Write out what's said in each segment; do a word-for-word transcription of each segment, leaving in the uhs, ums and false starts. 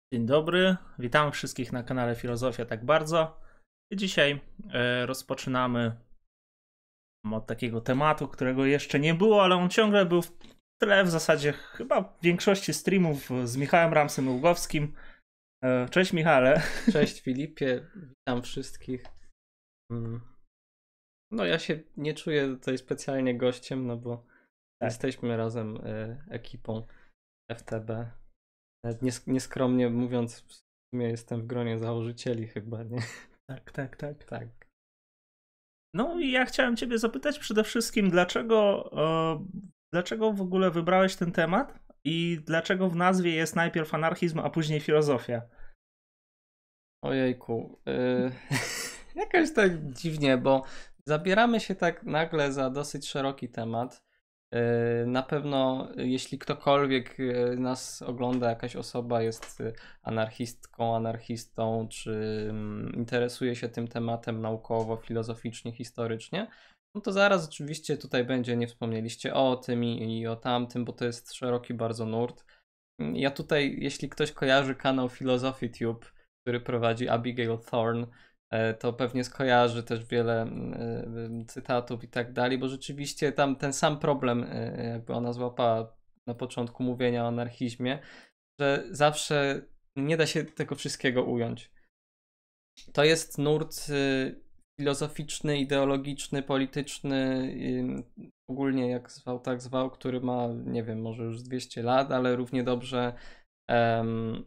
Dzień dobry, witam wszystkich na kanale Filozofia Tak Bardzo. I dzisiaj e, rozpoczynamy od takiego tematu, którego jeszcze nie było, ale on ciągle był w tle w zasadzie chyba w większości streamów z Michałem Ramsem Ługowskim. E, cześć Michale. Cześć Filipie, witam wszystkich. Mm. No ja się nie czuję tutaj specjalnie gościem, no bo Tak. jesteśmy razem e, ekipą F T B. Nawet nies- nieskromnie mówiąc, w sumie jestem w gronie założycieli chyba, nie? Tak, tak, tak. Tak. No i ja chciałem ciebie zapytać przede wszystkim, dlaczego, e, dlaczego w ogóle wybrałeś ten temat i dlaczego w nazwie jest najpierw anarchizm, a później filozofia? Ojejku. Y- jakoś tak dziwnie, bo zabieramy się tak nagle za dosyć szeroki temat. Y, Na pewno, jeśli ktokolwiek y, nas ogląda, jakaś osoba jest y, anarchistką, anarchistą, czy mm, interesuje się tym tematem naukowo, filozoficznie, historycznie, no to zaraz oczywiście tutaj będzie, nie wspomnieliście o tym i, i o tamtym, bo to jest szeroki bardzo nurt. Ja tutaj, jeśli ktoś kojarzy kanał Philosophy Tube, który prowadzi Abigail Thorne, e, to pewnie skojarzy też wiele e, cytatów i tak dalej, bo rzeczywiście tam ten sam problem, e, jakby ona złapała na początku mówienia o anarchizmie, że zawsze nie da się tego wszystkiego ująć. To jest nurt y, filozoficzny, ideologiczny, polityczny, y, ogólnie jak zwał, tak zwał, który ma, nie wiem, może już z dwieście lat, ale równie dobrze em,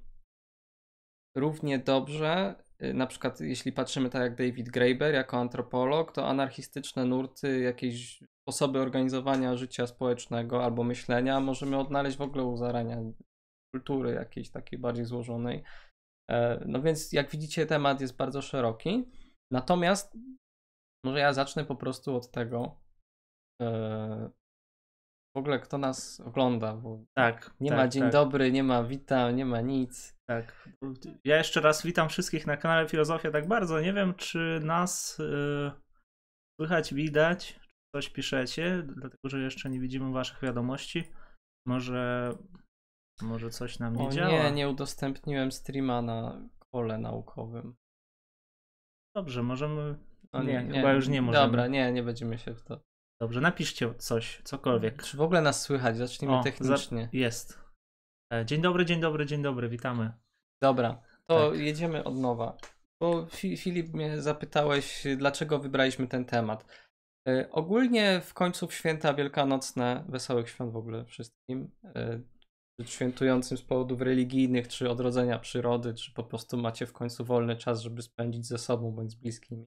równie dobrze, y, na przykład jeśli patrzymy tak jak David Graeber jako antropolog, to anarchistyczne nurty, jakieś sposoby organizowania życia społecznego albo myślenia możemy odnaleźć w ogóle u zarania kultury jakiejś takiej bardziej złożonej. E, No więc jak widzicie, temat jest bardzo szeroki. Natomiast może ja zacznę po prostu od tego, e, w ogóle kto nas ogląda, bo Tak, nie ma tak, dzień tak. dobry, nie ma witam, nie ma nic. Tak. Ja jeszcze raz witam wszystkich na kanale Filozofia Tak Bardzo. Nie wiem, czy nas yy, słychać, widać, czy coś piszecie, dlatego że jeszcze nie widzimy waszych wiadomości. Może, może coś nam nie O działa. nie, nie udostępniłem streama na kole naukowym. Dobrze, możemy. O, Nie, chyba już nie możemy. Dobra, nie, nie będziemy się w to. Dobrze, napiszcie coś, cokolwiek. Czy w ogóle nas słychać? Zacznijmy O, technicznie. za... jest. E, Dzień dobry, dzień dobry, dzień dobry, witamy. Dobra, to Tak. jedziemy od nowa. Bo Fi- Filip mnie zapytałeś, dlaczego wybraliśmy ten temat. Y, Ogólnie w końcu w święta wielkanocne, wesołych świąt w ogóle wszystkim, y, świętującym z powodów religijnych, czy odrodzenia przyrody, czy po prostu macie w końcu wolny czas, żeby spędzić ze sobą bądź z bliskimi.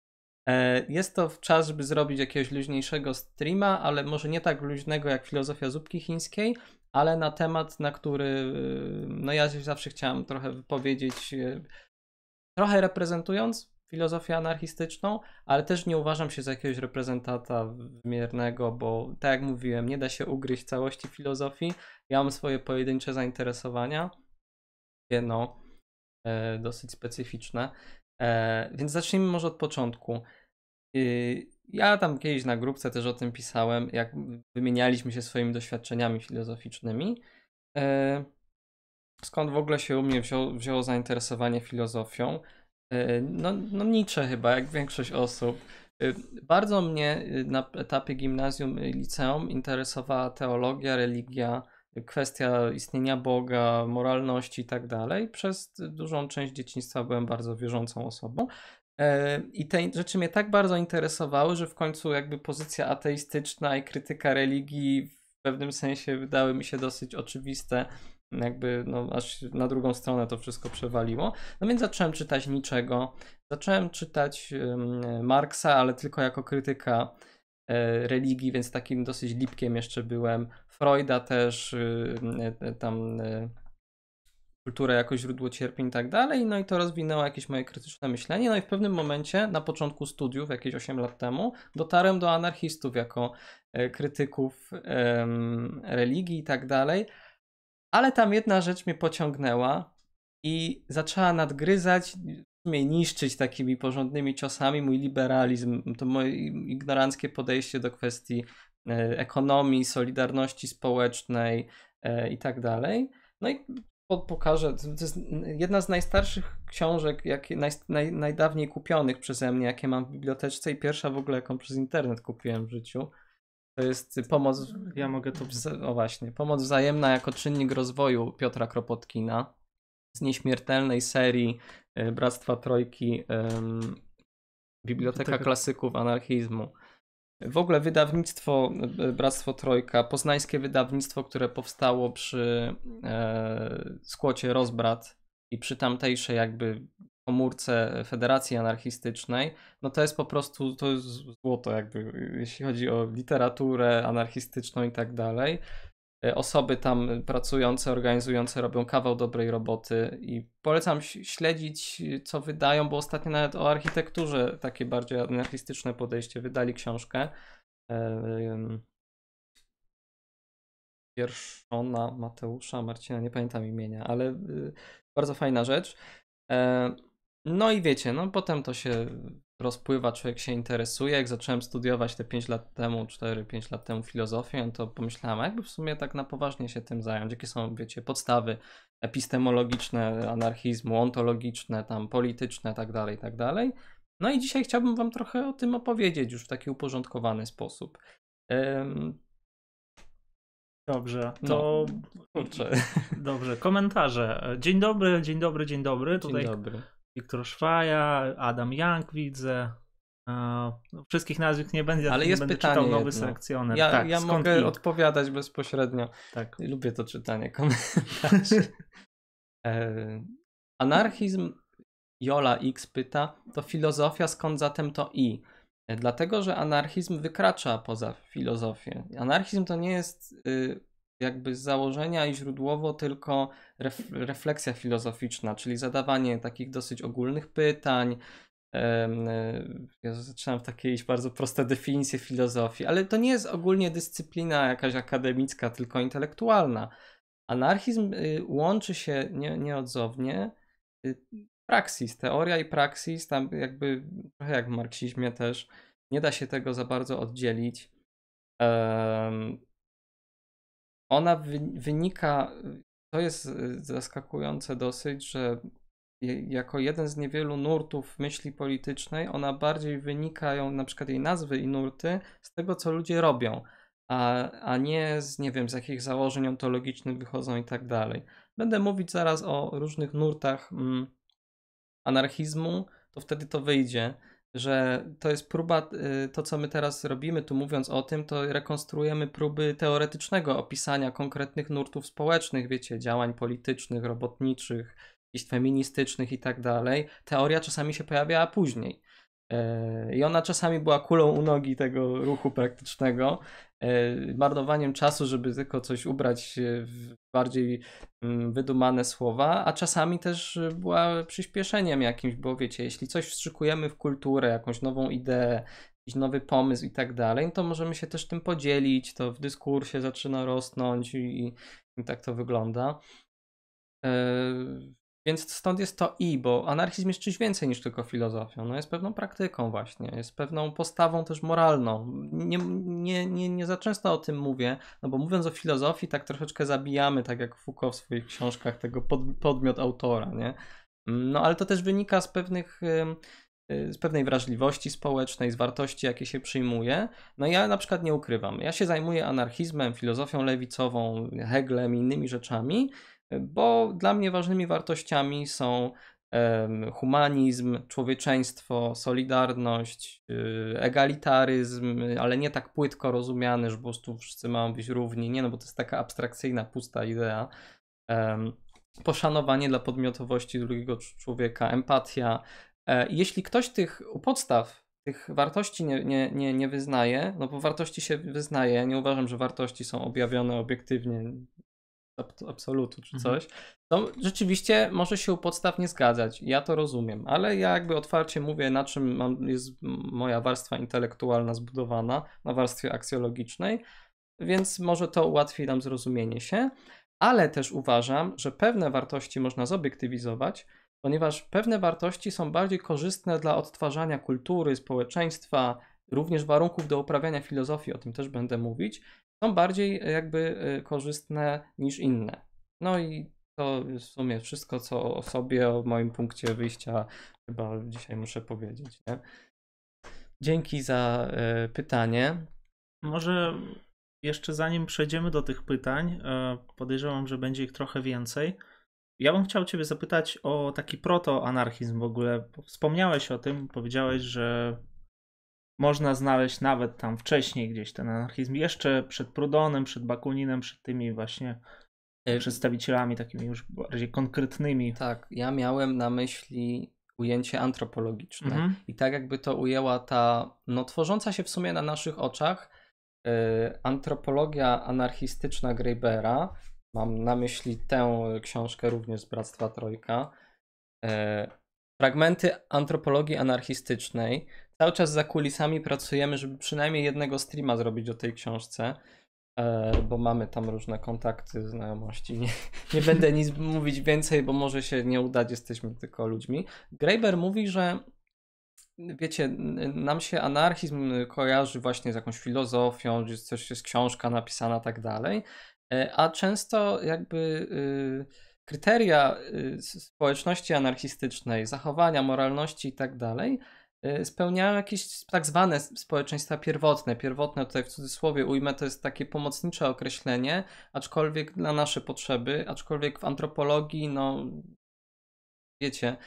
E, Jest to czas, żeby zrobić jakiegoś luźniejszego streama, ale może nie tak luźnego jak filozofia zupki chińskiej, ale na temat, na który y, no ja się zawsze chciałem trochę wypowiedzieć, y, trochę reprezentując filozofię anarchistyczną, ale też nie uważam się za jakiegoś reprezentanta wymiernego, bo tak jak mówiłem, nie da się ugryźć całości filozofii. Ja mam swoje pojedyncze zainteresowania, no, e, dosyć specyficzne. E, więc zacznijmy może od początku. Y, Ja tam kiedyś na grupce też o tym pisałem, jak wymienialiśmy się swoimi doświadczeniami filozoficznymi. E, Skąd w ogóle się u mnie wziął, wzięło zainteresowanie filozofią? E, No, no Nietzsche chyba, jak większość osób. E, Bardzo mnie y, na etapie gimnazjum i liceum interesowała teologia, religia, kwestia istnienia Boga, moralności i tak dalej. Przez dużą część dzieciństwa byłem bardzo wierzącą osobą. E, I te rzeczy mnie tak bardzo interesowały, że w końcu jakby pozycja ateistyczna i krytyka religii w pewnym sensie wydały mi się dosyć oczywiste. Jakby no, aż na drugą stronę to wszystko przewaliło. No więc zacząłem czytać niczego. Zacząłem czytać um, Marksa, ale tylko jako krytyka e, religii, więc takim dosyć lipkiem jeszcze byłem. Freuda też, y, y, tam y, kulturę jako źródło cierpień i tak dalej. No i to rozwinęło jakieś moje krytyczne myślenie. No i w pewnym momencie, na początku studiów, jakieś osiem lat temu, dotarłem do anarchistów jako e, krytyków em, religii i tak dalej. Ale tam jedna rzecz mnie pociągnęła i zaczęła nadgryzać, w sumie niszczyć takimi porządnymi ciosami mój liberalizm, to moje ignoranckie podejście do kwestii e, ekonomii, solidarności społecznej e, i tak dalej. No i pokażę. To jest jedna z najstarszych książek, jakie, naj, naj, najdawniej kupionych przeze mnie, jakie mam w biblioteczce i pierwsza w ogóle, jaką przez internet kupiłem w życiu. To jest pomoc, Ja mogę to... o właśnie, pomoc wzajemna jako czynnik rozwoju Piotra Kropotkina z nieśmiertelnej serii Bractwa Trojki, um, Biblioteka Biblioteka Klasyków Anarchizmu. W ogóle wydawnictwo Bractwo Trojka, poznańskie wydawnictwo, które powstało przy e, skłocie Rozbrat i przy tamtejszej jakby komórce Federacji Anarchistycznej, no to jest po prostu, to jest złoto jakby, jeśli chodzi o literaturę anarchistyczną i tak dalej. Osoby tam pracujące, organizujące robią kawał dobrej roboty i polecam śledzić, co wydają, bo ostatnio nawet o architekturze takie bardziej anarchistyczne podejście wydali książkę. Wierszona Mateusza, Marcina, nie pamiętam imienia, ale bardzo fajna rzecz. No i wiecie, no potem to się rozpływa, człowiek się interesuje. Jak zacząłem studiować te pięć lat temu, cztery pięć lat temu filozofię, to pomyślałem, jakby w sumie tak na poważnie się tym zająć. Jakie są, wiecie, podstawy epistemologiczne anarchizmu, ontologiczne, tam polityczne, tak dalej, tak dalej. No i dzisiaj chciałbym wam trochę o tym opowiedzieć już w taki uporządkowany sposób. Um, Dobrze, to... No, kurczę. Dobrze, komentarze. Dzień dobry, dzień dobry, dzień dobry. Dzień Tutaj dobry. Wiktor Szwaja, Adam Young widzę. No, wszystkich nazwisk nie będzie, ale nie jest będę pytanie czytał nowy jedno. selekcjoner. Ja, tak, ja mogę ink? odpowiadać bezpośrednio. Tak. Lubię to czytanie komentarzy. e, anarchizm, Jola X pyta, to filozofia, skąd zatem to i? E, dlatego, że anarchizm wykracza poza filozofię. Anarchizm to nie jest y, jakby z założenia i źródłowo tylko ref, refleksja filozoficzna, czyli zadawanie takich dosyć ogólnych pytań. Ja zaczynam w takie iść bardzo proste definicje filozofii, ale to nie jest ogólnie dyscyplina jakaś akademicka, tylko intelektualna. Anarchizm łączy się nie, nieodzownie praksis, teoria i praksis, tam jakby trochę jak w marksizmie też, nie da się tego za bardzo oddzielić. Ona wynika, to jest zaskakujące dosyć, że jako jeden z niewielu nurtów myśli politycznej, ona bardziej wynikają, na przykład jej nazwy i nurty, z tego, co ludzie robią, a, a nie z, nie wiem, z jakich założeń ontologicznych wychodzą i tak dalej. Będę mówić zaraz o różnych nurtach mm, anarchizmu, to wtedy to wyjdzie, że to jest próba, to co my teraz robimy, tu mówiąc o tym, to rekonstruujemy próby teoretycznego opisania konkretnych nurtów społecznych, wiecie, działań politycznych, robotniczych, feministycznych i tak dalej. Teoria czasami się pojawiała później. I ona czasami była kulą u nogi tego ruchu praktycznego, marnowaniem czasu, żeby tylko coś ubrać w bardziej wydumane słowa, a czasami też była przyspieszeniem jakimś, bo wiecie, jeśli coś wstrzykujemy w kulturę, jakąś nową ideę, jakiś nowy pomysł i tak dalej, to możemy się też tym podzielić, to w dyskursie zaczyna rosnąć i, i tak to wygląda. Więc stąd jest to i, bo anarchizm jest czymś więcej niż tylko filozofią. No jest pewną praktyką właśnie, jest pewną postawą też moralną. Nie, nie, nie, nie za często o tym mówię, no bo mówiąc o filozofii tak troszeczkę zabijamy, tak jak Foucault w swoich książkach, tego pod, podmiot autora, nie? No ale to też wynika z pewnych, z pewnej wrażliwości społecznej, z wartości, jakie się przyjmuje. No ja na przykład nie ukrywam, ja się zajmuję anarchizmem, filozofią lewicową, Heglem i innymi rzeczami, bo dla mnie ważnymi wartościami są um, humanizm, człowieczeństwo, solidarność, yy, egalitaryzm, ale nie tak płytko rozumiany, że po prostu wszyscy mają być równi, nie, no bo to jest taka abstrakcyjna, pusta idea. Um, poszanowanie dla podmiotowości drugiego człowieka, empatia. E, jeśli ktoś tych u podstaw tych wartości nie, nie, nie, nie wyznaje, no bo wartości się wyznaje, ja nie uważam, że wartości są objawione obiektywnie, absolutu czy coś, to rzeczywiście może się u podstaw nie zgadzać. Ja to rozumiem, ale ja jakby otwarcie mówię, na czym mam, jest moja warstwa intelektualna zbudowana, na warstwie aksjologicznej, więc może to ułatwi nam zrozumienie się, ale też uważam, że pewne wartości można zobiektywizować, ponieważ pewne wartości są bardziej korzystne dla odtwarzania kultury, społeczeństwa, również warunków do uprawiania filozofii, o tym też będę mówić, są bardziej jakby korzystne niż inne. No i To jest w sumie wszystko, co o sobie, o moim punkcie wyjścia chyba dzisiaj muszę powiedzieć, nie? Dzięki za y, pytanie. Może jeszcze zanim przejdziemy do tych pytań, podejrzewam, że będzie ich trochę więcej. Ja bym chciał Ciebie zapytać o taki proto-anarchizm w ogóle. Wspomniałeś o tym, powiedziałeś, że można znaleźć nawet tam wcześniej gdzieś ten anarchizm, jeszcze przed Prudonem, przed Bakuninem, przed tymi właśnie przedstawicielami takimi już bardziej konkretnymi. Tak, ja miałem na myśli ujęcie antropologiczne Mhm. i tak jakby to ujęła ta, no tworząca się w sumie na naszych oczach y, antropologia anarchistyczna Grabera. Mam na myśli tę książkę również z Bractwa Trojka. Y, fragmenty antropologii anarchistycznej. Cały czas za kulisami pracujemy, żeby przynajmniej jednego streama zrobić o tej książce, bo mamy tam różne kontakty, znajomości. Nie, nie będę nic mówić więcej, bo może się nie udać, jesteśmy tylko ludźmi. Graeber mówi, że wiecie, nam się anarchizm kojarzy właśnie z jakąś filozofią, że coś jest książka napisana, tak dalej, a często jakby kryteria społeczności anarchistycznej, zachowania, moralności i tak dalej spełniają jakieś tak zwane społeczeństwa pierwotne. Pierwotne tutaj w cudzysłowie ujmę, to jest takie pomocnicze określenie, aczkolwiek na nasze potrzeby, aczkolwiek w antropologii, no wiecie,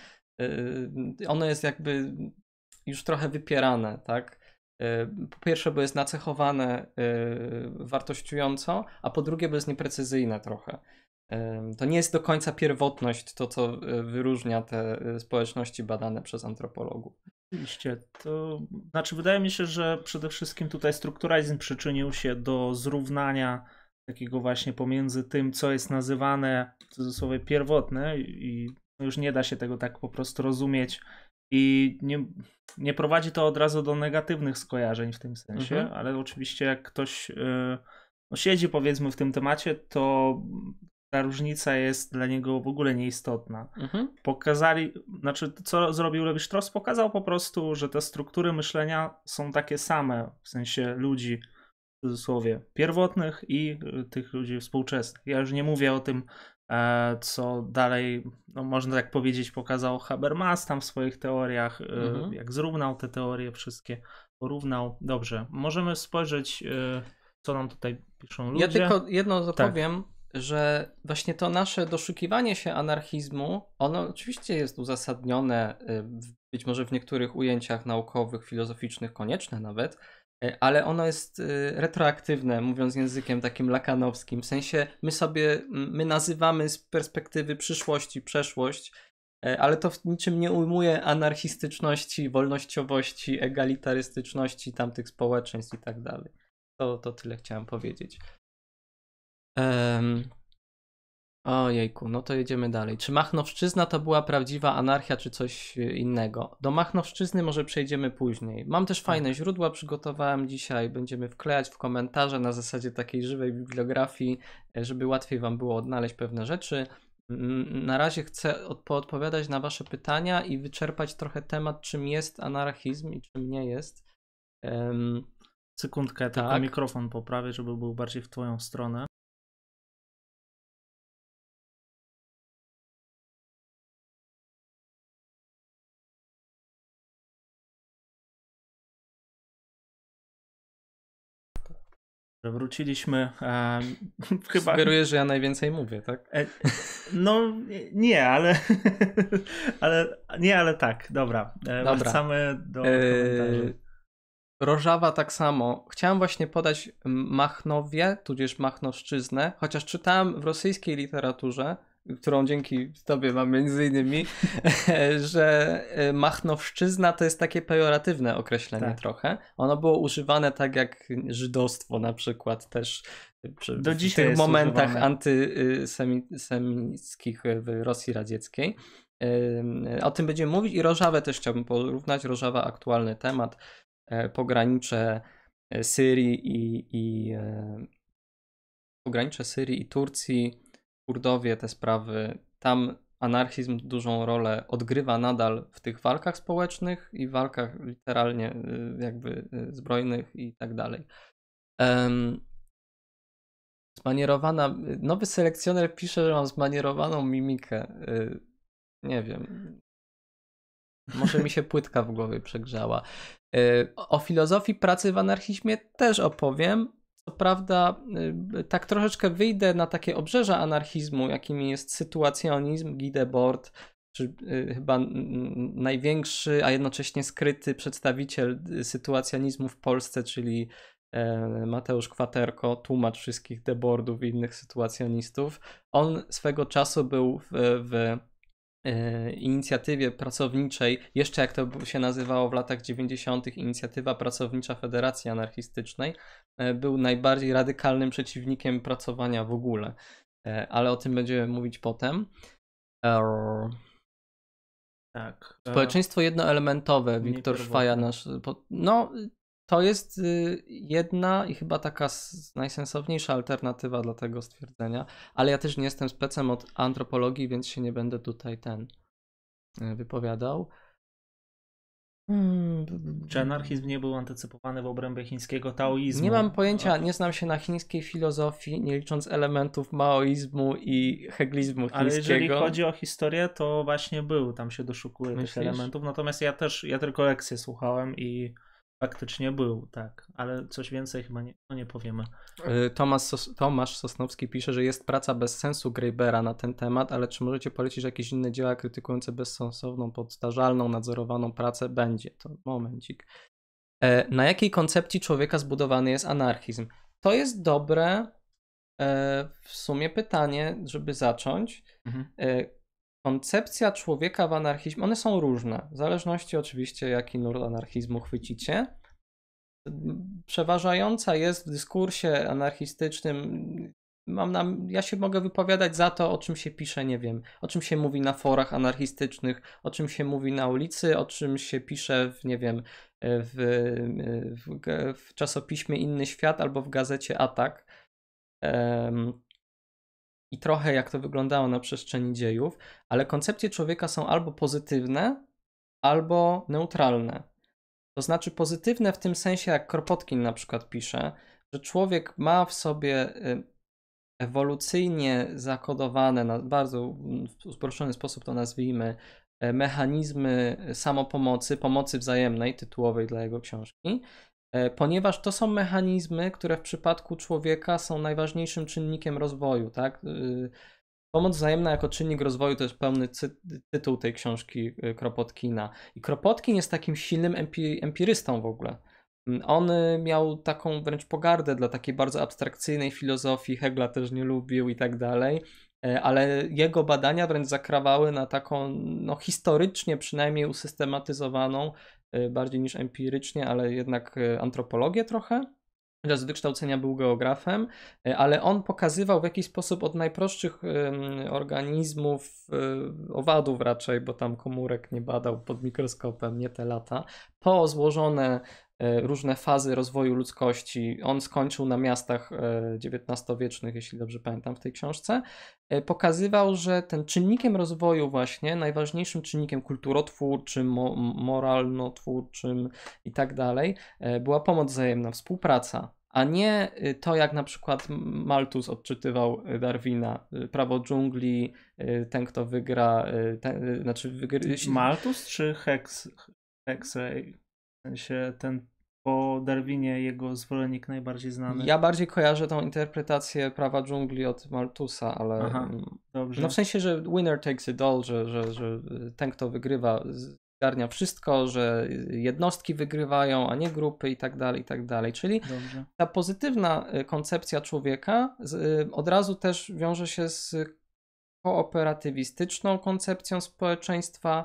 ono jest jakby już trochę wypierane, tak? Po pierwsze, bo jest nacechowane wartościująco, a po drugie, bo jest nieprecyzyjne trochę. To nie jest do końca pierwotność to, co wyróżnia te społeczności badane przez antropologów. Oczywiście. To znaczy, wydaje mi się, że przede wszystkim tutaj strukturalizm przyczynił się do zrównania takiego właśnie pomiędzy tym, co jest nazywane w cudzysłowie pierwotne i już nie da się tego tak po prostu rozumieć i nie, nie prowadzi to od razu do negatywnych skojarzeń w tym sensie, mhm. ale oczywiście jak ktoś yy, no siedzi powiedzmy w tym temacie, to ta różnica jest dla niego w ogóle nieistotna. Mhm. Pokazali, znaczy co zrobił Levi-Strauss? Pokazał po prostu, że te struktury myślenia są takie same, w sensie ludzi w cudzysłowie pierwotnych i tych ludzi współczesnych. Ja już nie mówię o tym, co dalej, no można tak powiedzieć, pokazał Habermas tam w swoich teoriach, mhm. jak zrównał te teorie wszystkie, porównał. Dobrze, możemy spojrzeć, co nam tutaj piszą ludzie. Ja tylko jedno zapowiem, tak. że właśnie to nasze doszukiwanie się anarchizmu, ono oczywiście jest uzasadnione, być może w niektórych ujęciach naukowych, filozoficznych, konieczne nawet, ale ono jest retroaktywne, mówiąc językiem takim lakanowskim. W sensie my sobie, my nazywamy z perspektywy przyszłości przeszłość, ale to w niczym nie ujmuje anarchistyczności, wolnościowości, egalitarystyczności tamtych społeczeństw i tak dalej. To, to tyle chciałem powiedzieć. Um, ojejku, no to jedziemy dalej. Czy Machnowszczyzna to była prawdziwa anarchia, czy coś innego? Do Machnowszczyzny może przejdziemy później. Mam też fajne tak. źródła, przygotowałem dzisiaj. Będziemy wklejać w komentarze na zasadzie takiej żywej bibliografii, żeby łatwiej wam było odnaleźć pewne rzeczy. Na razie chcę odpowiadać na wasze pytania i wyczerpać trochę temat, czym jest anarchizm i czym nie jest. Um, Sekundkę, tylko tak. mikrofon poprawię, żeby był bardziej w twoją stronę. Że wróciliśmy. E, chyba... Sugerujesz, że ja najwięcej mówię, tak? E, no nie, ale, ale nie, ale tak, dobra. E, dobra. Wracamy do komentarzy. E, Rożawa tak samo. Chciałem właśnie podać Machnowie, tudzież Machnowszczyznę, chociaż czytałem w rosyjskiej literaturze, którą dzięki tobie mam między innymi, że Machnowszczyzna to jest takie pejoratywne określenie tak. trochę. Ono było używane tak jak żydostwo na przykład też przy, Do w dzisiaj tych momentach używane. antysemickich w Rosji Radzieckiej. O tym będziemy mówić i Rożawę też chciałbym porównać. Rożawa aktualny temat. Pogranicze Syrii i, i pogranicze Syrii i Turcji, Kurdowie, te sprawy, tam anarchizm dużą rolę odgrywa nadal w tych walkach społecznych i walkach literalnie jakby zbrojnych i tak dalej. Um, Zmanierowana. Nowy selekcjoner pisze, że mam zmanierowaną mimikę. Nie wiem. Może mi się płytka w głowie przegrzała. O filozofii pracy w anarchizmie też opowiem. Co prawda, tak troszeczkę wyjdę na takie obrzeża anarchizmu, jakimi jest sytuacjonizm, Guy Debord, czy chyba największy, a jednocześnie skryty przedstawiciel sytuacjonizmu w Polsce, czyli Mateusz Kwaterko, tłumacz wszystkich Debordów i innych sytuacjonistów. On swego czasu był w, w inicjatywie pracowniczej, jeszcze jak to się nazywało w latach dziewięćdziesiątych, Inicjatywa Pracownicza Federacji Anarchistycznej, był najbardziej radykalnym przeciwnikiem pracowania w ogóle, ale o tym będziemy mówić potem. Tak. Społeczeństwo jednoelementowe, Wiktor Szwaja, nasz... No, to jest jedna i chyba taka najsensowniejsza alternatywa dla tego stwierdzenia, ale ja też nie jestem specem od antropologii, więc się nie będę tutaj ten wypowiadał. Hmm. Czy anarchizm nie był antycypowany w obrębie chińskiego taoizmu? Nie mam pojęcia, nie znam się na chińskiej filozofii, nie licząc elementów maoizmu i heglizmu chińskiego. Ale jeżeli chodzi o historię, to właśnie był, tam się doszukuje Myślisz? tych elementów, natomiast ja też, ja tylko lekcję słuchałem i faktycznie był, tak, ale coś więcej chyba nie, no nie powiemy. Tomasz, Sos- Tomasz Sosnowski pisze, że jest praca bez sensu Greibera na ten temat, ale czy możecie polecić jakieś inne dzieła krytykujące bezsensowną, powtarzalną, nadzorowaną pracę? Będzie. To momencik. E, na jakiej koncepcji człowieka zbudowany jest anarchizm? To jest dobre e, w sumie pytanie, żeby zacząć. Mhm. E, koncepcja człowieka w anarchizmie, one są różne, w zależności oczywiście jaki nurt anarchizmu chwycicie. Przeważająca jest w dyskursie anarchistycznym, mam na, ja się mogę wypowiadać za to, o czym się pisze, nie wiem, o czym się mówi na forach anarchistycznych, o czym się mówi na ulicy, o czym się pisze w, nie wiem, w, w, w czasopiśmie Inny Świat albo w gazecie Atak. Um, I trochę jak to wyglądało na przestrzeni dziejów, ale koncepcje człowieka są albo pozytywne, albo neutralne. To znaczy pozytywne w tym sensie, jak Kropotkin na przykład pisze, że człowiek ma w sobie ewolucyjnie zakodowane, na bardzo uproszczony sposób to nazwijmy, mechanizmy samopomocy, pomocy wzajemnej, tytułowej dla jego książki, ponieważ to są mechanizmy, które w przypadku człowieka są najważniejszym czynnikiem rozwoju, tak? Pomoc wzajemna jako czynnik rozwoju to jest pełny cy- tytuł tej książki Kropotkina. I Kropotkin jest takim silnym empi- empirystą w ogóle. On miał taką wręcz pogardę dla takiej bardzo abstrakcyjnej filozofii, Hegla też nie lubił i tak dalej, ale jego badania wręcz zakrawały na taką no, historycznie przynajmniej usystematyzowaną, bardziej niż empirycznie, ale jednak antropologię trochę. Z wykształcenia był geografem, ale on pokazywał w jakiś sposób od najprostszych organizmów, owadów raczej, bo tam komórek nie badał pod mikroskopem, nie te lata, po złożone różne fazy rozwoju ludzkości. On skończył na miastach dziewiętnastowiecznych, jeśli dobrze pamiętam w tej książce. Pokazywał, że ten czynnikiem rozwoju właśnie, najważniejszym czynnikiem kulturotwórczym, mo- moralnotwórczym i tak dalej, była pomoc wzajemna, współpraca, a nie to, jak na przykład Malthus odczytywał Darwina, prawo dżungli, ten kto wygra, ten, znaczy wygry... Malthus czy Hex, Hexley? W sensie ten po Darwinie jego zwolennik najbardziej znany. Ja bardziej kojarzę tą interpretację prawa dżungli od Malthusa, ale Aha, dobrze. No w sensie, że winner takes it all, że, że, że ten kto wygrywa zgarnia wszystko, że jednostki wygrywają, a nie grupy i tak dalej, i tak dalej. Czyli Dobrze. ta pozytywna koncepcja człowieka z, od razu też wiąże się z kooperatywistyczną koncepcją społeczeństwa,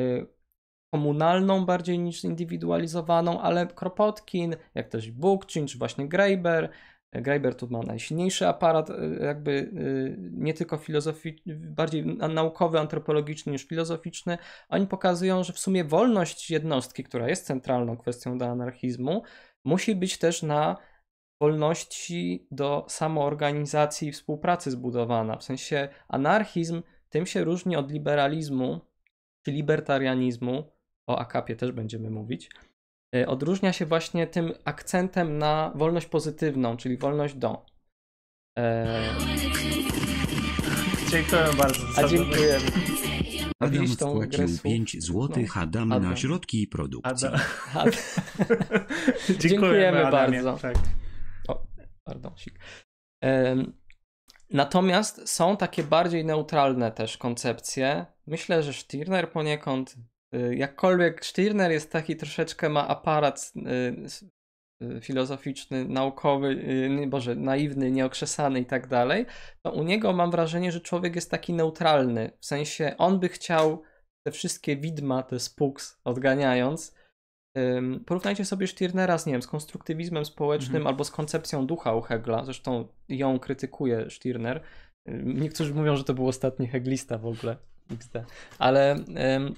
komunalną bardziej niż zindywidualizowaną, ale Kropotkin, jak też Bookchin, czy właśnie Graeber, Graeber tu ma najsilniejszy aparat, jakby nie tylko filozoficzny, bardziej naukowy, antropologiczny niż filozoficzny. Oni pokazują, że w sumie wolność jednostki, która jest centralną kwestią do anarchizmu, musi być też na wolności do samoorganizacji i współpracy zbudowana. W sensie anarchizm tym się różni od liberalizmu czy libertarianizmu, o akapie też będziemy mówić, odróżnia się właśnie tym akcentem na wolność pozytywną, czyli wolność do. E... Dziękuję bardzo. A dziękujemy. Adam wpłacił pięć złotych, no, Adam, Adam na środki i produkcji. Adam. Adam. Dziękujemy, Dziękujemy bardzo. Tak. O, pardon. Um, natomiast są takie bardziej neutralne też koncepcje. Myślę, że Stirner poniekąd, jakkolwiek Stirner jest taki troszeczkę, ma aparat filozoficzny, naukowy, boże, naiwny, nieokrzesany i tak dalej, to u niego mam wrażenie, że człowiek jest taki neutralny. W sensie on by chciał te wszystkie widma, te spooks odganiając. Um, porównajcie sobie Stirnera z, nie wiem, z konstruktywizmem społecznym mhm. albo z koncepcją ducha u Hegla. Zresztą ją krytykuje Stirner. Niektórzy mówią, że to był ostatni heglista w ogóle. Ale um,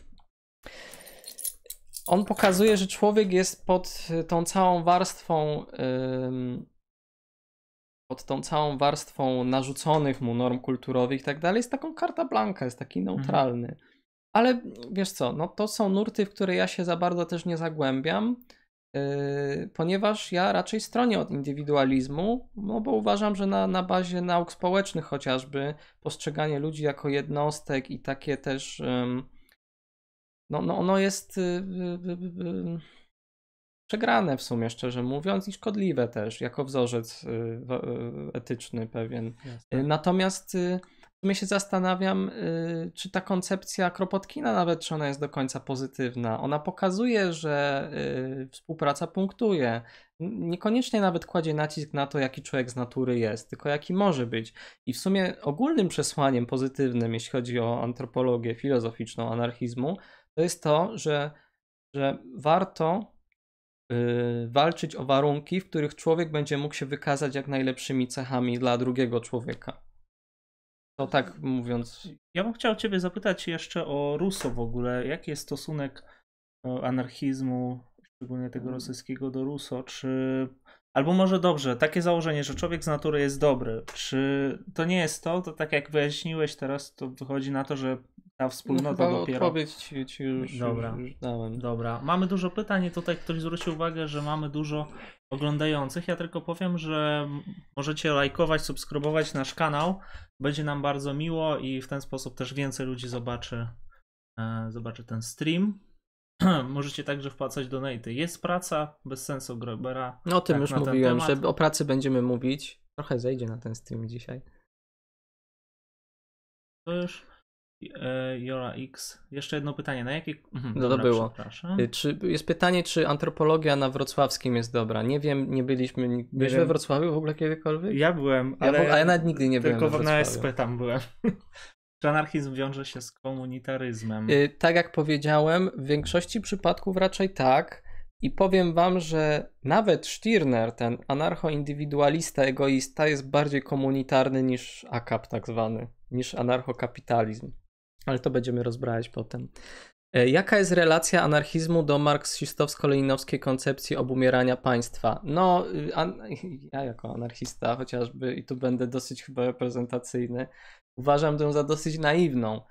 on pokazuje, że człowiek jest pod tą całą warstwą um, pod tą całą warstwą narzuconych mu norm kulturowych i tak dalej, jest taką karta blanka, jest taki neutralny. Mhm. Ale wiesz co, no to są nurty, w które ja się za bardzo też nie zagłębiam, yy, ponieważ ja raczej stronię od indywidualizmu, no bo uważam, że na, na bazie nauk społecznych chociażby postrzeganie ludzi jako jednostek i takie też yy, no, no ono jest yy, yy, yy, przegrane w sumie, szczerze mówiąc, i szkodliwe też, jako wzorzec yy, yy, etyczny pewien. Yy, natomiast yy, w sumie się zastanawiam, yy, czy ta koncepcja Kropotkina nawet, czy ona jest do końca pozytywna. Ona pokazuje, że yy, współpraca punktuje. Niekoniecznie nawet kładzie nacisk na to, jaki człowiek z natury jest, tylko jaki może być. I w sumie ogólnym przesłaniem pozytywnym, jeśli chodzi o antropologię filozoficzną anarchizmu, to jest to, że, że warto yy, walczyć o warunki, w których człowiek będzie mógł się wykazać jak najlepszymi cechami dla drugiego człowieka. To tak mówiąc. Ja bym chciał ciebie zapytać jeszcze o Rousseau w ogóle. Jaki jest stosunek anarchizmu, szczególnie tego rosyjskiego, do Rousseau? Czy... Albo może dobrze, takie założenie, że człowiek z natury jest dobry. Czy to nie jest to? To tak jak wyjaśniłeś teraz, to wychodzi na to, że ta wspólnota no dopiero... Odpowiedź ci, ci już, dobra. już dałem. Dobra. Mamy dużo pytań i tutaj ktoś zwrócił uwagę, że mamy dużo oglądających. Ja tylko powiem, że możecie lajkować, subskrybować nasz kanał. Będzie nam bardzo miło i w ten sposób też więcej ludzi zobaczy, e, zobaczy ten stream. Możecie także wpłacać donaty. Jest praca, bez sensu Grobera. No o tym tak, już mówiłem, że o pracy będziemy mówić. Trochę zejdzie na ten stream dzisiaj. To już... Jora X. Jeszcze jedno pytanie. Na jakie... Mhm, no dobra, to było. Czy, jest pytanie, czy antropologia na wrocławskim jest dobra? Nie wiem, nie byliśmy... Nie byłeś we Wrocławiu w ogóle kiedykolwiek? Ja byłem, ale... Ja, w... A ja nawet nigdy nie byłem Tylko na S P tam byłem. Czy anarchizm wiąże się z komunitaryzmem? Yy, tak jak powiedziałem, w większości przypadków raczej tak. I powiem wam, że nawet Stirner, ten anarcho-indywidualista, egoista, jest bardziej komunitarny niż A K A P tak zwany, niż anarchokapitalizm. Ale to będziemy rozbrać potem. Jaka jest relacja anarchizmu do marksistowsko-leninowskiej koncepcji obumierania państwa? No, an... ja jako anarchista chociażby, i tu będę dosyć chyba reprezentacyjny, uważam tę za dosyć naiwną.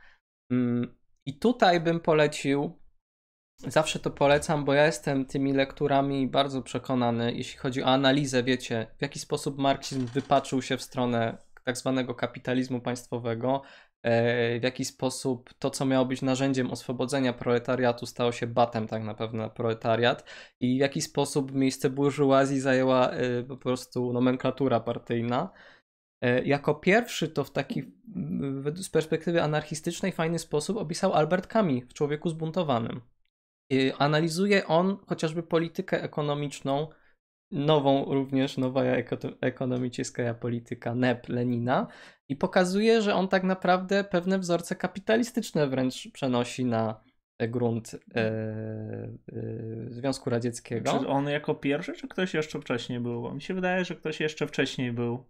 I tutaj bym polecił, zawsze to polecam, bo ja jestem tymi lekturami bardzo przekonany, jeśli chodzi o analizę, wiecie, w jaki sposób marksizm wypaczył się w stronę tak zwanego kapitalizmu państwowego, w jaki sposób to, co miało być narzędziem oswobodzenia proletariatu, stało się batem tak naprawdę na proletariat i w jaki sposób miejsce burżuazji zajęła po prostu nomenklatura partyjna. Jako pierwszy to w taki z perspektywy anarchistycznej fajny sposób opisał Albert Camus w Człowieku zbuntowanym. Analizuje on chociażby politykę ekonomiczną, nową również, nowa ekonomicka polityka N E P Lenina i pokazuje, że on tak naprawdę pewne wzorce kapitalistyczne wręcz przenosi na grunt e, e, Związku Radzieckiego. Czy on jako pierwszy, czy ktoś jeszcze wcześniej był? Bo mi się wydaje, że ktoś jeszcze wcześniej był.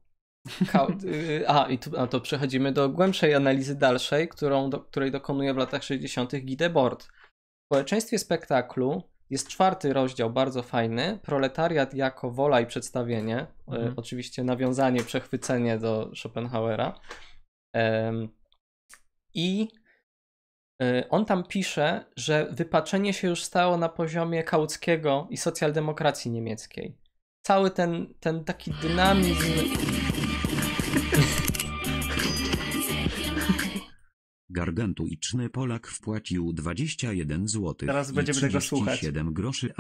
A, i tu, a to przechodzimy do głębszej analizy dalszej, którą, do, której dokonuje w latach sześćdziesiątych Guy Debord. W społeczeństwie spektaklu jest czwarty rozdział, bardzo fajny, proletariat jako wola i przedstawienie, mhm. e, oczywiście nawiązanie, przechwycenie do Schopenhauera. E, I e, on tam pisze, że wypaczenie się już stało na poziomie Kautskiego i socjaldemokracji niemieckiej. Cały ten, ten taki dynamizm... Gargantuiczny Polak wpłacił dwadzieścia jeden złotych. Teraz będziemy tego słuchać. siedem groszy.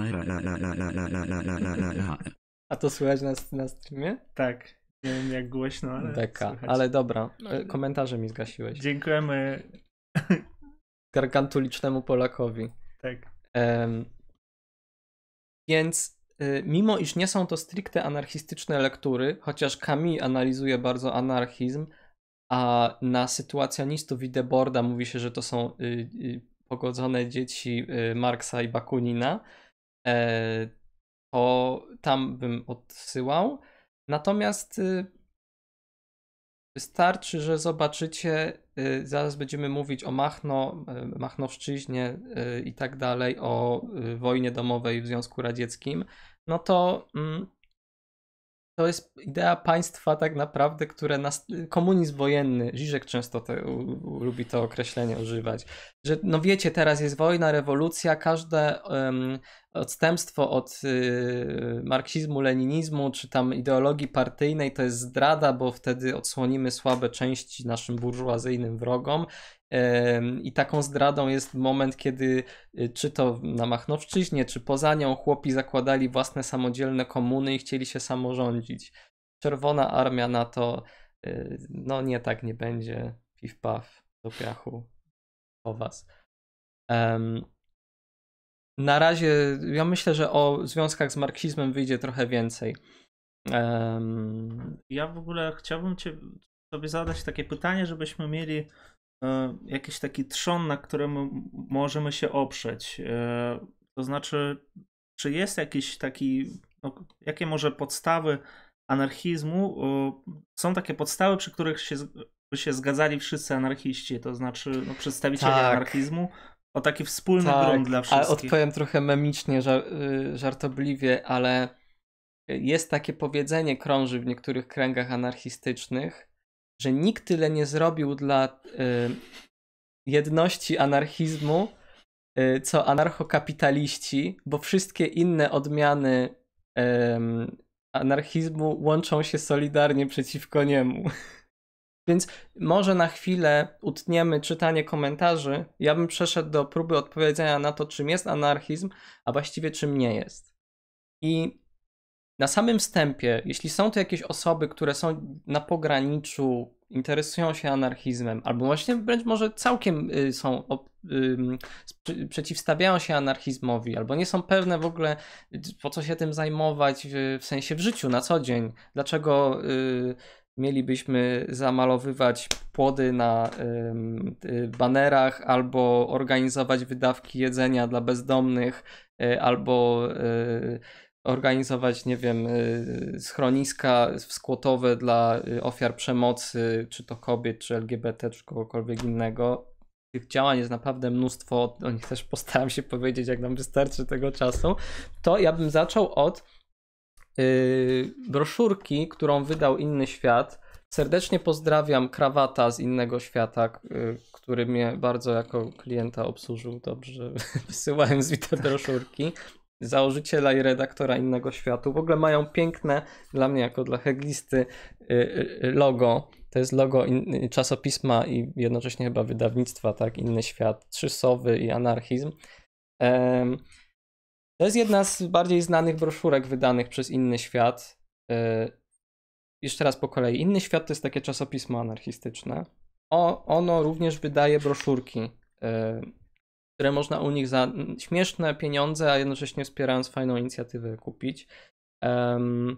A to słychać na, na streamie? Tak. Nie wiem jak głośno, ale Beka, słychać. ale dobra. Komentarze mi zgasiłeś. Dziękujemy. Gargantulicznemu Polakowi. Tak. Um, więc y, mimo iż nie są to stricte anarchistyczne lektury, chociaż Camus analizuje bardzo anarchizm, a na sytuacjonistów i Deborda mówi się, że to są y, y, pogodzone dzieci y, Marksa i Bakunina, y, to tam bym odsyłał. Natomiast y, wystarczy, że zobaczycie, y, zaraz będziemy mówić o Machno, y, Machnowszczyźnie y, i tak dalej, o y, wojnie domowej w Związku Radzieckim, no to y, to jest idea państwa tak naprawdę, które nas, komunizm wojenny, Žižek często te, u, u, lubi to określenie używać, że no wiecie, teraz jest wojna, rewolucja, każde um, odstępstwo od y, marksizmu, leninizmu, czy tam ideologii partyjnej to jest zdrada, bo wtedy odsłonimy słabe części naszym burżuazyjnym wrogom. I taką zdradą jest moment, kiedy czy to na Machnowszczyźnie, czy poza nią chłopi zakładali własne samodzielne komuny i chcieli się samorządzić. Czerwona Armia na to, no nie tak nie będzie, piw paw do piachu o was. Um, na razie ja myślę, że o związkach z marksizmem wyjdzie trochę więcej. Um, ja w ogóle chciałbym cię, sobie zadać takie pytanie, żebyśmy mieli jakiś taki trzon, na którym możemy się oprzeć. To znaczy, czy jest jakiś taki, no, jakie może podstawy anarchizmu, są takie podstawy, przy których się, by się zgadzali wszyscy anarchiści, to znaczy no, przedstawiciele tak. anarchizmu, o taki wspólny tak, grunt dla wszystkich. Ale odpowiem trochę memicznie, żartobliwie, ale jest takie powiedzenie, krąży w niektórych kręgach anarchistycznych, że nikt tyle nie zrobił dla y, jedności anarchizmu, y, co anarchokapitaliści, bo wszystkie inne odmiany y, anarchizmu łączą się solidarnie przeciwko niemu. Więc może na chwilę utniemy czytanie komentarzy. Ja bym przeszedł do próby odpowiedzenia na to, czym jest anarchizm, a właściwie czym nie jest. I na samym wstępie, jeśli są to jakieś osoby, które są na pograniczu, interesują się anarchizmem, albo właśnie wręcz może całkiem y, są op, y, przeciwstawiają się anarchizmowi, albo nie są pewne w ogóle, po co się tym zajmować w, w sensie w życiu, na co dzień. Dlaczego y, mielibyśmy zamalowywać płody na y, y, banerach, albo organizować wydawki jedzenia dla bezdomnych, y, albo y, organizować, nie wiem, schroniska skłotowe dla ofiar przemocy, czy to kobiet, czy L G B T, czy kogokolwiek innego. Tych działań jest naprawdę mnóstwo, o nich też postaram się powiedzieć, jak nam wystarczy tego czasu. To ja bym zaczął od yy, broszurki, którą wydał Inny Świat. Serdecznie pozdrawiam Krawata z Innego Świata, yy, który mnie bardzo jako klienta obsłużył dobrze, wysyłając mi te broszurki. Założyciela i redaktora Innego Światu. W ogóle mają piękne, dla mnie jako dla heglisty, logo. To jest logo in, czasopisma i jednocześnie chyba wydawnictwa, tak? Inny Świat, Trzy Sowy i Anarchizm. Um, to jest jedna z bardziej znanych broszurek wydanych przez Inny Świat. Um, jeszcze raz po kolei. Inny Świat to jest takie czasopismo anarchistyczne. O, ono również wydaje broszurki, um, które można u nich za śmieszne pieniądze, a jednocześnie wspierając fajną inicjatywę kupić. Um,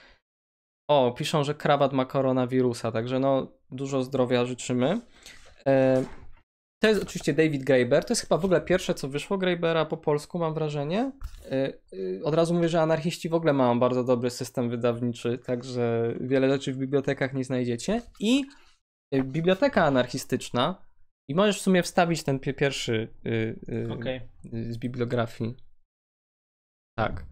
o, piszą, że Krawat ma koronawirusa, także no dużo zdrowia życzymy. Um, to jest oczywiście David Graeber, to jest chyba w ogóle pierwsze, co wyszło Graebera po polsku, mam wrażenie. Um, od razu mówię, że anarchiści w ogóle mają bardzo dobry system wydawniczy, także wiele rzeczy w bibliotekach nie znajdziecie. I biblioteka anarchistyczna, i możesz w sumie wstawić ten pierwszy yy, yy, okay. z bibliografii. Tak.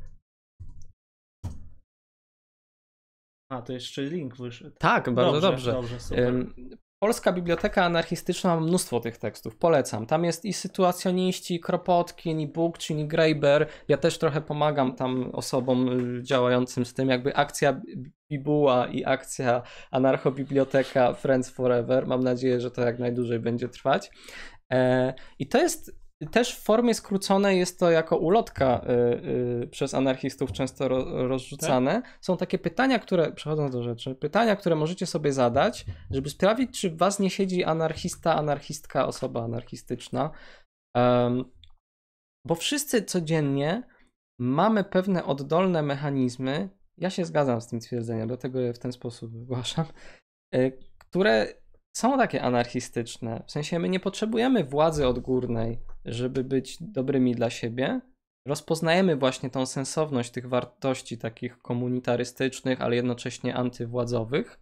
A, to jeszcze link wyszedł. Tak, bardzo dobrze. Dobrze, dobrze super. Polska Biblioteka Anarchistyczna ma mnóstwo tych tekstów, polecam. Tam jest i sytuacjoniści, i Kropotkin, i Bookchin, i Graeber. Ja też trochę pomagam tam osobom działającym z tym, jakby akcja Bibuła i akcja Anarchobiblioteka Friends Forever. Mam nadzieję, że to jak najdłużej będzie trwać. I to jest też w formie skróconej, jest to jako ulotka y, y, przez anarchistów często ro, rozrzucane. Tak? Są takie pytania, które, przechodząc do rzeczy, pytania, które możecie sobie zadać, żeby sprawdzić, czy w was nie siedzi anarchista, anarchistka, osoba anarchistyczna. Um, bo wszyscy codziennie mamy pewne oddolne mechanizmy, ja się zgadzam z tym twierdzeniem, dlatego je w ten sposób wygłaszam, y, które są takie anarchistyczne. W sensie my nie potrzebujemy władzy odgórnej, żeby być dobrymi dla siebie. Rozpoznajemy właśnie tą sensowność tych wartości takich komunitarystycznych, ale jednocześnie antywładzowych.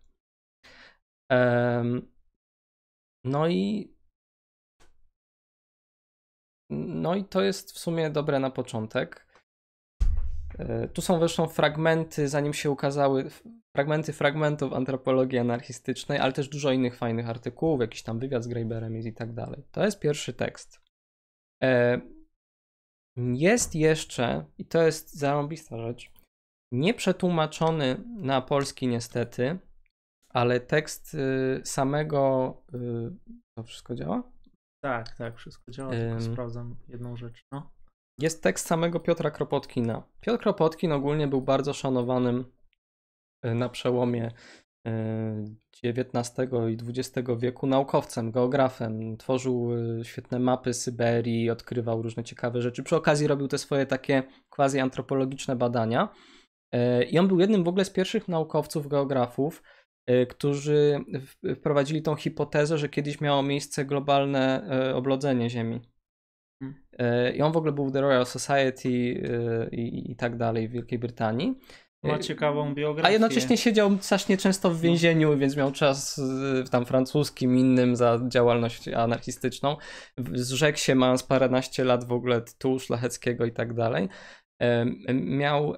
Um, no i no i to jest w sumie dobre na początek. Tu są zresztą fragmenty, zanim się ukazały, fragmenty fragmentów antropologii anarchistycznej, ale też dużo innych fajnych artykułów, jakiś tam wywiad z Graeberem jest i tak dalej. To jest pierwszy tekst. Jest jeszcze, i to jest zarąbista rzecz, nieprzetłumaczony na polski niestety, ale tekst samego... To wszystko działa? Tak, tak, wszystko działa, tylko um, sprawdzam jedną rzecz, no. Jest tekst samego Piotra Kropotkina. Piotr Kropotkin ogólnie był bardzo szanowanym na przełomie dziewiętnastego i dwudziestego wieku naukowcem, geografem. Tworzył świetne mapy Syberii, odkrywał różne ciekawe rzeczy. Przy okazji robił te swoje takie quasi-antropologiczne badania. I on był jednym w ogóle z pierwszych naukowców, geografów, którzy wprowadzili tą hipotezę, że kiedyś miało miejsce globalne oblodzenie Ziemi. I on w ogóle był w The Royal Society i, i tak dalej w Wielkiej Brytanii. Ma ciekawą biografię. A jednocześnie siedział strasznie często w więzieniu, więc miał czas tam francuskim, innym za działalność anarchistyczną. Zrzekł się, mając paręnaście lat w ogóle tytułu szlacheckiego i tak dalej. Miał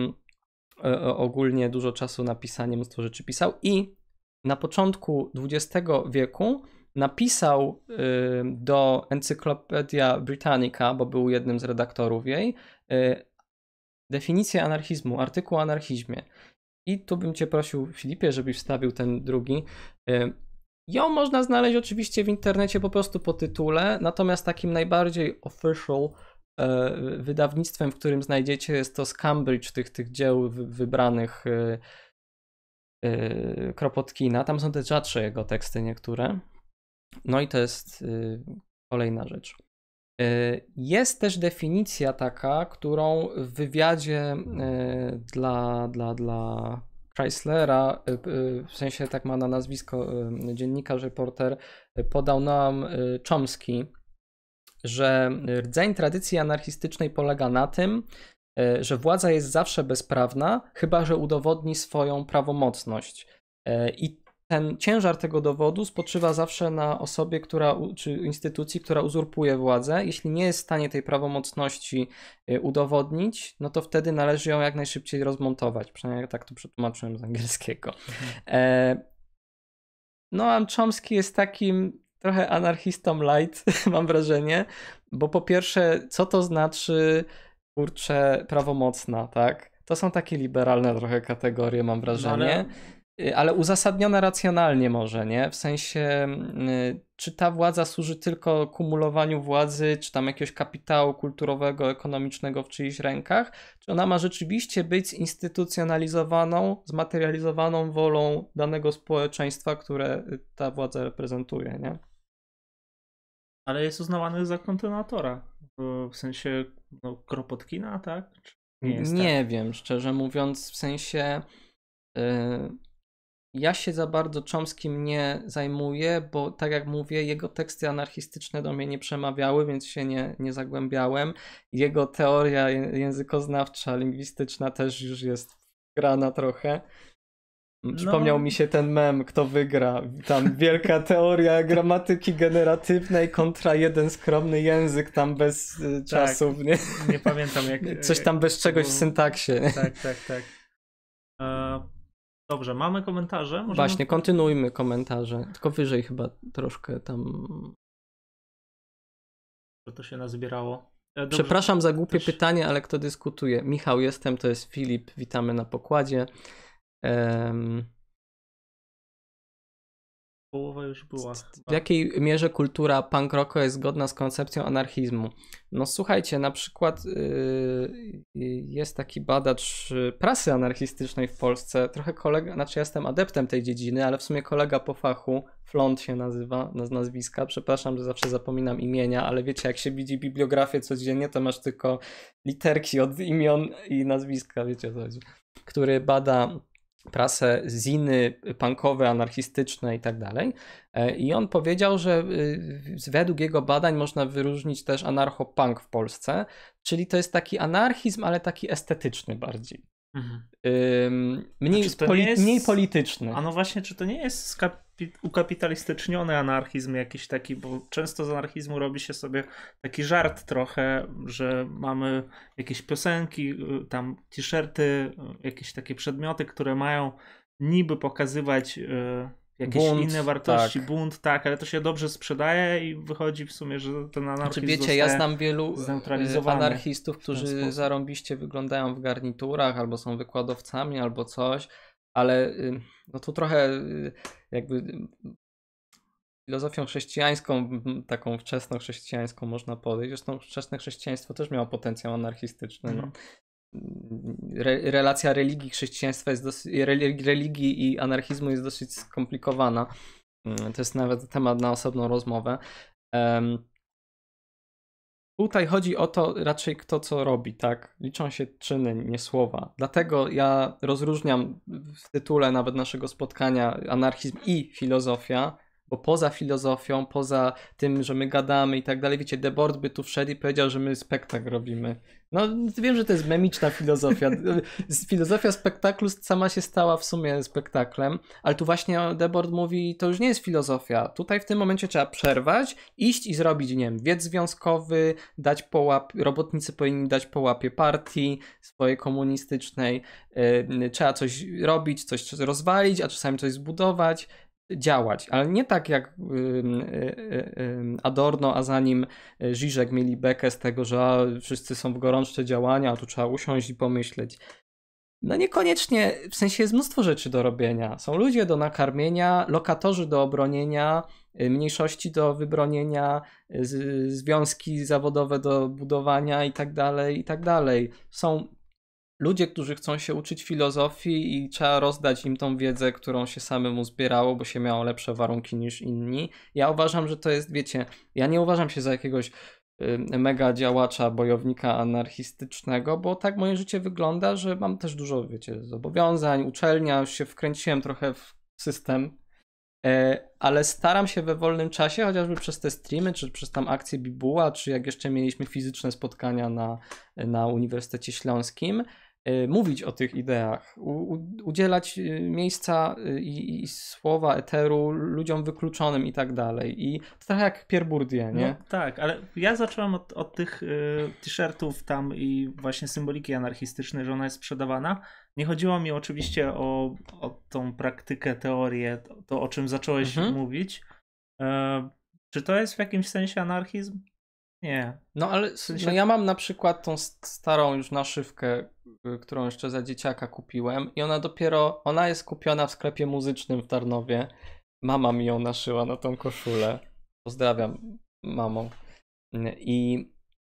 ogólnie dużo czasu na pisanie, mnóstwo rzeczy pisał i na początku dwudziestego wieku napisał y, do Encyklopedia Britannica, bo był jednym z redaktorów jej, y, definicję anarchizmu, artykuł o anarchizmie. I tu bym cię prosił, Filipie, żebyś wstawił ten drugi. Y, ją można znaleźć oczywiście w internecie po prostu po tytule, natomiast takim najbardziej official y, wydawnictwem, w którym znajdziecie, jest to z Cambridge, tych, tych dzieł wy, wybranych y, y, Kropotkina. Tam są te rzadsze jego teksty niektóre. No i to jest y, kolejna rzecz. Y, jest też definicja taka, którą w wywiadzie y, dla, dla, dla Chryslera, y, y, w sensie tak ma na nazwisko y, dziennikarz, reporter, y, podał nam y, Chomsky, że rdzeń tradycji anarchistycznej polega na tym, y, że władza jest zawsze bezprawna, chyba że udowodni swoją prawomocność. Y, I ten ciężar tego dowodu spoczywa zawsze na osobie, która, czy instytucji, która uzurpuje władzę. Jeśli nie jest w stanie tej prawomocności udowodnić, no to wtedy należy ją jak najszybciej rozmontować. Przynajmniej tak to przetłumaczyłem z angielskiego. Mhm. E, no a Chomsky jest takim trochę anarchistą light, mam wrażenie, bo po pierwsze, co to znaczy, kurczę, prawomocna, tak? To są takie liberalne trochę kategorie, mam wrażenie. No ale... Ale uzasadnione racjonalnie może, nie? W sensie, czy ta władza służy tylko kumulowaniu władzy, czy tam jakiegoś kapitału kulturowego, ekonomicznego w czyichś rękach, czy ona ma rzeczywiście być zinstytucjonalizowaną, zmaterializowaną wolą danego społeczeństwa, które ta władza reprezentuje, nie? Ale jest uznawany za kontynuatora, w sensie no, Kropotkina, tak? Czy nie jest nie tak? wiem, szczerze mówiąc, w sensie... Yy... Ja się za bardzo Chomskim nie zajmuję, bo tak jak mówię, jego teksty anarchistyczne do mnie nie przemawiały, więc się nie, nie zagłębiałem. Jego teoria językoznawcza, lingwistyczna też już jest grana trochę. Przypomniał no. mi się ten mem, kto wygra. Tam wielka teoria gramatyki generatywnej kontra jeden skromny język tam bez tak, czasów. Nie? nie pamiętam jak... Coś tam bez czegoś w syntaksie. Tak, tak, tak. Uh... Dobrze, mamy komentarze? Możemy... Właśnie, kontynuujmy komentarze. Tylko wyżej chyba troszkę tam... Że to się nazbierało. Dobrze. Przepraszam za głupie Też... pytanie, ale kto dyskutuje? Michał jestem, to jest Filip, witamy na pokładzie. Um... Połowa już była. W jakiej mierze kultura punk rocka jest zgodna z koncepcją anarchizmu? No słuchajcie, na przykład yy, jest taki badacz prasy anarchistycznej w Polsce, trochę kolega, znaczy ja jestem adeptem tej dziedziny, ale w sumie kolega po fachu, Flont się nazywa, z nazwiska, przepraszam, że zawsze zapominam imienia, ale wiecie, jak się widzi bibliografię codziennie, to masz tylko literki od imion i nazwiska, wiecie o co chodzi, który bada prasę, ziny punkowe, anarchistyczne i tak dalej. I on powiedział, że według jego badań można wyróżnić też anarcho-punk w Polsce, czyli to jest taki anarchizm, ale taki estetyczny bardziej. Mhm. Mniej, znaczy, poli- jest... mniej polityczny. A no właśnie, czy to nie jest skapi- ukapitalistyczniony anarchizm jakiś taki, bo często z anarchizmu robi się sobie taki żart trochę, że mamy jakieś piosenki, tam t-shirty, jakieś takie przedmioty, które mają niby pokazywać y, jakieś bunt, inne wartości, tak. bunt, tak, ale to się dobrze sprzedaje i wychodzi w sumie, że ten anarchizm znaczy, wiecie, ja znam wielu anarchistów, którzy zarąbiście wyglądają w garniturach, albo są wykładowcami, albo coś, ale no tu trochę jakby filozofią chrześcijańską, taką wczesnochrześcijańską można podejść. Zresztą wczesne chrześcijaństwo też miało potencjał anarchistyczny. Mm. No. Re, relacja religii chrześcijaństwa jest dosyć, religii i anarchizmu jest dosyć skomplikowana. To jest nawet temat na osobną rozmowę. Um, tutaj chodzi o to raczej kto co robi, tak? Liczą się czyny, nie słowa. Dlatego ja rozróżniam w tytule nawet naszego spotkania anarchizm i filozofia, bo poza filozofią, poza tym, że my gadamy i tak dalej, wiecie, Debord by tu wszedł i powiedział, że my spektakl robimy. No wiem, że to jest memiczna filozofia. Filozofia spektaklu sama się stała w sumie spektaklem, ale tu właśnie Debord mówi, to już nie jest filozofia. Tutaj w tym momencie trzeba przerwać, iść i zrobić, nie wiem, wiec związkowy, dać po łap... robotnicy powinni dać po łapie partii swojej komunistycznej, yy, trzeba coś robić, coś rozwalić, a czasami coś zbudować, działać, ale nie tak jak Adorno, a za nim Žižek mieli bekę z tego, że a, wszyscy są w gorączce działania, a tu trzeba usiąść i pomyśleć. No niekoniecznie, w sensie jest mnóstwo rzeczy do robienia. Są ludzie do nakarmienia, lokatorzy do obronienia, mniejszości do wybronienia, z, związki zawodowe do budowania i tak dalej, i tak dalej. Są ludzie, którzy chcą się uczyć filozofii i trzeba rozdać im tą wiedzę, którą się samemu zbierało, bo się miało lepsze warunki niż inni. Ja uważam, że to jest, wiecie, ja nie uważam się za jakiegoś y, mega działacza, bojownika anarchistycznego, bo tak moje życie wygląda, że mam też dużo, wiecie, zobowiązań, uczelnia, już się wkręciłem trochę w system, y, ale staram się we wolnym czasie, chociażby przez te streamy, czy przez tam akcję Bibuła, czy jak jeszcze mieliśmy fizyczne spotkania na, na Uniwersytecie Śląskim, mówić o tych ideach, u, udzielać miejsca i, i słowa, eteru ludziom wykluczonym i tak dalej. I to trochę jak Pierre Bourdieu, nie? No, tak, ale ja zacząłem od, od tych y, t-shirtów tam i właśnie symboliki anarchistycznej, że ona jest sprzedawana. Nie chodziło mi oczywiście o, o tą praktykę, teorię, to, to o czym zacząłeś mhm. mówić. Y, czy to jest w jakimś sensie anarchizm? Nie. No ale w sensie... no ja mam na przykład tą starą już naszywkę, którą jeszcze za dzieciaka kupiłem i ona dopiero, ona jest kupiona w sklepie muzycznym w Tarnowie. Mama mi ją naszyła na tą koszulę. Pozdrawiam mamo. I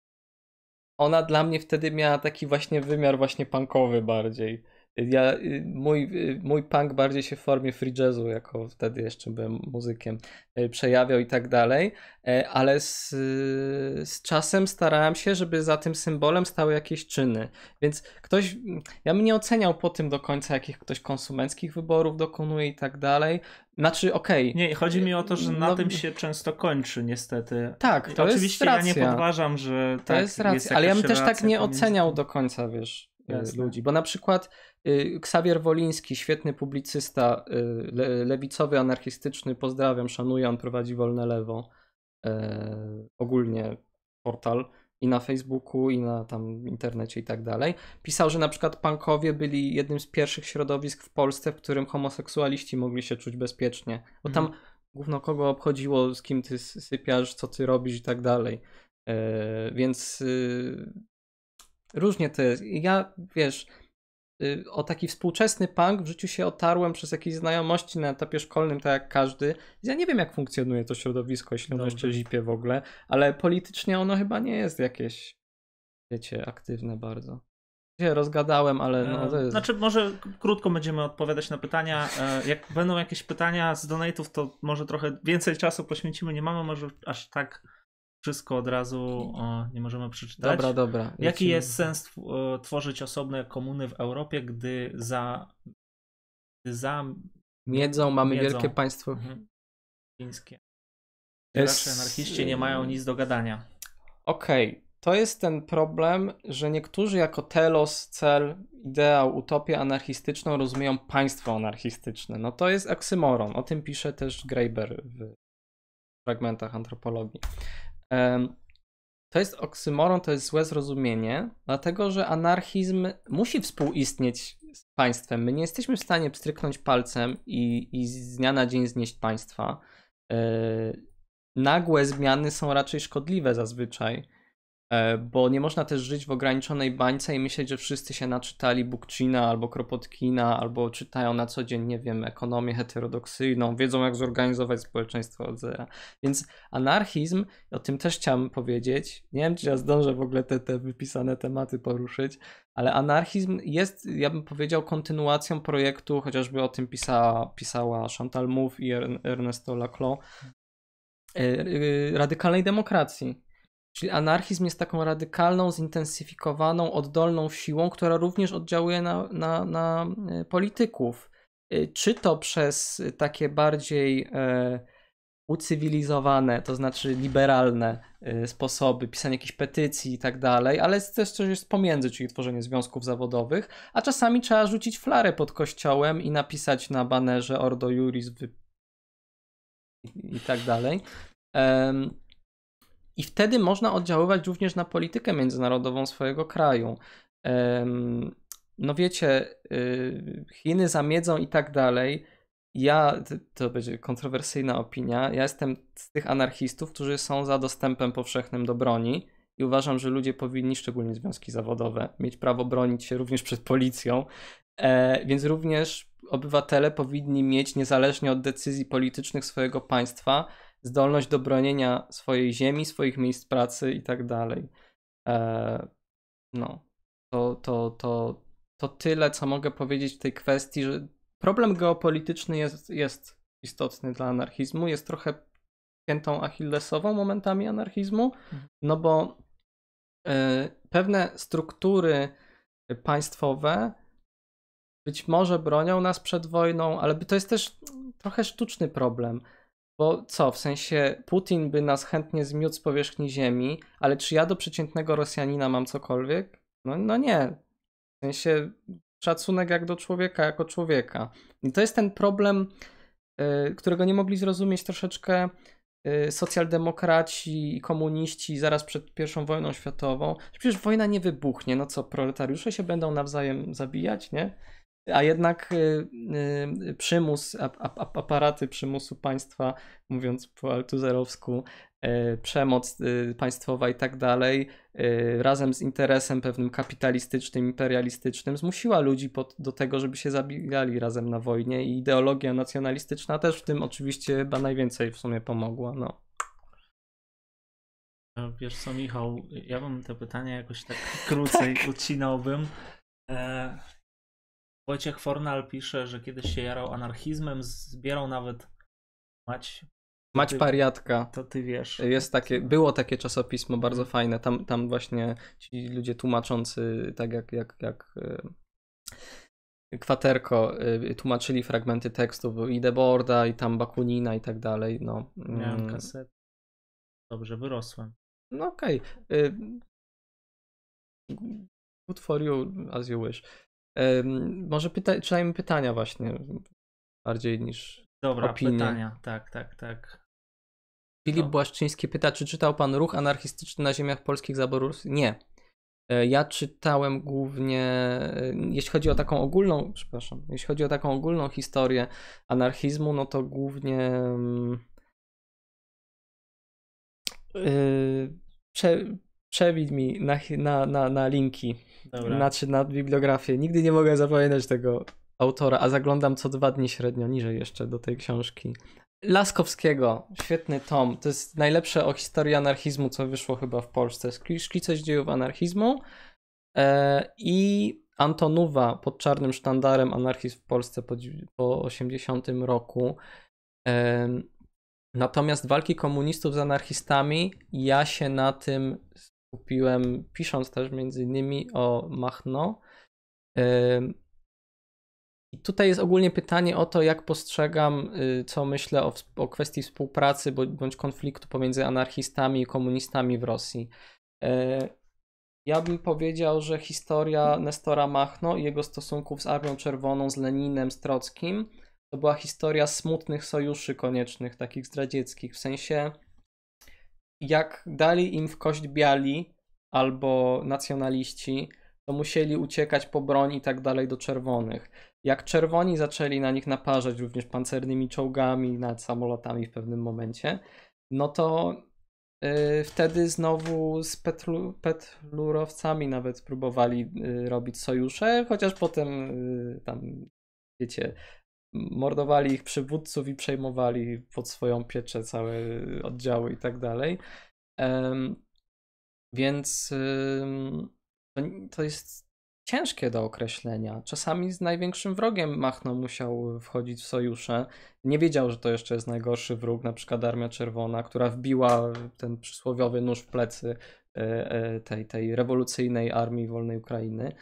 ona dla mnie wtedy miała taki właśnie wymiar właśnie punkowy bardziej. Ja, mój, mój punk bardziej się w formie free jazzu, jako wtedy jeszcze byłem muzykiem, przejawiał i tak dalej, ale z, z czasem starałem się, żeby za tym symbolem stały jakieś czyny. Więc ktoś, ja bym nie oceniał po tym do końca, jakich ktoś konsumenckich wyborów dokonuje i tak dalej. Znaczy, okej. Okay. Nie, chodzi mi o to, że na no, tym się często kończy, niestety. Tak, to Oczywiście jest racja. ja nie podważam, że to tak, jest racja, jest ale ja bym też tak nie oceniał do końca, wiesz, Jasne. ludzi, bo na przykład Ksawier Woliński, świetny publicysta, le, lewicowy, anarchistyczny, pozdrawiam, szanuję, on prowadzi Wolne Lewo, e, ogólnie portal i na Facebooku, i na tam internecie i tak dalej. Pisał, że na przykład punkowie byli jednym z pierwszych środowisk w Polsce, w którym homoseksualiści mogli się czuć bezpiecznie. Bo tam mhm. gówno kogo obchodziło, z kim ty sypiasz, co ty robisz i tak dalej. Yy, więc yy, różnie to jest. Ja, wiesz, yy, o taki współczesny punk w życiu się otarłem przez jakieś znajomości na etapie szkolnym, tak jak każdy. Ja nie wiem, jak funkcjonuje to środowisko, jeśli ono jeszcze zipie w ogóle, ale politycznie ono chyba nie jest jakieś, wiecie, aktywne bardzo. Się rozgadałem, ale no to jest... Znaczy może krótko będziemy odpowiadać na pytania. Jak będą jakieś pytania z donate'ów, to może trochę więcej czasu poświęcimy. Nie mamy może aż tak wszystko od razu o, nie możemy przeczytać. Dobra, dobra. Jaki Lecimy. Jest sens tworzyć osobne komuny w Europie, gdy za... Gdy za miedzą mamy miedzą. Wielkie państwo mhm. chińskie. Jest... Raczej anarchiści nie mają nic do gadania. Okej. Okay. To jest ten problem, że niektórzy jako telos, cel, ideał, utopię anarchistyczną rozumieją państwo anarchistyczne. No to jest oksymoron. O tym pisze też Graeber w fragmentach antropologii. To jest oksymoron, to jest złe zrozumienie, dlatego że anarchizm musi współistnieć z państwem. My nie jesteśmy w stanie pstryknąć palcem i, i z dnia na dzień znieść państwa. Nagłe zmiany są raczej szkodliwe zazwyczaj. Bo nie można też żyć w ograniczonej bańce i myśleć, że wszyscy się naczytali Bookchina albo Kropotkina, albo czytają na co dzień, nie wiem, ekonomię heterodoksyjną, wiedzą jak zorganizować społeczeństwo od zera. Więc anarchizm, o tym też chciałem powiedzieć, nie wiem czy ja zdążę w ogóle te, te wypisane tematy poruszyć, ale anarchizm jest, ja bym powiedział, kontynuacją projektu, chociażby o tym pisała, pisała Chantal Mouffe i Ernesto Laclau, radykalnej demokracji. Czyli anarchizm jest taką radykalną, zintensyfikowaną, oddolną siłą, która również oddziałuje na, na, na polityków. Czy to przez takie bardziej e, ucywilizowane, to znaczy liberalne e, sposoby, pisanie jakichś petycji i tak dalej, ale też coś jest pomiędzy, czyli tworzenie związków zawodowych, a czasami trzeba rzucić flarę pod kościołem i napisać na banerze Ordo Iuris wy... i, i tak dalej. E, I wtedy można oddziaływać również na politykę międzynarodową swojego kraju. No wiecie, Chiny zamiedzą i tak dalej. Ja, to będzie kontrowersyjna opinia, ja jestem z tych anarchistów, którzy są za dostępem powszechnym do broni i uważam, że ludzie powinni, szczególnie związki zawodowe, mieć prawo bronić się również przed policją, więc również obywatele powinni mieć, niezależnie od decyzji politycznych swojego państwa, zdolność do bronienia swojej ziemi, swoich miejsc pracy i tak dalej. No, to, to, to, to tyle, co mogę powiedzieć w tej kwestii, że problem geopolityczny jest, jest istotny dla anarchizmu, jest trochę piętą achillesową momentami anarchizmu, no bo y, pewne struktury państwowe być może bronią nas przed wojną, ale to jest też trochę sztuczny problem. Bo co, w sensie Putin by nas chętnie zmiótł z powierzchni ziemi, ale czy ja do przeciętnego Rosjanina mam cokolwiek? No, no nie. W sensie szacunek jak do człowieka, jako człowieka. I to jest ten problem, yy, którego nie mogli zrozumieć troszeczkę yy, socjaldemokraci i komuniści zaraz przed pierwszą wojną światową. Przecież wojna nie wybuchnie. No co, proletariusze się będą nawzajem zabijać, nie? A jednak y, y, przymus, ap, ap, aparaty przymusu państwa, mówiąc po altuzerowsku, y, przemoc y, państwowa i tak dalej, y, razem z interesem pewnym kapitalistycznym, imperialistycznym, zmusiła ludzi pod, do tego, żeby się zabijali razem na wojnie i ideologia nacjonalistyczna też w tym oczywiście chyba najwięcej w sumie pomogła. No. Wiesz co, Michał, ja bym te pytania jakoś tak krócej tak. ucinałbym. E... Wojciech Fornal pisze, że kiedyś się jarał anarchizmem, zbierał nawet Mać... Mać ty... Pariatka. To ty wiesz. Jest takie, było takie czasopismo bardzo fajne. Tam, tam właśnie ci ludzie tłumaczący, tak jak, jak, jak yy, Kwaterko, yy, tłumaczyli fragmenty tekstów i Deborda, i tam Bakunina i tak dalej. No. Miałem kasetę. Dobrze, wyrosłem. No okej. Okay. Yy, good for you, as you wish. Um, może pyta- czytajmy pytania właśnie bardziej niż Dobra, opinie. pytania, tak, tak, tak. Filip no. Błaszczyński pyta, czy czytał pan Ruch anarchistyczny na ziemiach polskich zaborów? Nie. Ja czytałem głównie, jeśli chodzi o taką ogólną, przepraszam, jeśli chodzi o taką ogólną historię anarchizmu, no to głównie yy, prze, przewidź mi na, na, na, na linki, Dobra. Znaczy na bibliografię. Nigdy nie mogę zapamiętać tego autora, a zaglądam co dwa dni średnio, niżej jeszcze do tej książki. Laskowskiego, świetny tom. To jest najlepsze o historii anarchizmu, co wyszło chyba w Polsce. Szkice z dziejów anarchizmu e, i Antonowa pod czarnym sztandarem anarchizm w Polsce po, po osiemdziesiątym roku. E, natomiast walki komunistów z anarchistami, ja się na tym skupiłem, pisząc też między innymi o Machno. E, I tutaj jest ogólnie pytanie o to, jak postrzegam, co myślę o, o kwestii współpracy bądź konfliktu pomiędzy anarchistami i komunistami w Rosji. Ja bym powiedział, że historia Nestora Machno i jego stosunków z Armią Czerwoną, z Leninem, z Trockim, to była historia smutnych sojuszy koniecznych, takich zdradzieckich, w sensie jak dali im w kość biali albo nacjonaliści, to musieli uciekać po broń i tak dalej do czerwonych. Jak czerwoni zaczęli na nich naparzać również pancernymi czołgami, nad samolotami w pewnym momencie, no to yy, wtedy znowu z petlu, petlurowcami nawet próbowali yy, robić sojusze, chociaż potem yy, tam, wiecie, mordowali ich przywódców i przejmowali pod swoją pieczę całe oddziały i tak dalej. Yy, więc yy, to, to jest ciężkie do określenia. Czasami z największym wrogiem Machno musiał wchodzić w sojusze. Nie wiedział, że to jeszcze jest najgorszy wróg, na przykład Armia Czerwona, która wbiła ten przysłowiowy nóż w plecy tej, tej rewolucyjnej armii wolnej Ukrainy.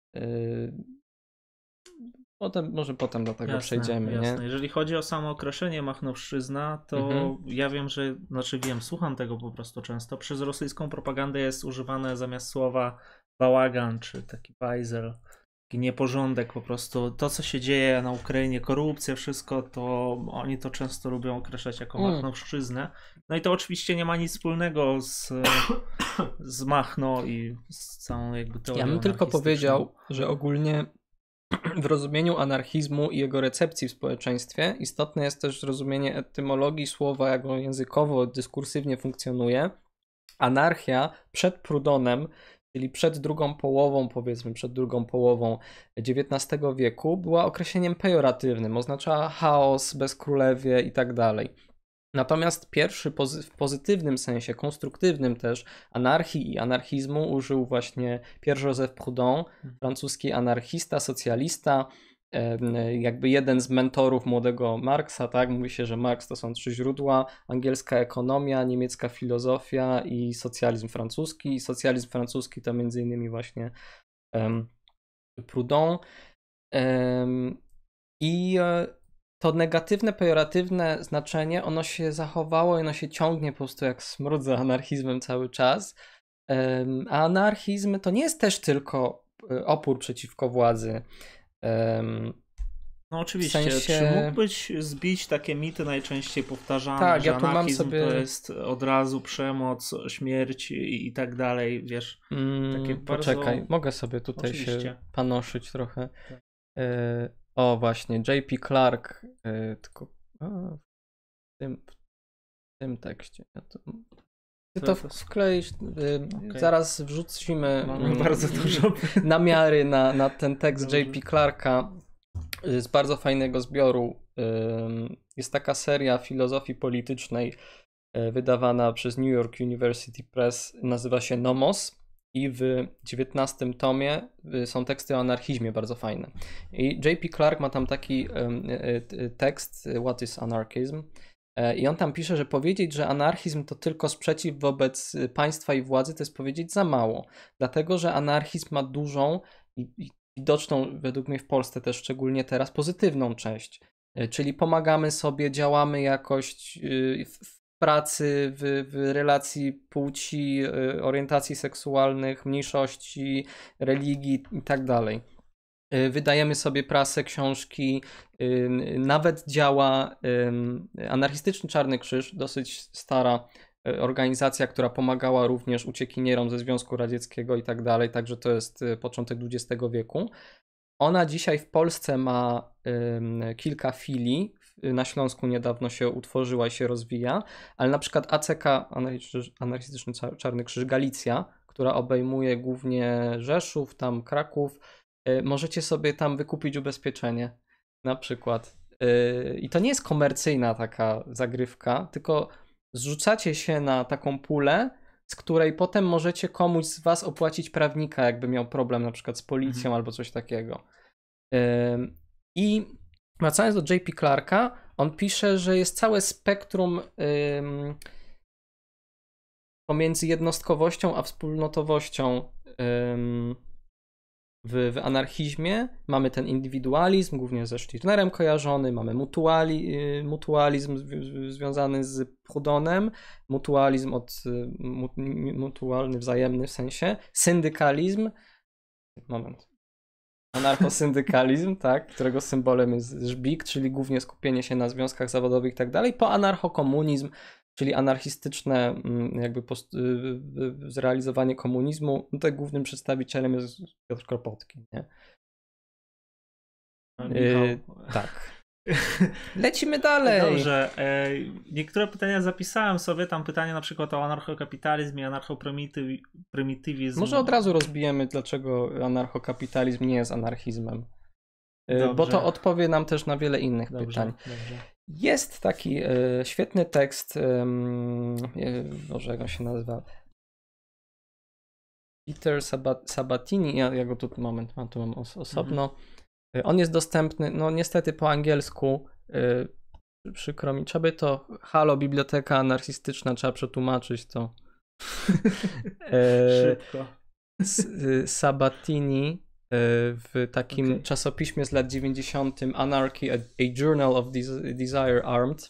Potem, może potem do tego jasne, przejdziemy. Jasne. Nie? Jeżeli chodzi o samo określenie Machnowszczyzna, to mhm. ja wiem, że, znaczy wiem, słucham tego po prostu często. Przez rosyjską propagandę jest używane zamiast słowa bałagan, czy taki bajzel, taki nieporządek po prostu. To, co się dzieje na Ukrainie, korupcja, wszystko, to oni to często lubią określać jako mm. Machnowszczyznę. No i to oczywiście nie ma nic wspólnego z, z Machno i z całą jakby teorią. Ja bym tylko powiedział, że ogólnie w rozumieniu anarchizmu i jego recepcji w społeczeństwie istotne jest też rozumienie etymologii słowa, jak on językowo, dyskursywnie funkcjonuje. Anarchia przed Prudonem, czyli przed drugą połową, powiedzmy przed drugą połową dziewiętnastego wieku, była określeniem pejoratywnym, oznaczała chaos, bezkrólewie i tak dalej. Natomiast pierwszy pozy- w pozytywnym sensie, konstruktywnym też, anarchii i anarchizmu użył właśnie Pierre-Joseph Proudhon, francuski anarchista, socjalista, jakby jeden z mentorów młodego Marksa, tak? Mówi się, że Marx to są trzy źródła: angielska ekonomia, niemiecka filozofia i socjalizm francuski. I socjalizm francuski to między innymi właśnie um, Proudhon. Um, I to negatywne, pejoratywne znaczenie, ono się zachowało i ono się ciągnie po prostu jak smród za anarchizmem cały czas. Um, a anarchizm to nie jest też tylko opór przeciwko władzy. Um, no oczywiście, w sensie... czy mógłbyś zbić takie mity najczęściej powtarzane, tak, że ja tu anarchizm mam sobie... to jest od razu przemoc, śmierć i, i tak dalej, wiesz, mm, takie bardzo... Poczekaj, mogę sobie tutaj oczywiście. się panoszyć trochę. Tak. Y- o właśnie, J P Clark, y- tylko a, w, tym, w tym tekście. Ja to... Ty to wkleisz, y- okay. Zaraz wrzucimy Mamy bardzo dużo namiary na, na ten tekst J P Clarka z bardzo fajnego zbioru. Jest taka seria filozofii politycznej wydawana przez New York University Press, nazywa się Nomos i w dziewiętnastym tomie są teksty o anarchizmie bardzo fajne. I J P Clark ma tam taki tekst What is Anarchism? I on tam pisze, że powiedzieć, że anarchizm to tylko sprzeciw wobec państwa i władzy, to jest powiedzieć za mało. Dlatego, że anarchizm ma dużą i, i widoczną według mnie w Polsce też szczególnie teraz pozytywną część. Czyli pomagamy sobie, działamy jakoś w pracy, w, w relacji płci, orientacji seksualnych, mniejszości, religii i tak dalej. wydajemy sobie prasę, książki, nawet działa anarchistyczny Czarny Krzyż, dosyć stara organizacja, która pomagała również uciekinierom ze Związku Radzieckiego i tak dalej, także to jest początek dwudziestego wieku. Ona dzisiaj w Polsce ma kilka filii, na Śląsku niedawno się utworzyła i się rozwija, ale na przykład A C K, Anarchistyczny Czarny Krzyż Galicja, która obejmuje głównie Rzeszów, tam Kraków, możecie sobie tam wykupić ubezpieczenie na przykład. I to nie jest komercyjna taka zagrywka, tylko zrzucacie się na taką pulę, z której potem możecie komuś z was opłacić prawnika, jakby miał problem na przykład z policją mhm. albo coś takiego. I wracając do J P Clarka, on pisze, że jest całe spektrum ym, pomiędzy jednostkowością a wspólnotowością ym, w, w anarchizmie. Mamy ten indywidualizm, głównie ze Stirnerem kojarzony, mamy mutuali, y, mutualizm zw- związany z Prudhonem, mutualizm od y, mu, mutualny, wzajemny w sensie, syndykalizm, moment, anarchosyndykalizm, tak, którego symbolem jest żbik, czyli głównie skupienie się na związkach zawodowych i tak dalej, po anarchokomunizm, czyli anarchistyczne jakby post- zrealizowanie komunizmu. Tutaj głównym przedstawicielem jest Piotr Kropotkin, nie? Yy, tak. Lecimy dalej. Dobrze. Niektóre pytania zapisałem sobie, tam pytanie na przykład o anarchokapitalizm i anarchoprymitywizm. Może od razu rozbijemy, dlaczego anarchokapitalizm nie jest anarchizmem. Dobrze. Bo to odpowie nam też na wiele innych dobrze, pytań. Dobrze. Jest taki e, świetny tekst, e, może jak on się nazywa? Peter Sabat- Sabatini, ja, ja go tu moment, mam tu mam os- osobno. Mhm. On jest dostępny, no niestety po angielsku, e, przykro mi, trzeba by to, halo, biblioteka anarchistyczna, trzeba przetłumaczyć to. e, Szybko. S- Sabatini w takim okay. czasopiśmie z lat dziewięćdziesiątych Anarchy, a, a Journal of Desire Armed,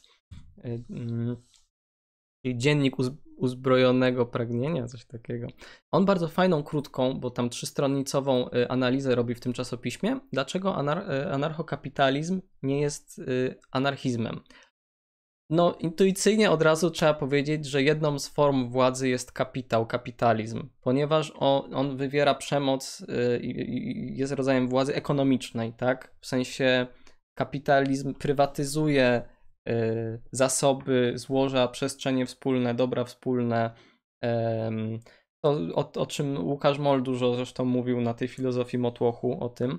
czyli dziennik uz- uzbrojonego pragnienia, coś takiego. On bardzo fajną, krótką, bo tam trzystronnicową analizę robi w tym czasopiśmie, dlaczego anar- anarchokapitalizm nie jest anarchizmem. No, intuicyjnie od razu trzeba powiedzieć, że jedną z form władzy jest kapitał, kapitalizm, ponieważ on, on wywiera przemoc i y, y, jest rodzajem władzy ekonomicznej, tak? W sensie kapitalizm prywatyzuje y, zasoby, złoża, przestrzenie wspólne, dobra wspólne. Y, to, o, o czym Łukasz Moll dużo zresztą mówił na tej filozofii Motłochu, o tym.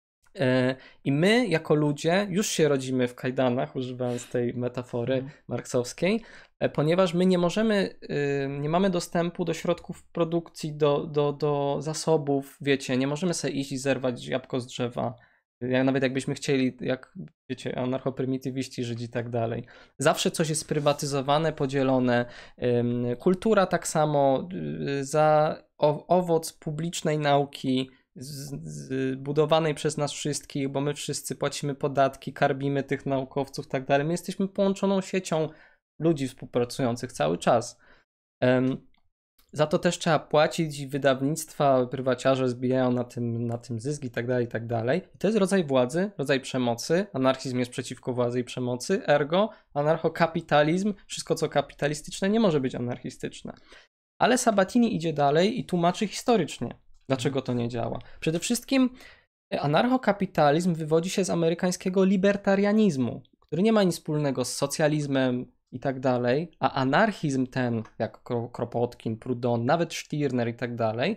I my jako ludzie już się rodzimy w kajdanach, używając tej metafory mm. marksowskiej, ponieważ my nie możemy, nie mamy dostępu do środków produkcji, do, do, do zasobów, wiecie, nie możemy sobie iść i zerwać jabłko z drzewa, jak, nawet jakbyśmy chcieli, jak wiecie, anarchoprymitywiści, Żydzi i tak dalej. Zawsze coś jest sprywatyzowane, podzielone. Kultura tak samo, za owoc publicznej nauki, zbudowanej przez nas wszystkich, bo my wszyscy płacimy podatki, karmimy tych naukowców i tak dalej. My jesteśmy połączoną siecią ludzi współpracujących cały czas. Um, za to też trzeba płacić i wydawnictwa, prywaciarze zbijają na tym, na tym zysk i tak dalej, i tak dalej. I to jest rodzaj władzy, rodzaj przemocy. Anarchizm jest przeciwko władzy i przemocy, ergo anarchokapitalizm, wszystko co kapitalistyczne nie może być anarchistyczne. Ale Sabatini idzie dalej i tłumaczy historycznie, dlaczego to nie działa. Przede wszystkim anarchokapitalizm wywodzi się z amerykańskiego libertarianizmu, który nie ma nic wspólnego z socjalizmem i tak dalej, a anarchizm ten, jak Kropotkin, Proudhon, nawet Stirner i tak dalej,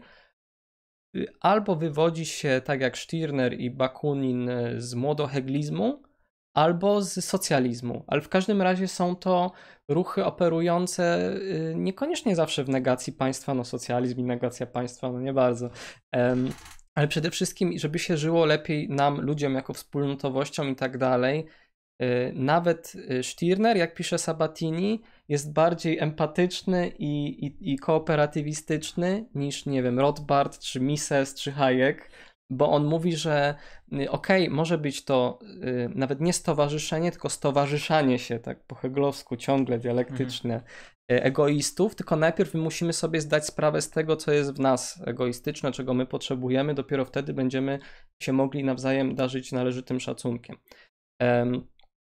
albo wywodzi się, tak jak Stirner i Bakunin, z młodoheglizmu, albo z socjalizmu. Ale w każdym razie są to ruchy operujące niekoniecznie zawsze w negacji państwa, no socjalizm i negacja państwa, no nie bardzo. Um, ale przede wszystkim, żeby się żyło lepiej nam, ludziom, jako wspólnotowościom i tak dalej. Nawet Stirner, jak pisze Sabatini, jest bardziej empatyczny i, i, i kooperatywistyczny niż, nie wiem, Rothbard, czy Mises, czy Hayek. bo on mówi, że okej, okay, może być to y, nawet nie stowarzyszenie, tylko stowarzyszanie się, tak po heglowsku ciągle dialektyczne, mhm. egoistów, tylko najpierw my musimy sobie zdać sprawę z tego, co jest w nas egoistyczne, czego my potrzebujemy, dopiero wtedy będziemy się mogli nawzajem darzyć należytym szacunkiem. Um,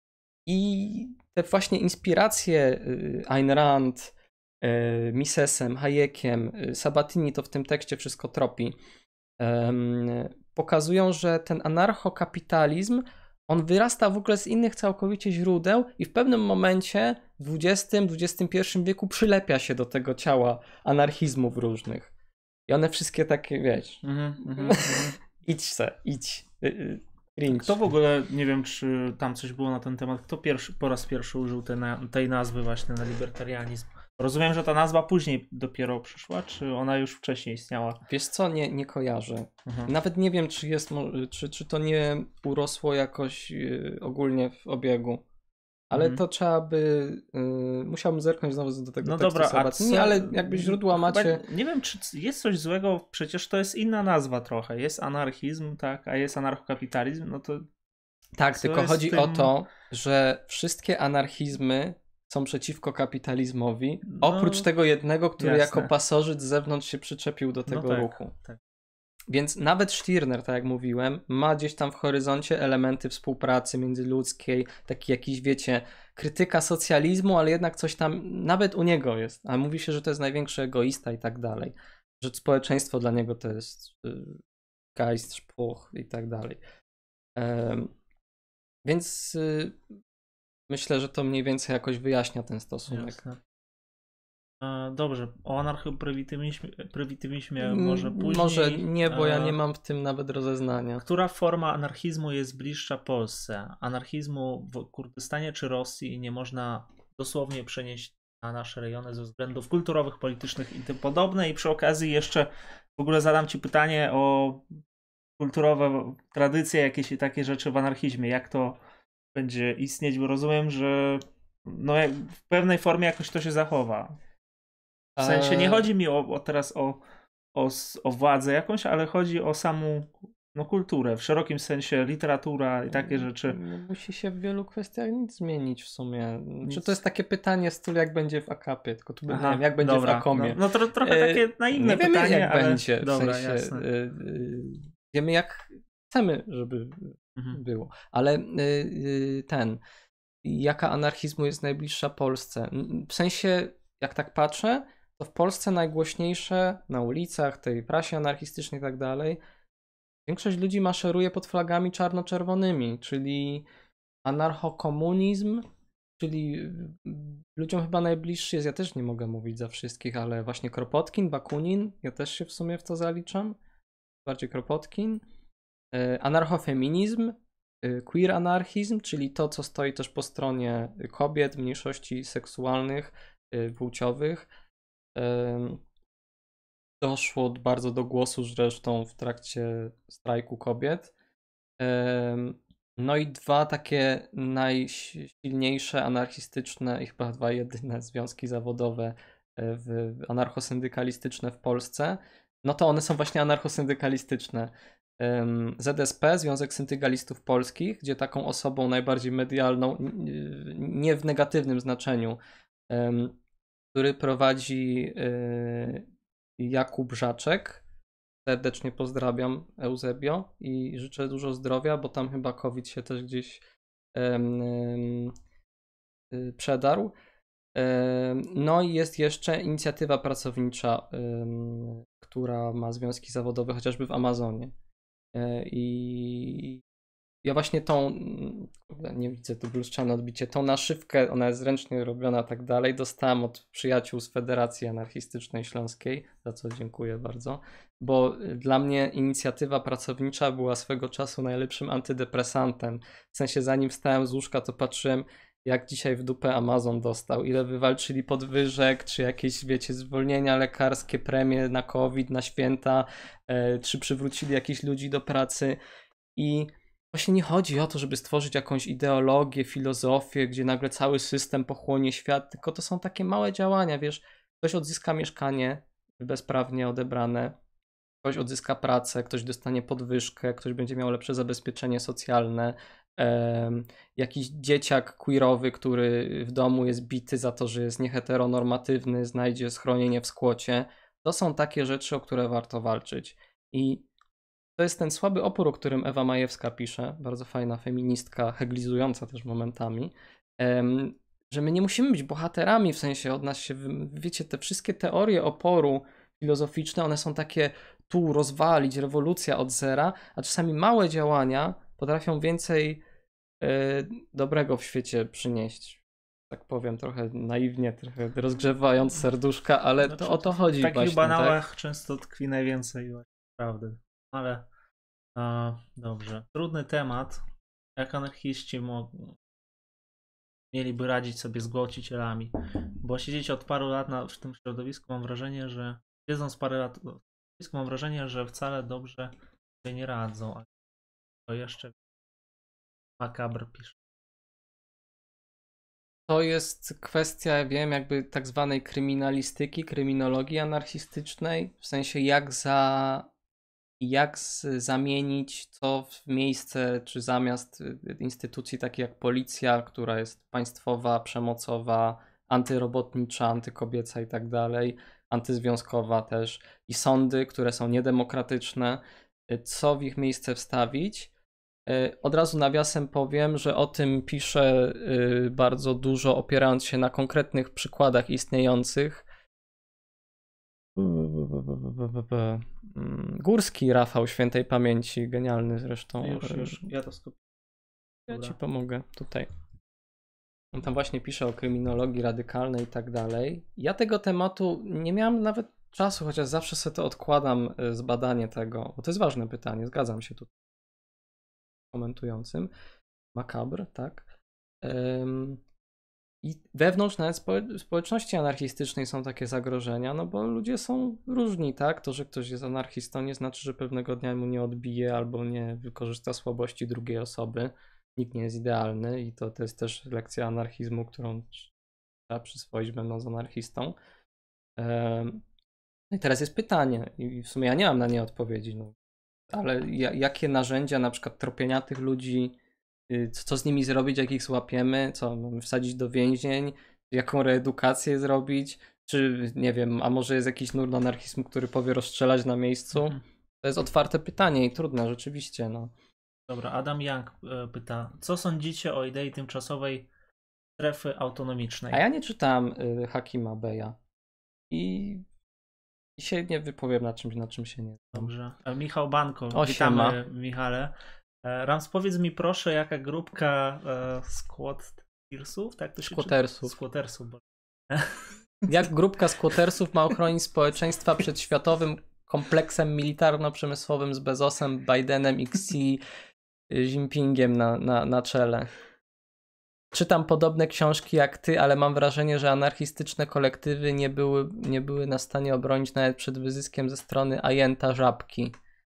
I te właśnie inspiracje y, Ayn Rand, y, Misesem, Hayekiem, y, Sabatini to w tym tekście wszystko tropi, pokazują, że ten anarchokapitalizm, on wyrasta w ogóle z innych całkowicie źródeł i w pewnym momencie w dwudziestym dwudziestym pierwszym wieku przylepia się do tego ciała anarchizmów różnych. I one wszystkie takie, wiesz, mm-hmm, mm-hmm. idź se, idź. Cringe. Kto w ogóle, nie wiem, czy tam coś było na ten temat, kto pierwszy, po raz pierwszy użył te na, tej nazwy właśnie na libertarianizm? Rozumiem, że ta nazwa później dopiero przyszła, czy ona już wcześniej istniała? Wiesz co, nie, nie kojarzę. Mhm. Nawet nie wiem, czy jest, czy, czy to nie urosło jakoś yy, ogólnie w obiegu. Ale mhm. to trzeba by... Yy, musiałbym zerknąć znowu do tego no tekstu dobra, Sabatini, co, ale jakby źródła macie... Nie wiem, czy jest coś złego, przecież to jest inna nazwa trochę. Jest anarchizm, tak, a jest anarchokapitalizm, no to... Tak, tylko chodzi tym... o to, że wszystkie anarchizmy są przeciwko kapitalizmowi, no, oprócz tego jednego, który jasne. Jako pasożyt z zewnątrz się przyczepił do tego no tak, ruchu. Tak. Więc nawet Stirner, tak jak mówiłem, ma gdzieś tam w horyzoncie elementy współpracy międzyludzkiej, taki jakiś, wiecie, krytyka socjalizmu, ale jednak coś tam nawet u niego jest. A mówi się, że to jest największy egoista i tak dalej. Że społeczeństwo dla niego to jest Geist, Spruch i tak dalej. Um, więc y, myślę, że to mniej więcej jakoś wyjaśnia ten stosunek. Jasne. Dobrze, o anarchoprymitywizmie prymitywizmie może później. Może nie, bo ja nie mam w tym nawet rozeznania. Która forma anarchizmu jest bliższa Polsce? Anarchizmu w Kurdystanie czy Rosji nie można dosłownie przenieść na nasze rejony ze względów kulturowych, politycznych i tym podobne. I przy okazji jeszcze w ogóle zadam Ci pytanie o kulturowe tradycje, jakieś takie rzeczy w anarchizmie. Jak to będzie istnieć? Bo rozumiem, że no w pewnej formie jakoś to się zachowa. W sensie nie chodzi mi o, o teraz o, o, o władzę jakąś, ale chodzi o samą no, kulturę, w szerokim sensie literatura i takie rzeczy. Musi się w wielu kwestiach nic zmienić w sumie. Nic. Czy to jest takie pytanie z stylu jak będzie w akapie, tylko tu Aha, nie wiem, jak będzie dobra, w Akomie. No, no tro, trochę takie naiwne nie pytanie, wiemy jak ale... będzie, w dobra, sensie, jasne. Y, y, wiemy jak chcemy, żeby mhm. było. Ale y, y, ten, jaka anarchizmu jest najbliższa Polsce? W sensie, jak tak patrzę, to w Polsce najgłośniejsze na ulicach, tej prasie anarchistycznej i tak dalej, większość ludzi maszeruje pod flagami czarno-czerwonymi, czyli anarchokomunizm, czyli ludziom chyba najbliższy jest, ja też nie mogę mówić za wszystkich, ale właśnie Kropotkin, Bakunin, ja też się w sumie w to zaliczam, bardziej Kropotkin, anarchofeminizm, queer anarchizm, czyli to, co stoi też po stronie kobiet, mniejszości seksualnych, płciowych. Doszło bardzo do głosu zresztą w trakcie strajku kobiet. No i dwa takie najsilniejsze anarchistyczne i chyba dwa jedyne związki zawodowe w, anarchosyndykalistyczne w Polsce, no to one są właśnie anarchosyndykalistyczne. Z S P, Związek Syndykalistów Polskich, gdzie taką osobą najbardziej medialną, nie w negatywnym znaczeniu, który prowadzi Jakub Żaczek. Serdecznie pozdrawiam, Eusebio, i życzę dużo zdrowia, bo tam chyba COVID się też gdzieś um, um, przedarł. Um, no i jest jeszcze inicjatywa pracownicza, um, która ma związki zawodowe chociażby w Amazonie. Um, I ja właśnie tą, nie widzę tu bluszczane odbicie, tą naszywkę, ona jest ręcznie robiona tak dalej, dostałem od przyjaciół z Federacji Anarchistycznej Śląskiej, za co dziękuję bardzo, bo dla mnie inicjatywa pracownicza była swego czasu najlepszym antydepresantem. W sensie zanim wstałem z łóżka, to patrzyłem, jak dzisiaj w dupę Amazon dostał, ile wywalczyli podwyżek, czy jakieś, wiecie, zwolnienia lekarskie, premie na COVID, na święta, e, czy przywrócili jakichś ludzi do pracy. I właśnie nie chodzi o to, żeby stworzyć jakąś ideologię, filozofię, gdzie nagle cały system pochłonie świat, tylko to są takie małe działania, wiesz, ktoś odzyska mieszkanie bezprawnie odebrane, ktoś odzyska pracę, ktoś dostanie podwyżkę, ktoś będzie miał lepsze zabezpieczenie socjalne, um, jakiś dzieciak queerowy, który w domu jest bity za to, że jest nieheteronormatywny, znajdzie schronienie w skłocie. To są takie rzeczy, o które warto walczyć. I to jest ten słaby opór, o którym Ewa Majewska pisze, bardzo fajna feministka, heglizująca też momentami, um, że my nie musimy być bohaterami, w sensie od nas się, wiecie, te wszystkie teorie oporu filozoficzne, one są takie tu rozwalić, rewolucja od zera, a czasami małe działania potrafią więcej y, dobrego w świecie przynieść. Tak powiem, trochę naiwnie, trochę rozgrzewając serduszka, ale znaczy, to o to chodzi. W takich właśnie, banałach tak? często tkwi najwięcej prawdy. Ale a, dobrze. Trudny temat. Jak anarchiści mogą mieliby radzić sobie z gwałcicielami? Bo siedzieć od paru lat na, w tym środowisku, mam wrażenie, że siedząc parę lat w środowisku, mam wrażenie, że wcale dobrze sobie nie radzą. A to jeszcze Makabr pisze. To jest kwestia, wiem, jakby tak zwanej kryminalistyki, kryminologii anarchistycznej, w sensie jak za jak z, zamienić to w miejsce, czy zamiast instytucji takich jak policja, która jest państwowa, przemocowa, antyrobotnicza, antykobieca i tak dalej, antyzwiązkowa też, i sądy, które są niedemokratyczne, co w ich miejsce wstawić. Od razu nawiasem powiem, że o tym piszę bardzo dużo, opierając się na konkretnych przykładach istniejących. Górski Rafał, świętej pamięci, genialny zresztą. Już, już, ja to skupię. Ja ci pomogę tutaj. On tam właśnie pisze o kryminologii radykalnej i tak dalej. Ja tego tematu nie miałem nawet czasu, chociaż zawsze sobie to odkładam, zbadanie tego, bo to jest ważne pytanie, zgadzam się tu komentującym. Makabr, tak. Um, I wewnątrz nawet spo- społeczności anarchistycznej są takie zagrożenia, no bo ludzie są różni, tak? To, że ktoś jest anarchistą, nie znaczy, że pewnego dnia mu nie odbije albo nie wykorzysta słabości drugiej osoby. Nikt nie jest idealny i to, to jest też lekcja anarchizmu, którą trzeba przyswoić, będąc anarchistą. Um, no i teraz jest pytanie i w sumie ja nie mam na nie odpowiedzi, no. Ale ja, jakie narzędzia na przykład tropienia tych ludzi, co, co z nimi zrobić, jak ich złapiemy, co mamy wsadzić do więzień, jaką reedukację zrobić, czy nie wiem, a może jest jakiś nurt anarchizmu, który powie rozstrzelać na miejscu? Mhm. To jest otwarte pytanie i trudne rzeczywiście, no. Dobra, Adam Young pyta, co sądzicie o idei tymczasowej strefy autonomicznej? A ja nie czytałem y, Hakima Beja i I się nie wypowiem na czymś, na czym się nie. Dobrze. Michał Banko, o, witamy siema. Michale. Rams, powiedz mi proszę, jaka grupka e, squattersów, tak to się Squattersów. Squattersów. Bo... Jak grupka squattersów ma ochronić społeczeństwa przed światowym kompleksem militarno-przemysłowym z Bezosem, Bidenem i Xi Jinpingiem na, na, na czele? Czytam podobne książki jak ty, ale mam wrażenie, że anarchistyczne kolektywy nie były, nie były na stanie obronić nawet przed wyzyskiem ze strony agenta Żabki.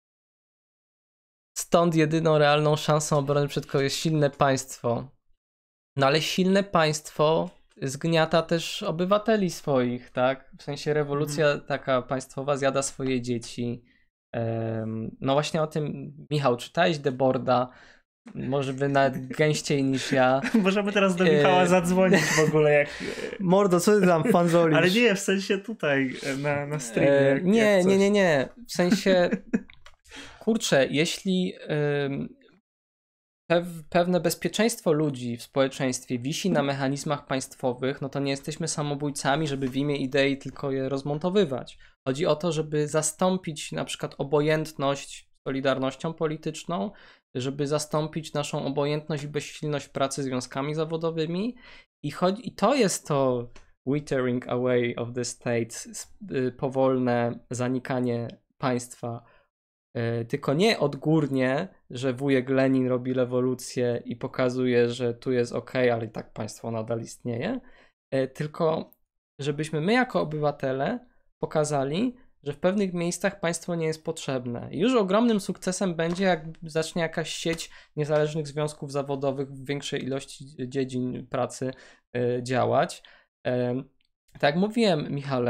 Stąd jedyną realną szansą obrony przed kogoś jest silne państwo. No ale silne państwo zgniata też obywateli swoich, tak? W sensie rewolucja mhm. taka państwowa zjada swoje dzieci. Um, no właśnie o tym, Michał, czytałeś Deborda? Może by nawet gęściej niż ja. Możemy teraz do Michała e... zadzwonić w ogóle jak... Mordo, co ty tam fanzolisz? Ale nie, w sensie tutaj na, na streamie. E... Nie, jak nie, nie, nie. W sensie, kurczę, jeśli ym, pew, pewne bezpieczeństwo ludzi w społeczeństwie wisi na mechanizmach państwowych, no to nie jesteśmy samobójcami, żeby w imię idei tylko je rozmontowywać. Chodzi o to, żeby zastąpić na przykład obojętność solidarnością polityczną, żeby zastąpić naszą obojętność i bezsilność w pracy związkami zawodowymi i, chodzi, i to jest to withering away of the state, powolne zanikanie państwa, tylko nie odgórnie, że wujek Lenin robi rewolucję i pokazuje, że tu jest okej, ale i tak państwo nadal istnieje, tylko żebyśmy my jako obywatele pokazali, że w pewnych miejscach państwo nie jest potrzebne. I już ogromnym sukcesem będzie, jak zacznie jakaś sieć niezależnych związków zawodowych w większej ilości dziedzin pracy y, działać. Y, tak jak mówiłem, Michale,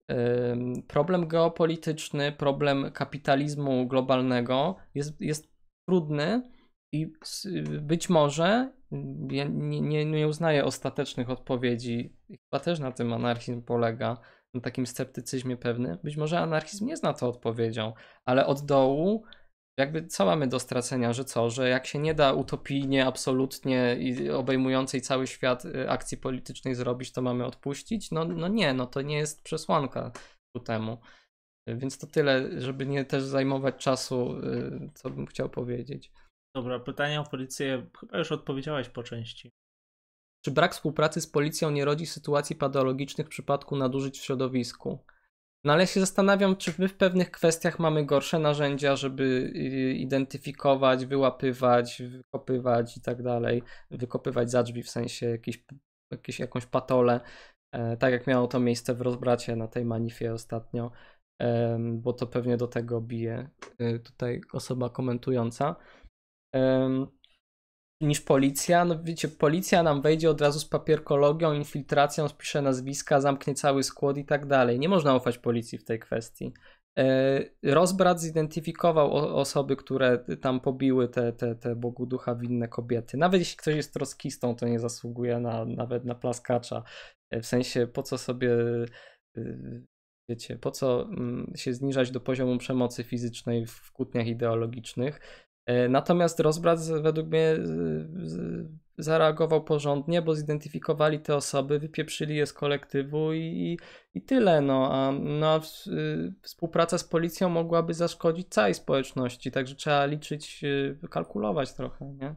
problem geopolityczny, problem kapitalizmu globalnego jest, jest trudny i być może, ja nie, nie, nie uznaję ostatecznych odpowiedzi, chyba też na tym anarchizm polega, na takim sceptycyzmie pewnym, być może anarchizm nie jest na to odpowiedzią, ale od dołu jakby co mamy do stracenia, że co, że jak się nie da utopijnie, absolutnie i obejmującej cały świat akcji politycznej zrobić, to mamy odpuścić? No, no nie, no to nie jest przesłanka ku temu. Więc to tyle, żeby nie też zajmować czasu, co bym chciał powiedzieć. Dobra, pytanie o policję chyba już odpowiedziałeś po części. Czy brak współpracy z policją nie rodzi sytuacji patologicznych w przypadku nadużyć w środowisku? No ale się zastanawiam, czy my w pewnych kwestiach mamy gorsze narzędzia, żeby identyfikować, wyłapywać, wykopywać i tak dalej. Wykopywać za drzwi w sensie jakieś, jakieś, jakąś patolę, e, tak jak miało to miejsce w Rozbracie na tej manifie ostatnio, e, bo to pewnie do tego bije e, tutaj osoba komentująca. E, niż policja, no wiecie, policja nam wejdzie od razu z papierkologią, infiltracją, spisze nazwiska, zamknie cały skład i tak dalej. Nie można ufać policji w tej kwestii. Rozbrat zidentyfikował osoby, które tam pobiły te, te, te Bogu ducha winne kobiety. Nawet jeśli ktoś jest troskistą, to nie zasługuje na, nawet na plaskacza. W sensie, po co sobie, wiecie, po co się zniżać do poziomu przemocy fizycznej w kłótniach ideologicznych. Natomiast Rozbrat według mnie zareagował porządnie, bo zidentyfikowali te osoby, wypieprzyli je z kolektywu i, i tyle. No a, no a współpraca z policją mogłaby zaszkodzić całej społeczności, także trzeba liczyć, kalkulować trochę, nie?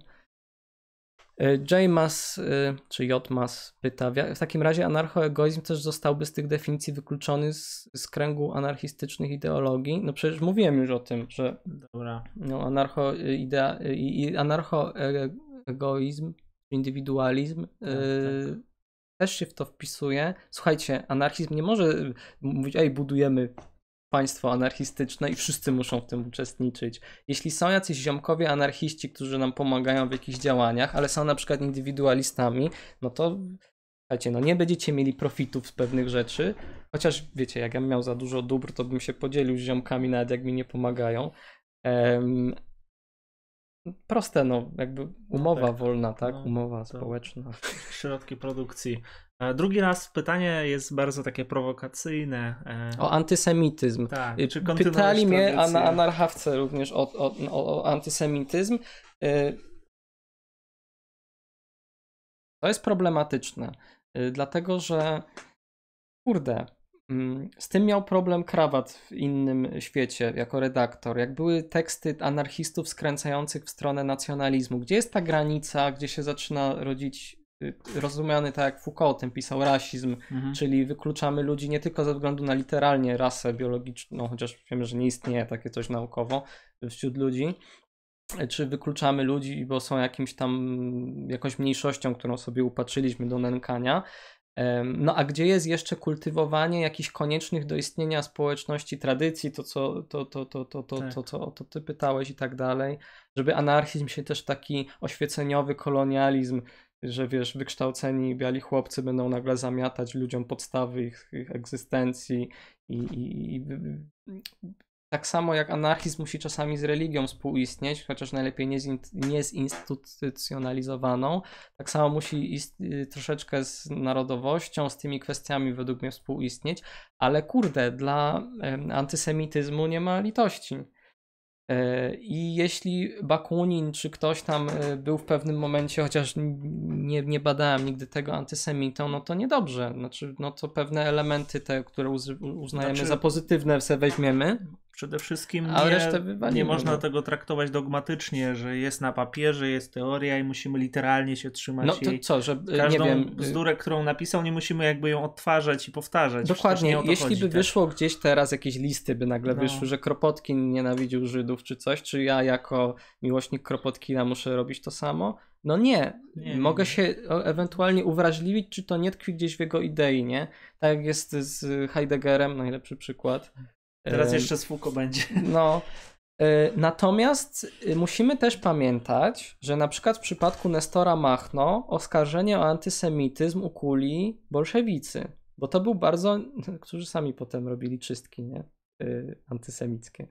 J-Mas, czy J-Mas pyta, w takim razie anarchoegoizm też zostałby z tych definicji wykluczony z, z kręgu anarchistycznych ideologii? No przecież mówiłem już o tym, że Dobra. No, anarcho, idea, i, anarchoegoizm, indywidualizm tak, y, tak. też się w to wpisuje. Słuchajcie, anarchizm nie może mówić, ej, budujemy państwo anarchistyczne i wszyscy muszą w tym uczestniczyć. Jeśli są jacyś ziomkowie anarchiści, którzy nam pomagają w jakichś działaniach, ale są na przykład indywidualistami, no to słuchajcie, no nie będziecie mieli profitów z pewnych rzeczy, chociaż wiecie, jak ja bym miał za dużo dóbr, to bym się podzielił z ziomkami, nawet jak mi nie pomagają. Um, proste, no, jakby umowa no tak, wolna, tak? No, umowa społeczna. Środki produkcji. Drugi raz pytanie jest bardzo takie prowokacyjne. O antysemityzm. Tak, czy pytali mnie an- anarchawcy również o, o, o, o antysemityzm. To jest problematyczne, dlatego że kurde, z tym miał problem Krawat w innym świecie, jako redaktor. Jak były teksty anarchistów skręcających w stronę nacjonalizmu, gdzie jest ta granica, gdzie się zaczyna rodzić, rozumiany tak jak Foucault o tym pisał, rasizm, mhm. czyli wykluczamy ludzi nie tylko ze względu na literalnie rasę biologiczną, chociaż wiemy, że nie istnieje takie coś naukowo wśród ludzi, czy wykluczamy ludzi, bo są jakimś tam, jakąś mniejszością, którą sobie upatrzyliśmy do nękania. No a gdzie jest jeszcze kultywowanie jakichś koniecznych do istnienia społeczności tradycji, to co to, to, to, to, to, tak. to, to, to ty pytałeś i tak dalej, żeby anarchizm się też taki oświeceniowy kolonializm, że wiesz, wykształceni biali chłopcy będą nagle zamiatać ludziom podstawy ich, ich egzystencji i, i, i tak samo jak anarchizm musi czasami z religią współistnieć, chociaż najlepiej nie, zin, nie zinstytucjonalizowaną, tak samo musi ist, troszeczkę z narodowością, z tymi kwestiami według mnie współistnieć, ale kurde, dla e, antysemityzmu nie ma litości. E, I jeśli Bakunin czy ktoś tam był w pewnym momencie, chociaż nie, nie badałem nigdy tego antysemitą, no to niedobrze. Znaczy, no to pewne elementy te, które uz, uznajemy znaczy... za pozytywne, se weźmiemy. Przede wszystkim nie, nie można tego traktować dogmatycznie, że jest na papierze, jest teoria i musimy literalnie się trzymać no to jej. Co, że Każdą nie wiem, bzdurę, którą napisał, nie musimy jakby ją odtwarzać i powtarzać. Dokładnie, jeśli chodzi, by tak. wyszło gdzieś teraz jakieś listy, by nagle no. wyszły, że Kropotkin nienawidził Żydów czy coś, czy ja jako miłośnik Kropotkina muszę robić to samo? No nie, nie mogę nie. się ewentualnie uwrażliwić, czy to nie tkwi gdzieś w jego idei, nie? Tak jak jest z Heideggerem, najlepszy przykład. Teraz jeszcze z Foucault będzie. No, natomiast musimy też pamiętać, że na przykład w przypadku Nestora Machno oskarżenie o antysemityzm ukuli bolszewicy. bo to był bardzo, którzy sami potem robili czystki, nie? Antysemickie.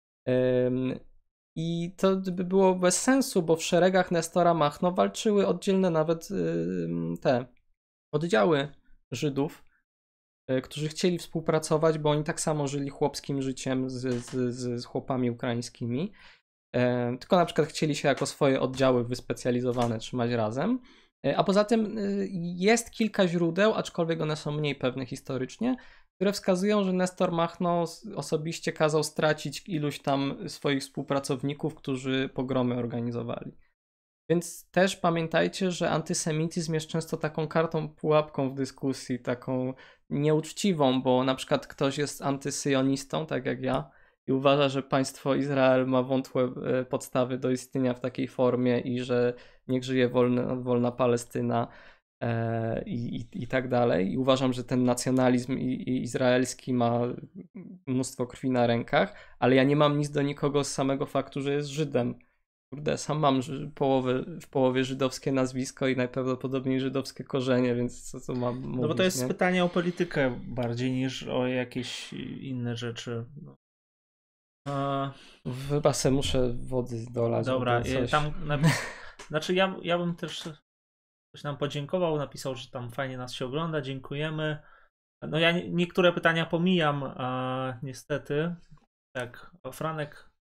I to by było bez sensu, bo w szeregach Nestora Machno walczyły oddzielne nawet te oddziały Żydów, którzy chcieli współpracować, bo oni tak samo żyli chłopskim życiem z, z, z chłopami ukraińskimi, tylko na przykład chcieli się jako swoje oddziały wyspecjalizowane trzymać razem. A poza tym jest kilka źródeł, aczkolwiek one są mniej pewne historycznie, które wskazują, że Nestor Machno osobiście kazał stracić iluś tam swoich współpracowników, którzy pogromy organizowali. Więc też pamiętajcie, że antysemityzm jest często taką kartą pułapką w dyskusji, taką nieuczciwą, bo na przykład ktoś jest antysyjonistą, tak jak ja, i uważa, że państwo Izrael ma wątłe podstawy do istnienia w takiej formie i że niech żyje wolna, wolna Palestyna e, i, i, i tak dalej. I uważam, że ten nacjonalizm i, i izraelski ma mnóstwo krwi na rękach, ale ja nie mam nic do nikogo z samego faktu, że jest Żydem. Kurde, sam mam połowę, w połowie żydowskie nazwisko i najprawdopodobniej żydowskie korzenie, więc co, co mam mówić, no bo to jest nie? pytanie o politykę bardziej niż o jakieś inne rzeczy. No. A... Chyba se muszę wody dolać. Dobra, coś... tam napis... znaczy ja, ja bym też ktoś nam podziękował, napisał, że tam fajnie nas się ogląda, dziękujemy. No ja niektóre pytania pomijam, a niestety. Tak, Franek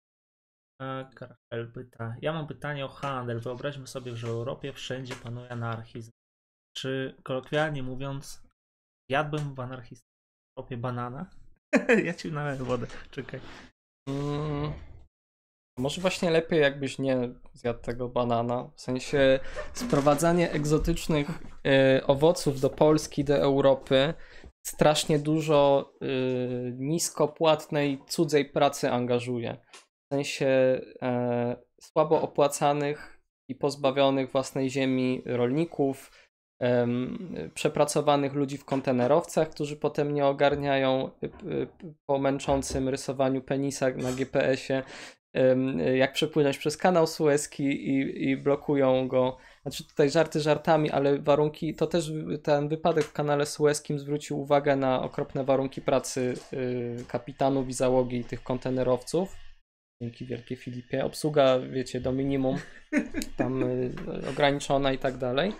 Karel pyta. Ja mam pytanie o handel. Wyobraźmy sobie, że w Europie wszędzie panuje anarchizm. Czy kolokwialnie mówiąc, jadłbym w anarchistycznej Europie banana? Ja ci nalewam wodę, czekaj. Hmm. Może właśnie lepiej, jakbyś nie zjadł tego banana. W sensie sprowadzanie egzotycznych y, owoców do Polski, do Europy strasznie dużo y, niskopłatnej cudzej pracy angażuje. W sensie e, słabo opłacanych i pozbawionych własnej ziemi rolników, e, przepracowanych ludzi w kontenerowcach, którzy potem nie ogarniają e, po męczącym rysowaniu penisa na G P S-ie, e, jak przepłynąć przez kanał Suezki i, i blokują go. Znaczy tutaj żarty żartami, ale warunki, to też ten wypadek w kanale Suezkim zwrócił uwagę na okropne warunki pracy e, kapitanów i załogi tych kontenerowców. Dzięki wielkie Filipie. Obsługa, wiecie, do minimum, tam y, ograniczona i tak dalej.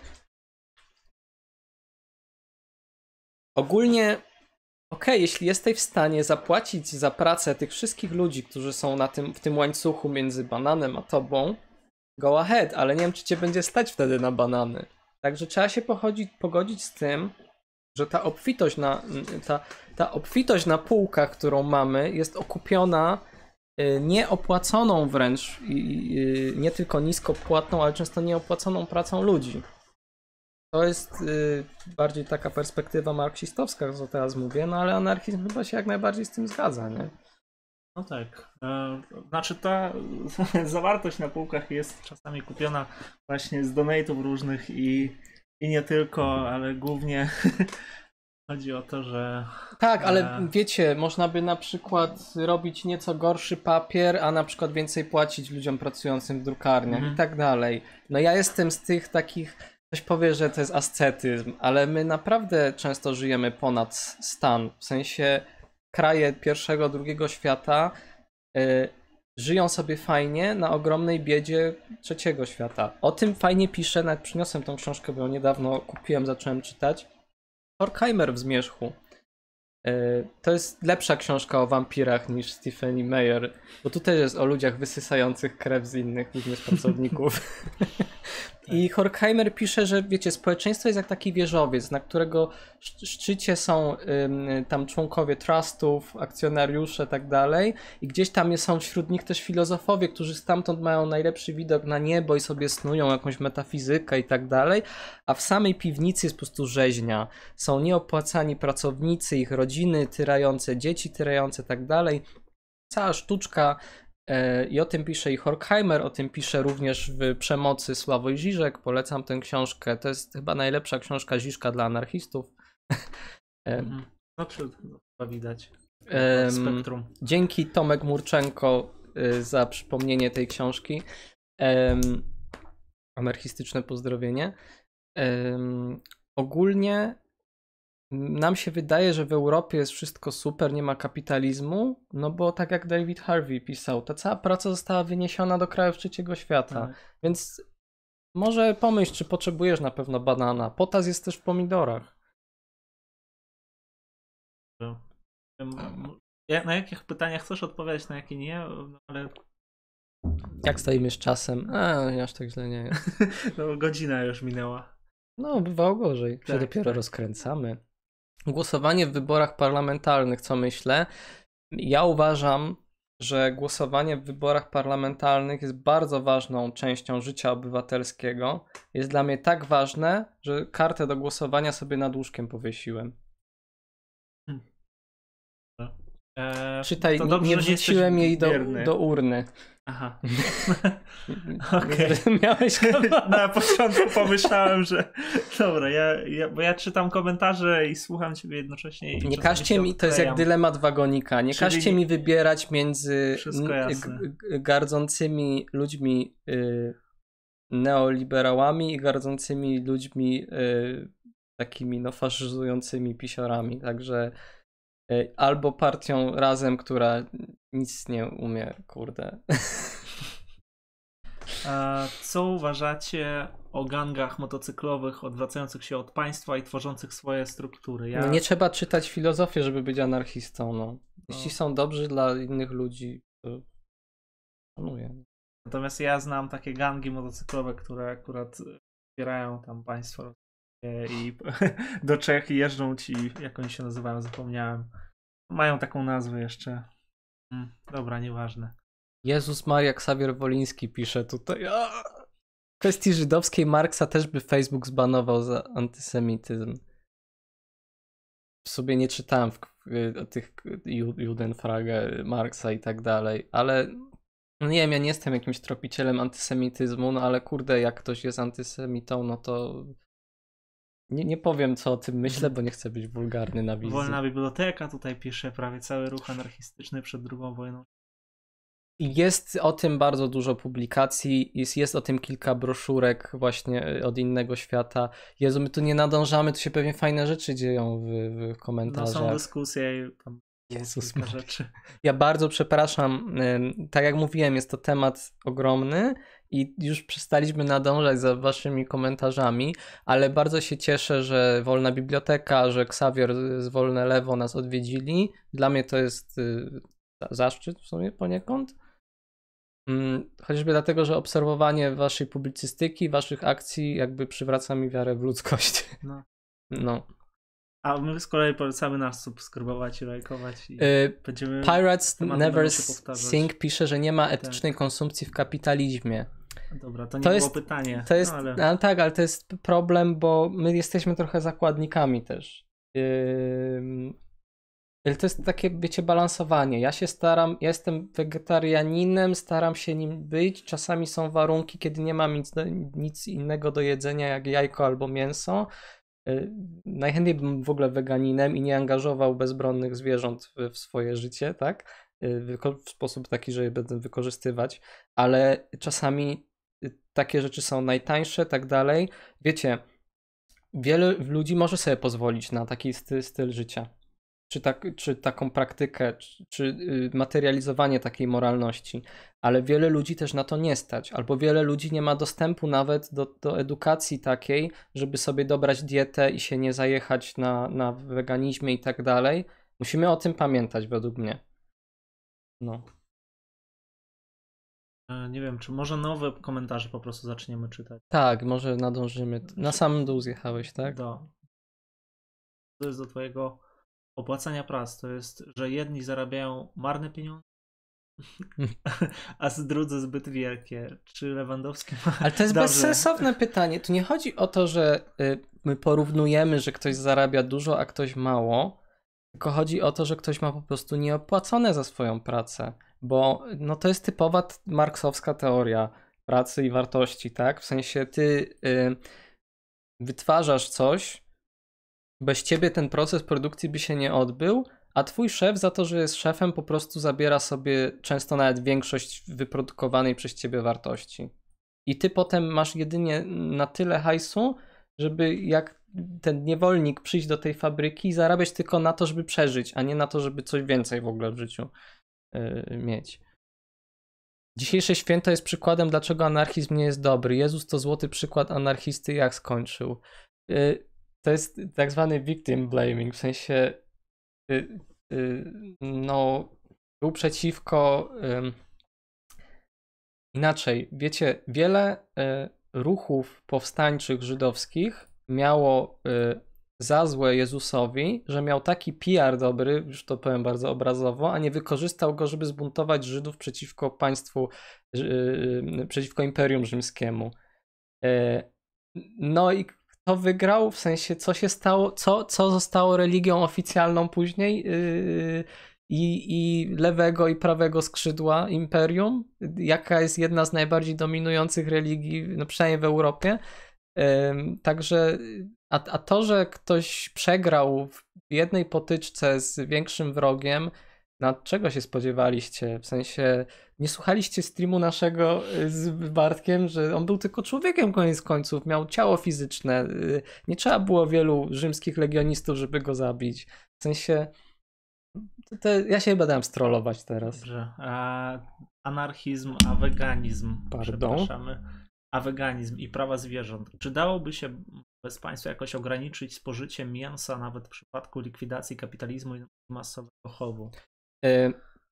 Ogólnie, okej, okay, jeśli jesteś w stanie zapłacić za pracę tych wszystkich ludzi, którzy są na tym, w tym łańcuchu między bananem a tobą, go ahead, ale nie wiem, czy cię będzie stać wtedy na banany. Także trzeba się pochodzić, pogodzić z tym, że ta obfitość na, ta, ta obfitość na półkach, którą mamy, jest okupiona nieopłaconą wręcz, i nie tylko niskopłatną, ale często nieopłaconą pracą ludzi. To jest bardziej taka perspektywa marksistowska, co teraz mówię, no ale anarchizm chyba się jak najbardziej z tym zgadza, nie? No tak. Znaczy ta zawartość na półkach jest czasami kupiona właśnie z donate'ów różnych i, i nie tylko, ale głównie chodzi o to, że... Tak, ale wiecie, można by na przykład robić nieco gorszy papier, a na przykład więcej płacić ludziom pracującym w drukarniach mm. i tak dalej. No ja jestem z tych takich, ktoś powie, że to jest ascetyzm, ale my naprawdę często żyjemy ponad stan. W sensie kraje pierwszego, drugiego świata y, żyją sobie fajnie na ogromnej biedzie trzeciego świata. O tym fajnie pisze, nawet przyniosłem tą książkę, bo ją niedawno kupiłem, zacząłem czytać. Horkheimer w Zmierzchu. To jest lepsza książka o wampirach niż Stephenie Meyer, bo tu też jest o ludziach wysysających krew z innych również pracowników. I Horkheimer pisze, że wiecie, społeczeństwo jest jak taki wieżowiec, na którego szczycie są ym, tam członkowie trustów, akcjonariusze i tak dalej i gdzieś tam są wśród nich też filozofowie, którzy stamtąd mają najlepszy widok na niebo i sobie snują jakąś metafizykę i tak dalej, a w samej piwnicy jest po prostu rzeźnia. Są nieopłacani pracownicy, ich rodziny tyrające, dzieci tyrające i tak dalej. Cała sztuczka. I o tym pisze i Horkheimer, o tym pisze również w Przemocy Sławoj Žižek. Polecam tę książkę. To jest chyba najlepsza książka Žižka dla anarchistów. Mhm. No to widać. Spektrum. Dzięki Tomek Murczenko za przypomnienie tej książki. Anarchistyczne pozdrowienie. Ogólnie nam się wydaje, że w Europie jest wszystko super, nie ma kapitalizmu, no bo tak jak David Harvey pisał, ta cała praca została wyniesiona do krajów trzeciego świata, tak. Więc może pomyśl, czy potrzebujesz na pewno banana. Potas jest też w pomidorach. Na jakich pytaniach chcesz odpowiadać, na jakie nie, ale... Jak stoimy z czasem? A, aż tak źle nie jest. No, godzina już minęła. No, bywało gorzej. Tak, się dopiero tak. rozkręcamy. Głosowanie w wyborach parlamentarnych, co myślę? Ja uważam, że głosowanie w wyborach parlamentarnych jest bardzo ważną częścią życia obywatelskiego. Jest dla mnie tak ważne, że kartę do głosowania sobie nad łóżkiem powiesiłem. Hmm. Eee, Czytaj, dobrze, nie wrzuciłem jej do, do urny. Aha. Okej. Okay. Miałeś Na początku pomyślałem, że dobra, ja, ja, bo ja czytam komentarze i słucham ciebie jednocześnie. I nie każcie mi, to jest jak dylemat wagonika, nie Czyli każcie mi wybierać między g- gardzącymi ludźmi y, neoliberałami i gardzącymi ludźmi y, takimi no faszyzującymi pisiorami, także y, albo partią Razem, która nic nie umie, kurde. A co uważacie o gangach motocyklowych odwracających się od państwa i tworzących swoje struktury? Ja... No nie trzeba czytać filozofii, żeby być anarchistą. No. Jeśli no. są dobrzy dla innych ludzi, to szanuję. Natomiast ja znam takie gangi motocyklowe, które akurat wspierają tam państwo i do Czech jeżdżą ci, jak oni się nazywają, zapomniałem. Mają taką nazwę jeszcze. Hmm, dobra, nieważne. Jezus Maria, Xavier Woliński pisze tutaj. A! W kwestii żydowskiej Marksa też by Facebook zbanował za antysemityzm. W sobie nie czytałem w, o tych Judenfrage Marksa i tak dalej, ale no nie wiem, ja nie jestem jakimś tropicielem antysemityzmu, no ale kurde, jak ktoś jest antysemitą, no to nie, nie powiem, co o tym myślę, bo nie chcę być wulgarny na wizji. Wolna biblioteka tutaj pisze prawie cały ruch anarchistyczny przed drugą wojną. Jest o tym bardzo dużo publikacji, jest, jest o tym kilka broszurek właśnie od innego świata. Jezu, my tu nie nadążamy, tu się pewnie fajne rzeczy dzieją w, w komentarzach. No są dyskusje i tam Jezus kilka rzeczy. Ja bardzo przepraszam, tak jak mówiłem, jest to temat ogromny i już przestaliśmy nadążać za waszymi komentarzami, ale bardzo się cieszę, że Wolna Biblioteka, że Xavier z Wolne Lewo nas odwiedzili. Dla mnie to jest zaszczyt w sumie poniekąd. Chociażby dlatego, że obserwowanie waszej publicystyki, waszych akcji jakby przywraca mi wiarę w ludzkość. No. no. A my z kolei polecamy nas subskrybować i lajkować. I yy, będziemy Pirates Never Sing pisze, że nie ma etycznej tak. konsumpcji w kapitalizmie. Dobra, to nie to było jest, pytanie. To jest, no, ale... no, tak, ale to jest problem, bo my jesteśmy trochę zakładnikami też. Yy... Ale to jest takie, wiecie, balansowanie. Ja się staram, ja jestem wegetarianinem, staram się nim być. Czasami są warunki, kiedy nie mam nic, nic innego do jedzenia jak jajko albo mięso. Yy, najchętniej bym w ogóle weganinem i nie angażował bezbronnych zwierząt w, w swoje życie, tak? Yy, w sposób taki, że je będę wykorzystywać. Ale czasami takie rzeczy są najtańsze, tak dalej. Wiecie, wiele ludzi może sobie pozwolić na taki styl, styl życia. Czy, tak, czy taką praktykę, czy, czy materializowanie takiej moralności, ale wiele ludzi też na to nie stać, albo wiele ludzi nie ma dostępu nawet do, do edukacji takiej, żeby sobie dobrać dietę i się nie zajechać na, na weganizmie i tak dalej. Musimy o tym pamiętać według mnie. No. Nie wiem, czy może nowe komentarze po prostu zaczniemy czytać. Tak, może nadążymy. Na samym dół zjechałeś, tak? Do. To jest do twojego opłacania prac. To jest, że jedni zarabiają marne pieniądze, a z drudzy zbyt wielkie. Czy Lewandowski ma... Ale to jest Dobrze. bezsensowne pytanie. Tu nie chodzi o to, że y, my porównujemy, że ktoś zarabia dużo, a ktoś mało, tylko chodzi o to, że ktoś ma po prostu nieopłacone za swoją pracę. Bo no, to jest typowa t- marksowska teoria pracy i wartości, tak? W sensie ty y, wytwarzasz coś, bez ciebie ten proces produkcji by się nie odbył, a twój szef za to, że jest szefem, po prostu zabiera sobie często nawet większość wyprodukowanej przez ciebie wartości. I ty potem masz jedynie na tyle hajsu, żeby jak ten niewolnik przyjść do tej fabryki i zarabiać tylko na to, żeby przeżyć, a nie na to, żeby coś więcej w ogóle w życiu yy, mieć. Dzisiejsze święto jest przykładem, dlaczego anarchizm nie jest dobry. Jezus to złoty przykład anarchisty, jak skończył. Yy, to jest tak zwany victim blaming, w sensie yy, yy, no był przeciwko yy, inaczej, wiecie, wiele yy, ruchów powstańczych żydowskich miało yy, za złe Jezusowi, że miał taki P R dobry, już to powiem bardzo obrazowo, a nie wykorzystał go, żeby zbuntować Żydów przeciwko państwu, yy, przeciwko Imperium Rzymskiemu. Yy, no i kto wygrał? W sensie, co się stało, co, co zostało religią oficjalną później yy, i, i lewego i prawego skrzydła Imperium? Jaka jest jedna z najbardziej dominujących religii, no przynajmniej w Europie? Yy, także A, a to, że ktoś przegrał w jednej potyczce z większym wrogiem, na czego się spodziewaliście? W sensie, nie słuchaliście streamu naszego z Bartkiem, że on był tylko człowiekiem koniec końców, miał ciało fizyczne, nie trzeba było wielu rzymskich legionistów, żeby go zabić. W sensie, to, to ja się chyba dałem strollować teraz. Dobrze, a anarchizm, a weganizm, Pardon? przepraszamy, a weganizm i prawa zwierząt. Czy dałoby się bez państwa jakoś ograniczyć spożycie mięsa, nawet w przypadku likwidacji kapitalizmu i masowego chowu? Y-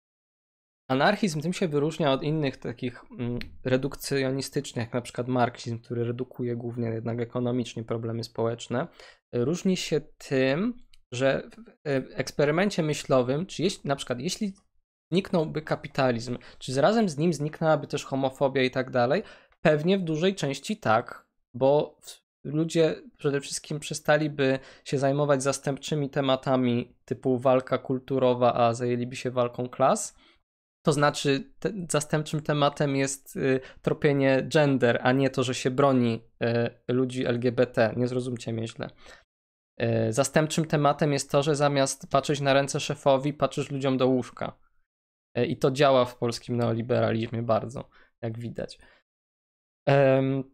Anarchizm tym się wyróżnia od innych takich mm, redukcjonistycznych, jak na przykład marksizm, który redukuje głównie jednak ekonomicznie problemy społeczne. Różni się tym, że w eksperymencie myślowym, czy jeśli, na przykład jeśli zniknąłby kapitalizm, czy razem z nim zniknęłaby też homofobia i tak dalej, pewnie w dużej części tak, bo ludzie przede wszystkim przestaliby się zajmować zastępczymi tematami typu walka kulturowa, a zajęliby się walką klas. To znaczy te, zastępczym tematem jest y, tropienie gender, a nie to, że się broni y, ludzi L G B T. Nie zrozumcie mnie źle. Y, zastępczym tematem jest to, że zamiast patrzeć na ręce szefowi, patrzysz ludziom do łóżka. Y, I to działa w polskim neoliberalizmie bardzo, jak widać. Um,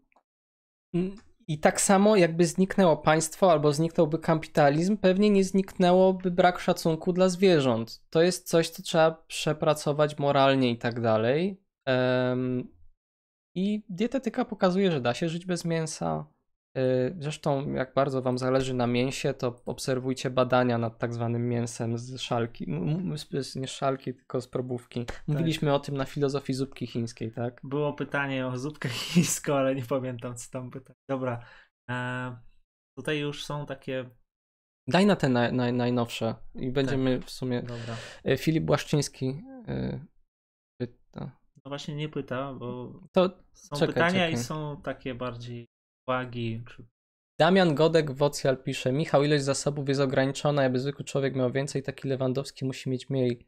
I tak samo jakby zniknęło państwo albo zniknąłby kapitalizm, pewnie nie zniknęłoby brak szacunku dla zwierząt. To jest coś, co trzeba przepracować moralnie i tak dalej. Um, I dietetyka pokazuje, że da się żyć bez mięsa. Zresztą jak bardzo wam zależy na mięsie, to obserwujcie badania nad tak zwanym mięsem z szalki. Nie z szalki, tylko z probówki. Mówiliśmy tak o tym na filozofii zupki chińskiej, tak? Było pytanie o zupkę chińską, ale nie pamiętam, co tam pytać. Dobra. E, tutaj już są takie... Daj na te naj, naj, najnowsze i będziemy tak. w sumie... Dobra. Filip Błaszczyński yy, pyta. No właśnie nie pyta, bo to są czekaj, pytania czekaj. i są takie bardziej uwagi. Czy... Damian Godek Wocjal pisze: Michał, ilość zasobów jest ograniczona, aby zwykły człowiek miał więcej, taki Lewandowski musi mieć mniej.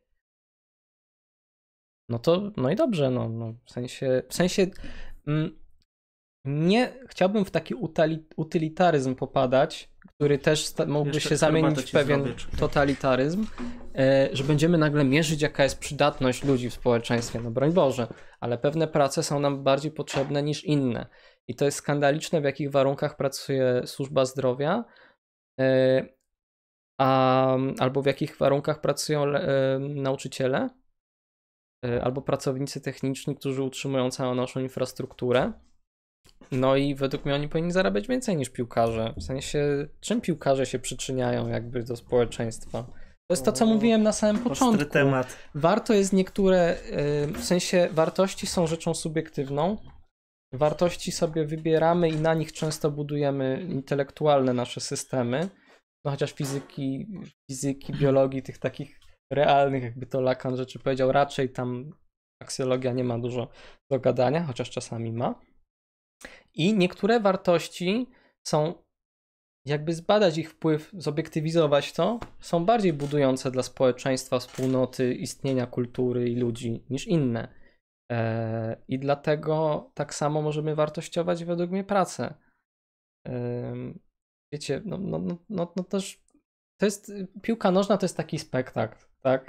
No to, no i dobrze, no, no w sensie, w sensie mm, nie chciałbym w taki utali, utylitaryzm popadać, który też sta- mógłby Jeszcze się zamienić w pewien zrobię, totalitaryzm, e, że będziemy nagle mierzyć, jaka jest przydatność ludzi w społeczeństwie. No broń Boże, ale pewne prace są nam bardziej potrzebne niż inne. I to jest skandaliczne, w jakich warunkach pracuje służba zdrowia, e, a, albo w jakich warunkach pracują e, nauczyciele, e, albo pracownicy techniczni, którzy utrzymują całą naszą infrastrukturę. No i według mnie oni powinni zarabiać więcej niż piłkarze. W sensie, czym piłkarze się przyczyniają jakby do społeczeństwa? To jest to, co mówiłem na samym początku. Temat. Warto jest niektóre, w sensie wartości są rzeczą subiektywną. Wartości sobie wybieramy i na nich często budujemy intelektualne nasze systemy. No chociaż fizyki, fizyki, biologii, tych takich realnych, jakby to Lacan rzeczy powiedział, raczej tam aksjologia nie ma dużo do gadania, chociaż czasami ma. I niektóre wartości są, jakby zbadać ich wpływ, zobiektywizować to, są bardziej budujące dla społeczeństwa, wspólnoty, istnienia kultury i ludzi niż inne. Eee, I dlatego tak samo możemy wartościować według mnie pracę. Eee, wiecie, no, no, no, no, no też to jest, piłka nożna to jest taki spektakl, tak?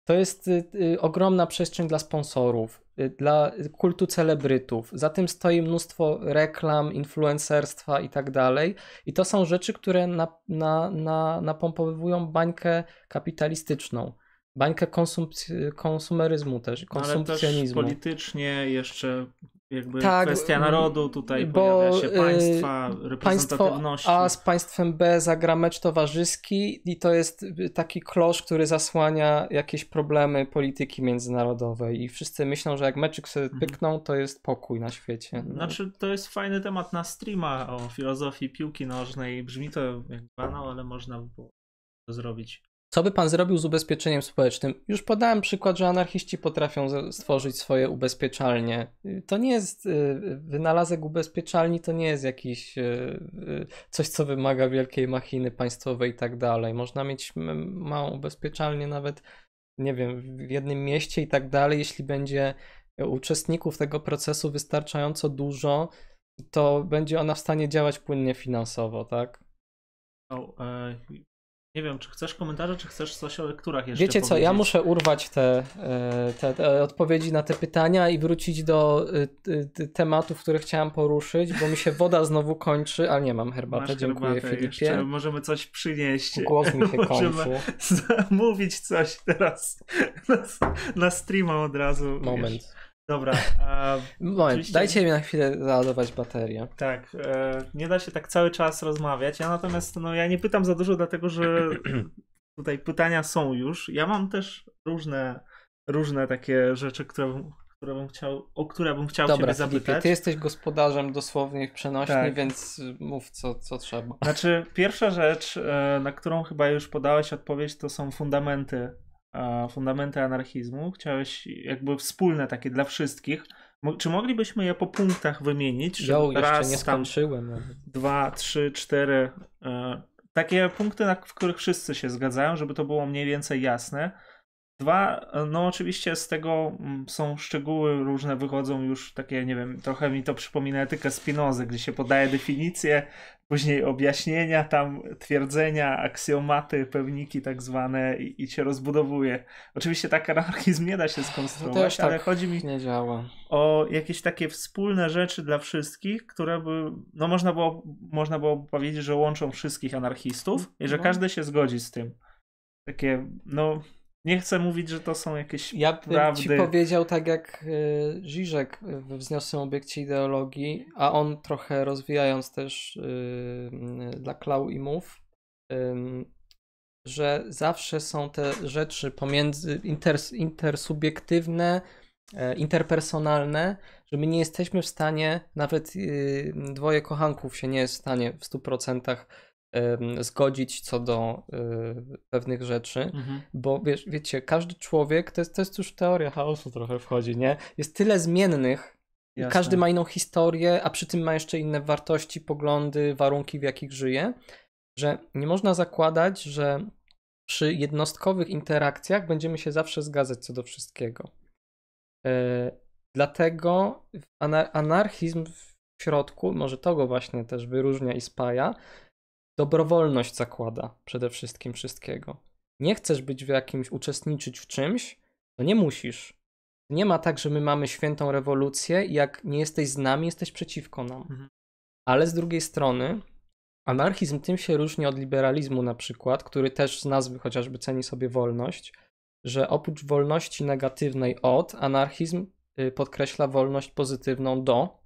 To jest y, y, ogromna przestrzeń dla sponsorów, y, dla kultu celebrytów. Za tym stoi mnóstwo reklam, influencerstwa i tak dalej. I to są rzeczy, które na, na, na, napompowują bańkę kapitalistyczną. Bańkę konsum- konsumeryzmu też, konsumpcjonizmu. Ale też politycznie jeszcze jakby tak, kwestia narodu tutaj bo, pojawia się, państwa, reprezentatywności. Państwo A z państwem B zagra mecz towarzyski i to jest taki klosz, który zasłania jakieś problemy polityki międzynarodowej i wszyscy myślą, że jak meczyk sobie pykną, to jest pokój na świecie. No. Znaczy to jest fajny temat na streama o filozofii piłki nożnej. Brzmi to jak banał, ale można by było to zrobić. Co by pan zrobił z ubezpieczeniem społecznym? Już podałem przykład, że anarchiści potrafią stworzyć swoje ubezpieczalnie. To nie jest wynalazek ubezpieczalni, to nie jest jakiś coś, co wymaga wielkiej machiny państwowej i tak dalej. Można mieć małą ubezpieczalnię nawet, nie wiem, w jednym mieście i tak dalej. Jeśli będzie uczestników tego procesu wystarczająco dużo, to będzie ona w stanie działać płynnie finansowo, tak? O, e... Nie wiem, czy chcesz komentarze, czy chcesz coś o lekturach jeszcze Wiecie co, powiedzieć? ja muszę urwać te, te, te odpowiedzi na te pytania i wrócić do te, tematów, które chciałem poruszyć, bo mi się woda znowu kończy, ale nie mam herbaty, Masz dziękuję herbatę, Filipie. Jeszcze możemy coś przynieść. Głos mi się kończy. Możemy zamówić coś teraz na, na streama od razu. Moment. Wiesz. Dobra. A Moment, oczywiście... dajcie mi na chwilę załadować baterię. Tak, e, nie da się tak cały czas rozmawiać. Ja natomiast, no ja nie pytam za dużo, dlatego że tutaj pytania są już. Ja mam też różne, różne takie rzeczy, które bym, które bym chciał, o które bym chciał Dobra, ciebie zapytać. Filipie, ty jesteś gospodarzem dosłownie w przenośni, tak. Więc mów co, co trzeba. Znaczy, pierwsza rzecz, na którą chyba już podałeś odpowiedź, to są fundamenty. Fundamenty anarchizmu. Chciałeś jakby wspólne takie dla wszystkich. Czy moglibyśmy je po punktach wymienić? Jo, jeszcze raz, nie skończyłem. Tam, dwa, trzy, cztery. E, takie punkty, na, w których wszyscy się zgadzają, żeby to było mniej więcej jasne. Dwa, no oczywiście z tego są szczegóły różne, wychodzą już takie, nie wiem, trochę mi to przypomina etykę Spinozy, gdzie się podaje definicje, później objaśnienia, tam twierdzenia, aksjomaty, pewniki tak zwane i, i się rozbudowuje. Oczywiście tak anarchizm nie da się skonstruować, tak ale chodzi mi nie działa. o jakieś takie wspólne rzeczy dla wszystkich, które by, no można było, można było powiedzieć, że łączą wszystkich anarchistów i że no. każdy się zgodzi z tym. Takie, no... Nie chcę mówić, że to są jakieś ja bym prawdy. ci powiedział tak jak y, Žižek we Wzniosłym obiekcie ideologii, a on trochę rozwijając też y, dla Klau i Mów, y, że zawsze są te rzeczy pomiędzy inter, intersubiektywne, y, interpersonalne, że my nie jesteśmy w stanie, nawet y, dwoje kochanków się nie jest w stanie w stu procentach zgodzić co do y, pewnych rzeczy, mhm. bo wiesz, wiecie, każdy człowiek, to jest, to jest już teoria chaosu trochę wchodzi, nie? Jest tyle zmiennych, i każdy ma inną historię, a przy tym ma jeszcze inne wartości, poglądy, warunki, w jakich żyje, że nie można zakładać, że przy jednostkowych interakcjach będziemy się zawsze zgadzać co do wszystkiego. Y, dlatego anar- anarchizm w środku, może to go właśnie też wyróżnia i spaja, dobrowolność zakłada przede wszystkim wszystkiego. Nie chcesz być w jakimś, uczestniczyć w czymś, to nie musisz. Nie ma tak, że my mamy świętą rewolucję i jak nie jesteś z nami, jesteś przeciwko nam. Mhm. Ale z drugiej strony anarchizm tym się różni od liberalizmu na przykład, który też z nazwy chociażby ceni sobie wolność, że oprócz wolności negatywnej od, anarchizm podkreśla wolność pozytywną do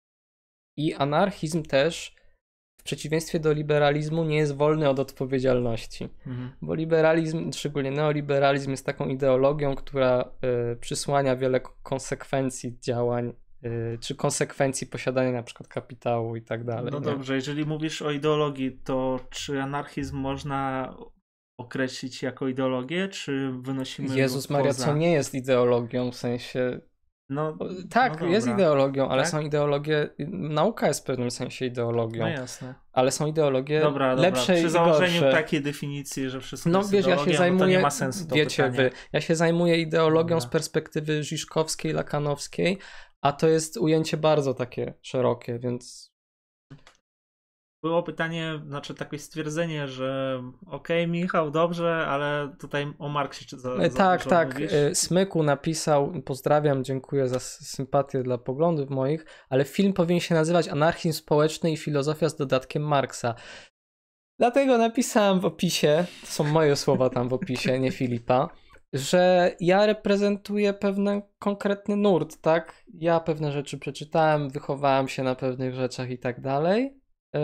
i anarchizm też w przeciwieństwie do liberalizmu nie jest wolny od odpowiedzialności, mhm. bo liberalizm, szczególnie neoliberalizm jest taką ideologią, która y, przysłania wiele konsekwencji działań, y, czy konsekwencji posiadania na przykład kapitału i tak dalej. No nie? dobrze, jeżeli mówisz o ideologii, to czy anarchizm można określić jako ideologię, czy wynosimy Jezus Maria, poza... co nie jest ideologią, w sensie... No, tak, no jest ideologią, ale tak? są ideologie, nauka jest w pewnym sensie ideologią. No jasne. Ale są ideologie dobra, lepsze dobra. i Przy założeniu gorsze. takiej definicji, że wszystko no, jest wiesz, ideologią, ja się zajmuję, no to nie ma sensu to wiecie pytanie. wy, ja się zajmuję ideologią dobra. z perspektywy Žižkowskiej, lakanowskiej, a to jest ujęcie bardzo takie szerokie, więc było pytanie, znaczy takie stwierdzenie, że okej, okay, Michał, dobrze, ale tutaj o Marksie czy za, za Tak, dużo tak. mówisz? Smyku napisał, pozdrawiam, dziękuję za sympatię dla poglądów moich, ale film powinien się nazywać Anarchizm społeczny i filozofia z dodatkiem Marksa. Dlatego napisałem w opisie, to są moje słowa tam w opisie, nie Filipa, że ja reprezentuję pewien konkretny nurt, tak? Ja pewne rzeczy przeczytałem, wychowałem się na pewnych rzeczach i tak dalej,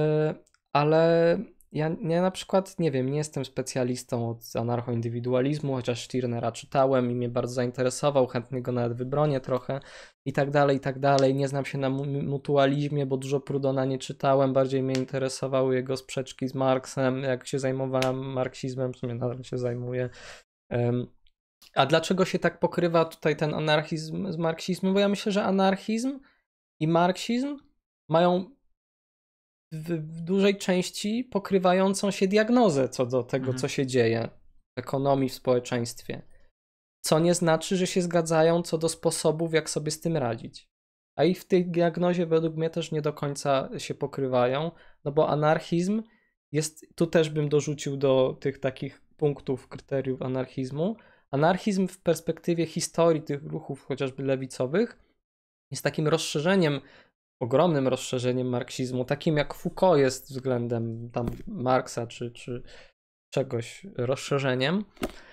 ale ja, ja na przykład, nie wiem, nie jestem specjalistą od anarchoindywidualizmu, chociaż Stirnera czytałem i mnie bardzo zainteresował, chętnie go nawet wybronię trochę i tak dalej, i tak dalej. Nie znam się na mutualizmie, bo dużo Proudhona nie czytałem, bardziej mnie interesowały jego sprzeczki z Marksem, jak się zajmowałem marksizmem, w sumie nadal się zajmuję. Um, a dlaczego się tak pokrywa tutaj ten anarchizm z marksizmem? Bo ja myślę, że anarchizm i marksizm mają w, w dużej części pokrywającą się diagnozę co do tego, mhm. co się dzieje w ekonomii, w społeczeństwie. Co nie znaczy, że się zgadzają co do sposobów, jak sobie z tym radzić. A i w tej diagnozie według mnie też nie do końca się pokrywają, no bo anarchizm jest, tu też bym dorzucił do tych takich punktów, kryteriów anarchizmu. Anarchizm w perspektywie historii tych ruchów chociażby lewicowych jest takim rozszerzeniem, ogromnym rozszerzeniem marksizmu, takim jak Foucault jest względem tam Marksa czy, czy czegoś rozszerzeniem,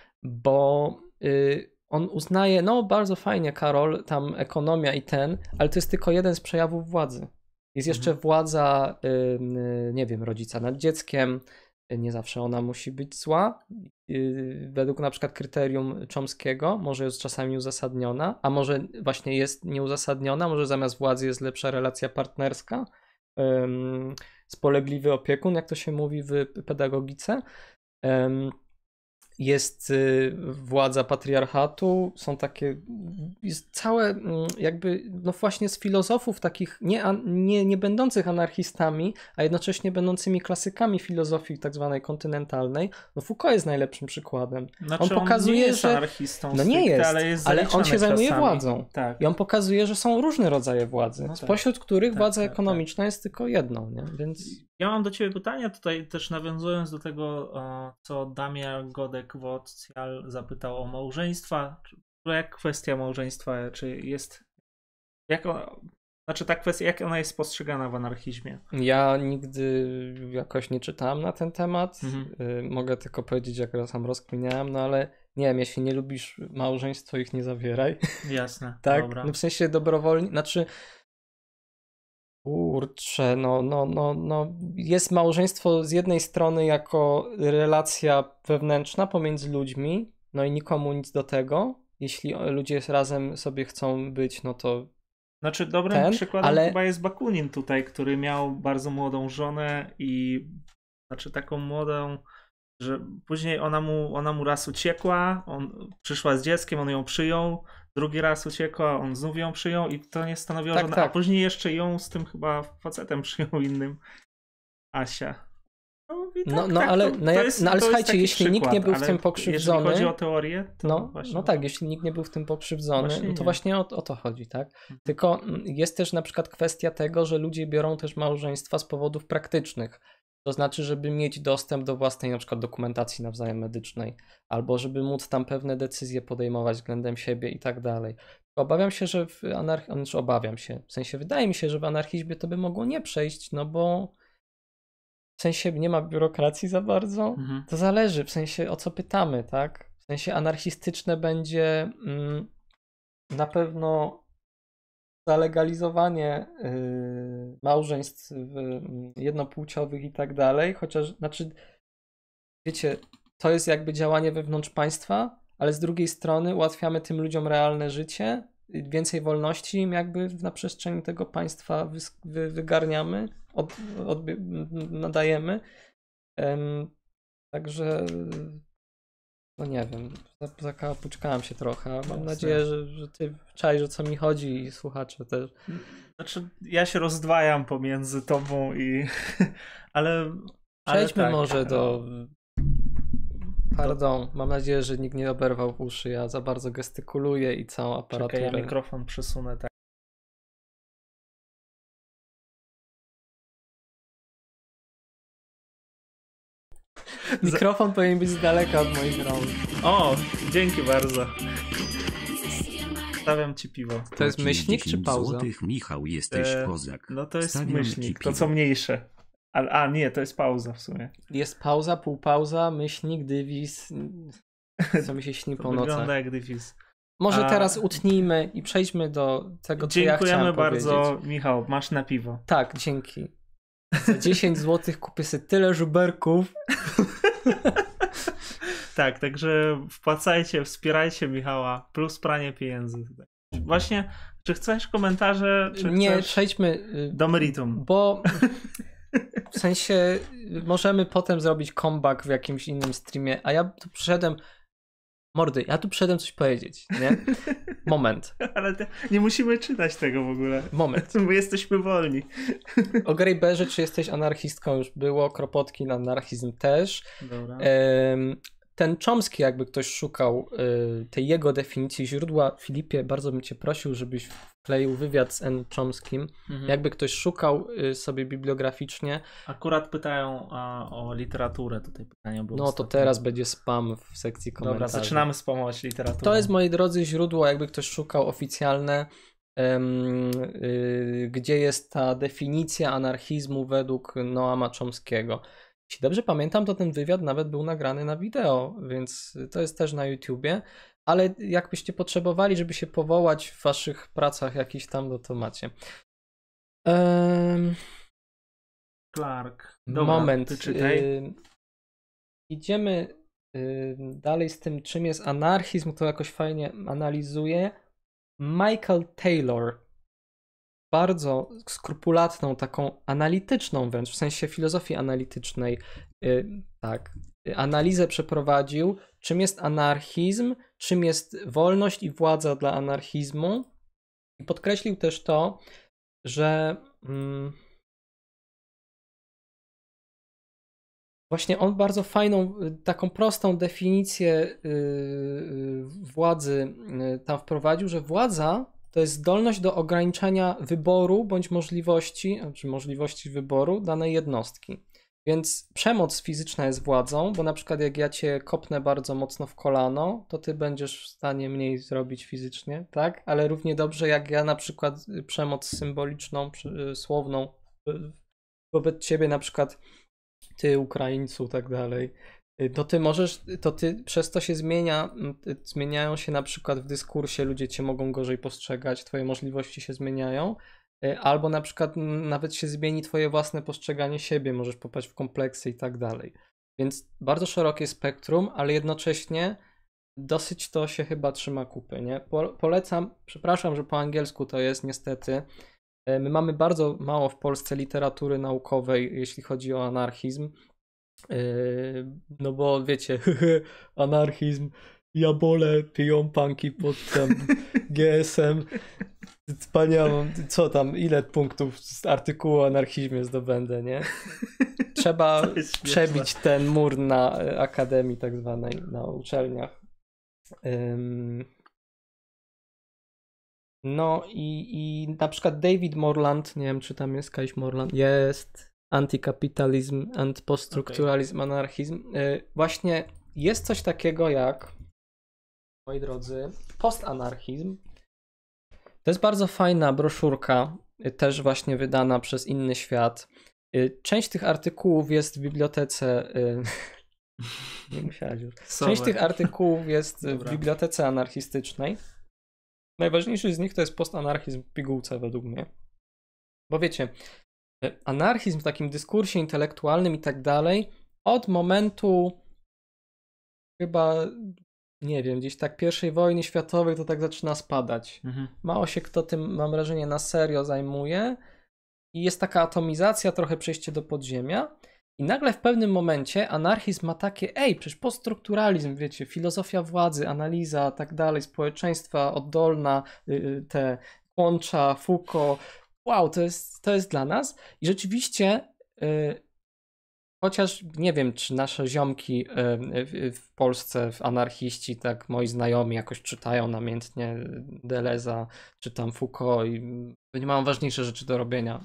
bo yy, on uznaje, no bardzo fajnie Karol, tam ekonomia i ten, ale to jest tylko jeden z przejawów władzy. Jest jeszcze mhm. władza, yy, nie wiem, rodzica nad dzieckiem, nie zawsze ona musi być zła. Według na przykład kryterium Chomskiego może jest czasami uzasadniona, a może właśnie jest nieuzasadniona, może zamiast władzy jest lepsza relacja partnerska, um, spolegliwy opiekun, jak to się mówi w pedagogice. Um, jest władza patriarchatu, są takie, jest całe jakby, no właśnie z filozofów takich nie, nie, nie będących anarchistami, a jednocześnie będącymi klasykami filozofii tak zwanej kontynentalnej, no Foucault jest najlepszym przykładem. Znaczy, on pokazuje, on nie jest że anarchistą no nie jest, ale, jest ale on się zajmuje czasami. władzą. Tak. I on pokazuje, że są różne rodzaje władzy, no spośród tak. których tak, władza tak, ekonomiczna tak. jest tylko jedną, nie? Więc... Ja mam do ciebie pytanie tutaj też nawiązując do tego, co Damian Godek-Wocjal zapytał o małżeństwa. Jak kwestia małżeństwa, czy jest... Jak ona, znaczy ta kwestia, jak ona jest postrzegana w anarchizmie? Ja nigdy jakoś nie czytałem na ten temat. Mhm. Mogę tylko powiedzieć, jak ja sam rozkminiałem, no ale nie wiem, jeśli nie lubisz małżeństw, to ich nie zawieraj. Jasne, tak? dobra. No w sensie dobrowolnie, znaczy Kurczę, no, no, no, no, jest małżeństwo z jednej strony jako relacja wewnętrzna pomiędzy ludźmi, no i nikomu nic do tego. Jeśli ludzie razem sobie chcą być, no to Znaczy dobrym ten, przykładem ale... chyba jest Bakunin tutaj, który miał bardzo młodą żonę i znaczy taką młodą, że później ona mu, ona mu raz uciekła, on przyszła z dzieckiem, on ją przyjął, drugi raz uciekła, on znów ją przyjął i to nie stanowiło tak, żadne... Tak. A później jeszcze ją z tym chyba facetem przyjął innym. Asia. No, tak, no, no tak, ale, to, no, jak, jest, no, ale słuchajcie, jeśli przykład, nikt nie był w tym pokrzywdzony... Jeżeli chodzi o teorię, to no, właśnie... No tak, jeśli nikt nie był w tym pokrzywdzony, właśnie no to nie. właśnie o, o to chodzi, tak? Mhm. Tylko jest też na przykład kwestia tego, że ludzie biorą też małżeństwa z powodów praktycznych. To znaczy, żeby mieć dostęp do własnej na przykład dokumentacji nawzajem medycznej, albo żeby móc tam pewne decyzje podejmować względem siebie i tak dalej. Obawiam się, że w anarchizmie, znaczy obawiam się, w sensie wydaje mi się, że w anarchizmie to by mogło nie przejść, no bo w sensie nie ma biurokracji za bardzo. Mhm. To zależy, w sensie o co pytamy, tak? W sensie anarchistyczne będzie mm, na pewno zalegalizowanie y, małżeństw y, jednopłciowych i tak dalej, chociaż, znaczy, wiecie, to jest jakby działanie wewnątrz państwa, ale z drugiej strony ułatwiamy tym ludziom realne życie, więcej wolności im jakby na przestrzeni tego państwa wy, wy, wygarniamy, od, od, nadajemy. Um, także no nie wiem, zakapuczkałem się trochę. Mam nadzieję, że, że ty czaisz, o co mi chodzi i słuchacze też. Znaczy, ja się rozdwajam pomiędzy tobą i... ale... Przejdźmy ale tak, może do... Pardon, mam nadzieję, że nikt nie oberwał w uszy. Ja za bardzo gestykuluję i całą aparaturę... Czekaj, ja mikrofon przesunę tak. Mikrofon powinien być z daleka od moich rąk. O, dzięki bardzo. Stawiam ci piwo. To jest myślnik czy pauza? Złotych, Michał, jesteś e, kozak. No to jest Stawiam myślnik, to co mniejsze. A, a nie, to jest pauza w sumie. Jest pauza, półpauza, myślnik, dywizj. Co mi się śni po nocach. Wygląda jak dywizj. Może a... teraz utnijmy i przejdźmy do tego, co ja chciałem Dziękujemy bardzo, powiedzieć. Michał, masz na piwo. Tak, dzięki. Za dziesięć złotych kupię sobie tyle żuberków. Tak, także wpłacajcie, wspierajcie Michała, plus pranie pieniędzy. Właśnie, czy chcesz komentarze? Czy nie, chcesz... przejdźmy do meritum. Bo w sensie możemy potem zrobić comeback w jakimś innym streamie, a ja tu przyszedłem mordy, ja tu przyszedłem coś powiedzieć, nie? Moment. Ale te, nie musimy czytać tego w ogóle. Moment. My jesteśmy wolni. O Greybearze, czy jesteś anarchistką już było, Kropotki na anarchizm też. Dobra. Ten Chomsky, jakby ktoś szukał tej jego definicji źródła, Filipie, bardzo bym cię prosił, żebyś wkleił wywiad z N. Chomskym. Mhm. Jakby ktoś szukał sobie bibliograficznie. Akurat pytają a, o literaturę, tutaj pytanie było. No ostatnio. To teraz będzie spam w sekcji komentarzy. Dobra, zaczynamy spamować literaturę. To jest, moi drodzy, źródło, jakby ktoś szukał oficjalne, um, yy, gdzie jest ta definicja anarchizmu według Noama Chomskiego. Jeśli dobrze pamiętam, to ten wywiad nawet był nagrany na wideo, więc to jest też na YouTubie, ale jakbyście potrzebowali, żeby się powołać w waszych pracach jakiś tam, no to macie. Um, Clark. Dobra, moment. Ty czytaj. Y, idziemy y, dalej z tym, czym jest anarchizm, to jakoś fajnie analizuje. Michael Taylor. Bardzo skrupulatną, taką analityczną wręcz, w sensie filozofii analitycznej, yy, tak, analizę przeprowadził, czym jest anarchizm, czym jest wolność i władza dla anarchizmu i podkreślił też to, że mm, właśnie on bardzo fajną, taką prostą definicję yy, władzy yy, tam wprowadził, że władza to jest zdolność do ograniczania wyboru bądź możliwości, czy możliwości wyboru danej jednostki. Więc przemoc fizyczna jest władzą, bo na przykład jak ja cię kopnę bardzo mocno w kolano, to ty będziesz w stanie mniej zrobić fizycznie, tak? Ale równie dobrze jak ja na przykład przemoc symboliczną, słowną wobec ciebie, na przykład ty Ukraińcu, tak dalej, to ty możesz, to ty przez to się zmienia, zmieniają się na przykład w dyskursie, ludzie cię mogą gorzej postrzegać, twoje możliwości się zmieniają, albo na przykład nawet się zmieni twoje własne postrzeganie siebie, możesz popaść w kompleksy i tak dalej. Więc bardzo szerokie spektrum, ale jednocześnie dosyć to się chyba trzyma kupy, nie? Po, polecam, przepraszam, że po angielsku to jest niestety. My mamy bardzo mało w Polsce literatury naukowej, jeśli chodzi o anarchizm. No bo wiecie, anarchizm, jabole piją punki pod tam G S M. Wspaniałą, co tam, ile punktów z artykułu o anarchizmie zdobędę, nie? Trzeba przebić ten mur na akademii tak zwanej, na uczelniach. No i, i na przykład David Morland, nie wiem czy tam jest Kaiś Morland, jest Anti-Capitalism and Post-Structuralism, okay. Anarchizm. Właśnie jest coś takiego jak, moi drodzy, postanarchizm. To jest bardzo fajna broszurka, też właśnie wydana przez Inny Świat. Część tych artykułów jest w bibliotece. Nie musiałeś już. Część tych artykułów jest Dobra. w bibliotece anarchistycznej. Najważniejszy z nich to jest postanarchizm w pigułce według mnie. Bo wiecie, anarchizm w takim dyskursie intelektualnym i tak dalej, od momentu chyba, nie wiem, gdzieś tak pierwszej wojny światowej to tak zaczyna spadać. Mhm. Mało się kto tym, mam wrażenie, na serio zajmuje i jest taka atomizacja, trochę przejście do podziemia i nagle w pewnym momencie anarchizm ma takie, ej, przecież poststrukturalizm, wiecie, filozofia władzy, analiza, tak dalej, społeczeństwa oddolna, te Łącza, Foucault, wow, to jest, to jest dla nas i rzeczywiście yy, chociaż nie wiem, czy nasze ziomki yy, w, w Polsce, w anarchiści, tak moi znajomi jakoś czytają namiętnie Deleuza, czy tam Foucault i nie mają ważniejsze rzeczy do robienia.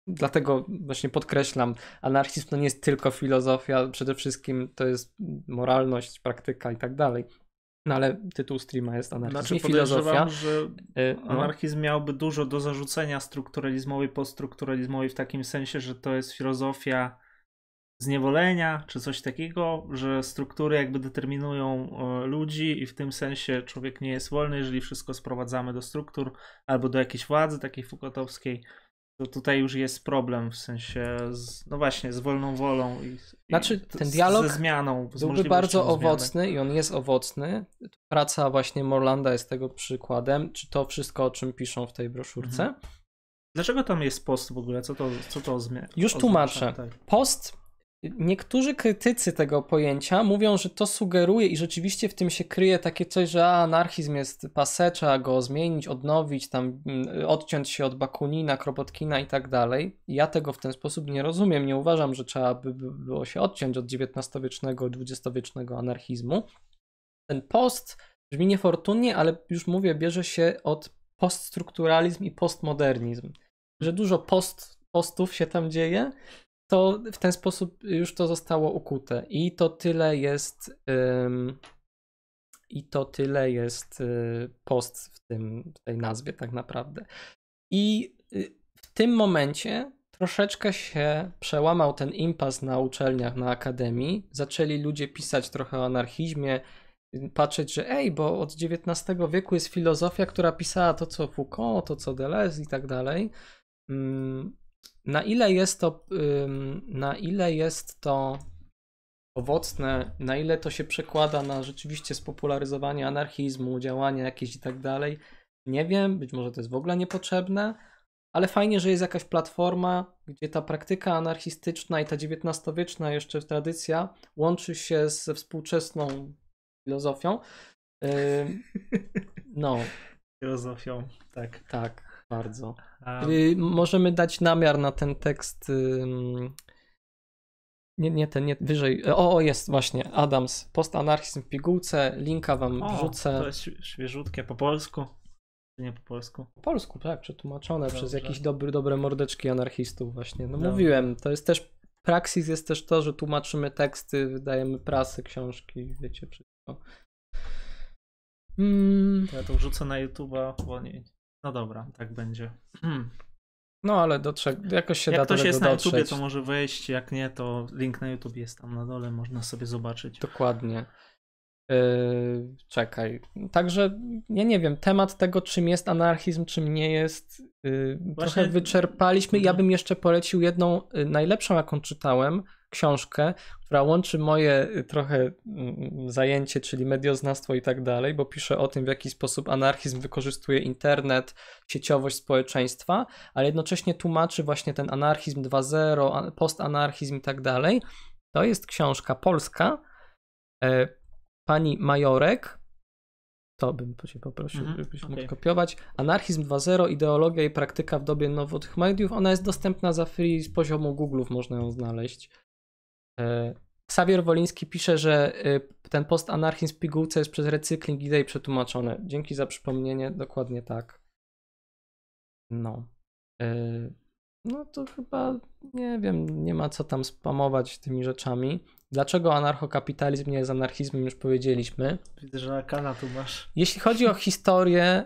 dlatego właśnie podkreślam, anarchizm to nie jest tylko filozofia, przede wszystkim to jest moralność, praktyka i tak dalej. No ale tytuł streama jest anarchizm znaczy, i filozofia. że anarchizm miałby dużo do zarzucenia strukturalizmowi, poststrukturalizmowi w takim sensie, że to jest filozofia zniewolenia, czy coś takiego, że struktury jakby determinują ludzi i w tym sensie człowiek nie jest wolny, jeżeli wszystko sprowadzamy do struktur albo do jakiejś władzy takiej Foucaultowskiej, to tutaj już jest problem w sensie z, no właśnie, z wolną wolą i, znaczy, i ten dialog ze zmianą, z byłby bardzo zmiany. owocny i on jest owocny. Praca właśnie Morlanda jest tego przykładem. Czy to wszystko, o czym piszą w tej broszurce? Mhm. Dlaczego tam jest post w ogóle? Co to, co to zmienia? Już tłumaczę. Tak. Post. Niektórzy krytycy tego pojęcia mówią, że to sugeruje i rzeczywiście w tym się kryje takie coś, że anarchizm jest passé, trzeba go zmienić, odnowić, tam odciąć się od Bakunina, Kropotkina i tak dalej. Ja tego w ten sposób nie rozumiem. Nie uważam, że trzeba by było się odciąć od dziewiętnastowiecznego, dwudziestowiecznego anarchizmu. Ten post brzmi niefortunnie, ale już mówię, bierze się od poststrukturalizm i postmodernizm. Że dużo post, postów się tam dzieje, to w ten sposób już to zostało ukute. I to tyle jest ym, i to tyle jest y, post w, tym, w tej nazwie tak naprawdę. I y, w tym momencie troszeczkę się przełamał ten impas na uczelniach, na akademii. Zaczęli ludzie pisać trochę o anarchizmie, patrzeć, że ej, bo od dziewiętnastego wieku jest filozofia, która pisała to, co Foucault, to, co Deleuze i tak dalej. Ym, Na ile jest to, na ile jest to owocne, na ile to się przekłada na rzeczywiście spopularyzowanie anarchizmu, działania jakieś i tak dalej, nie wiem, być może to jest w ogóle niepotrzebne, ale fajnie, że jest jakaś platforma, gdzie ta praktyka anarchistyczna i ta dziewiętnastowieczna jeszcze tradycja łączy się ze współczesną filozofią. No. Filozofią, tak. Tak. Bardzo. Um. Y, możemy dać namiar na ten tekst. Y, nie, nie ten, nie wyżej. O, o, jest właśnie. Adams. Postanarchizm w pigułce. Linka wam o, wrzucę. To jest świeżutkie. Po polsku? Czy nie po polsku? Po polsku, tak. Przetłumaczone Dobrze. przez jakieś dobry, dobre mordeczki anarchistów właśnie. No Dobrze. Mówiłem. To jest też. Praksis jest też to, że tłumaczymy teksty, wydajemy prasy, książki. Wiecie wszystko. Mm. To ja to wrzucę na YouTube'a, bo nie. No dobra, tak będzie. Hmm. No ale dotrze... jakoś się jak da do ktoś tego jest na dotrzeć. YouTubie, to może wejść, jak nie, to link na YouTube jest tam na dole, można sobie zobaczyć. Dokładnie. Yy, czekaj. Także ja nie wiem, temat tego, czym jest anarchizm, czym nie jest, yy, Właśnie... trochę wyczerpaliśmy. Ja bym jeszcze polecił jedną, yy, najlepszą jaką czytałem, książkę, która łączy moje yy, trochę yy, zajęcie, czyli medioznawstwo i tak dalej, bo pisze o tym, w jaki sposób anarchizm wykorzystuje internet, sieciowość społeczeństwa, ale jednocześnie tłumaczy właśnie ten anarchizm dwa zero, postanarchizm i tak dalej. To jest książka polska, yy, pani Majorek, to bym się poprosił, mm-hmm, żebyś okay. mógł kopiować. Anarchizm dwa zero, ideologia i praktyka w dobie nowych mediów. Ona jest dostępna za free z poziomu Google'ów, można ją znaleźć. Xavier Woliński pisze, że ten postanarchizm w pigułce jest przez recykling idei przetłumaczony. Dzięki za przypomnienie, dokładnie tak. No. No to chyba, nie wiem, nie ma co tam spamować tymi rzeczami. Dlaczego anarchokapitalizm nie jest anarchizmem, już powiedzieliśmy. Widzę, że Akana tu masz. Jeśli chodzi o historię,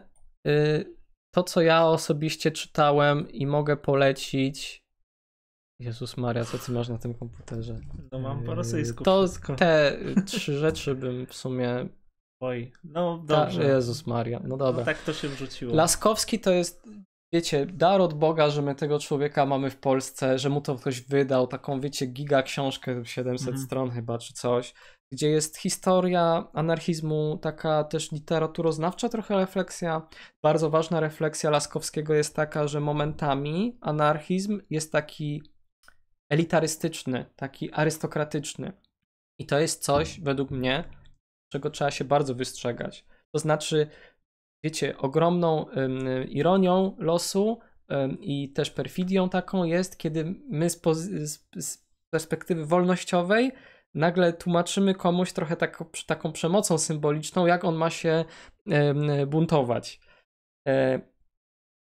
to co ja osobiście czytałem i mogę polecić. Jezus Maria, co ty masz na tym komputerze? No mam po rosyjsku To wszystko. te trzy rzeczy bym w sumie... Oj, no dobrze. Ta, Jezus Maria, no dobra. No tak to się wrzuciło. Laskowski to jest... Wiecie, dar od Boga, że my tego człowieka mamy w Polsce, że mu to ktoś wydał, taką, wiecie, giga książkę, siedemset mm. stron chyba, czy coś, gdzie jest historia anarchizmu, taka też literaturoznawcza trochę refleksja. Bardzo ważna refleksja Laskowskiego jest taka, że momentami anarchizm jest taki elitarystyczny, taki arystokratyczny. I to jest coś, według mnie, czego trzeba się bardzo wystrzegać. To znaczy, wiecie, ogromną um, ironią losu um, i też perfidią taką jest, kiedy my z, z, z perspektywy wolnościowej nagle tłumaczymy komuś trochę taką, taką przemocą symboliczną, jak on ma się um, buntować. E,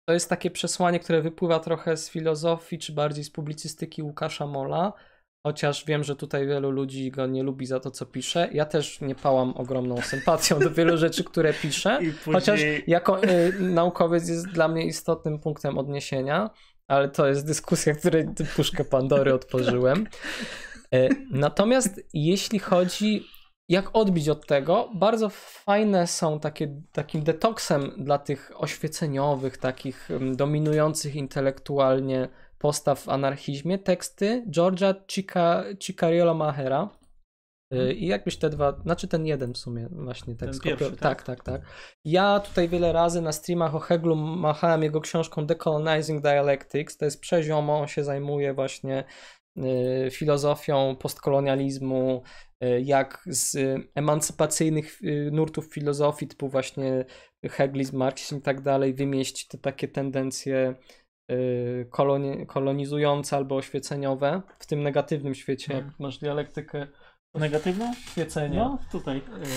to jest takie przesłanie, które wypływa trochę z filozofii, czy bardziej z publicystyki Łukasza Molla, chociaż wiem, że tutaj wielu ludzi go nie lubi za to, co pisze. Ja też nie pałam ogromną sympatią do wielu rzeczy, które pisze, później... chociaż jako y, naukowiec jest dla mnie istotnym punktem odniesienia, ale to jest dyskusja, której puszkę Pandory otworzyłem. Y, natomiast jeśli chodzi, jak odbić od tego, bardzo fajne są takie, takim detoksem dla tych oświeceniowych, takich dominujących intelektualnie postaw w anarchizmie teksty George'a Ciccariolo Mahera. I jakbyś te dwa, znaczy ten jeden w sumie właśnie tekst. Ten pierwszy, tak, tak, tak. Ja tutaj wiele razy na streamach o Heglu machałem jego książką Decolonizing Dialectics. To jest przeziomo, on się zajmuje właśnie y, filozofią postkolonializmu, y, jak z emancypacyjnych y, nurtów filozofii typu właśnie heglizm, marksizm i tak dalej wymieść te takie tendencje Koloni- kolonizujące albo oświeceniowe w tym negatywnym świecie, jak masz dialektykę negatywną? Oświecenia. No, tutaj.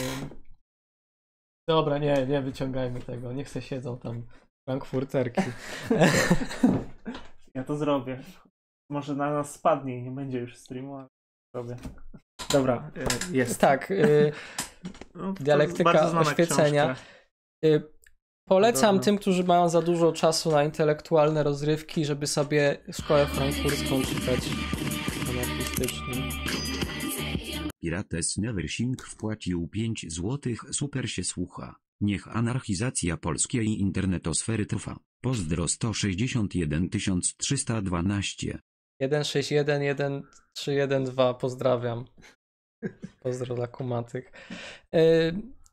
Dobra, nie, nie wyciągajmy tego, niech se siedzą tam frankfurterki. Ja to zrobię. Może na nas spadnie i nie będzie już streamu, ale zrobię. Dobra, jest. Tak, no, dialektyka oświecenia. Książka. Polecam Podobno. tym, którzy mają za dużo czasu na intelektualne rozrywki, żeby sobie szkołę frankfurską czytać anarchistycznie. Pirates Neversing wpłacił pięć złotych. Super się słucha. Niech anarchizacja polskiej internetosfery trwa. Pozdro sto sześćdziesiąt jeden tysiąc trzysta dwanaście. jeden sześć jeden jeden trzy jeden dwa. Pozdrawiam. Pozdro dla kumatych. Y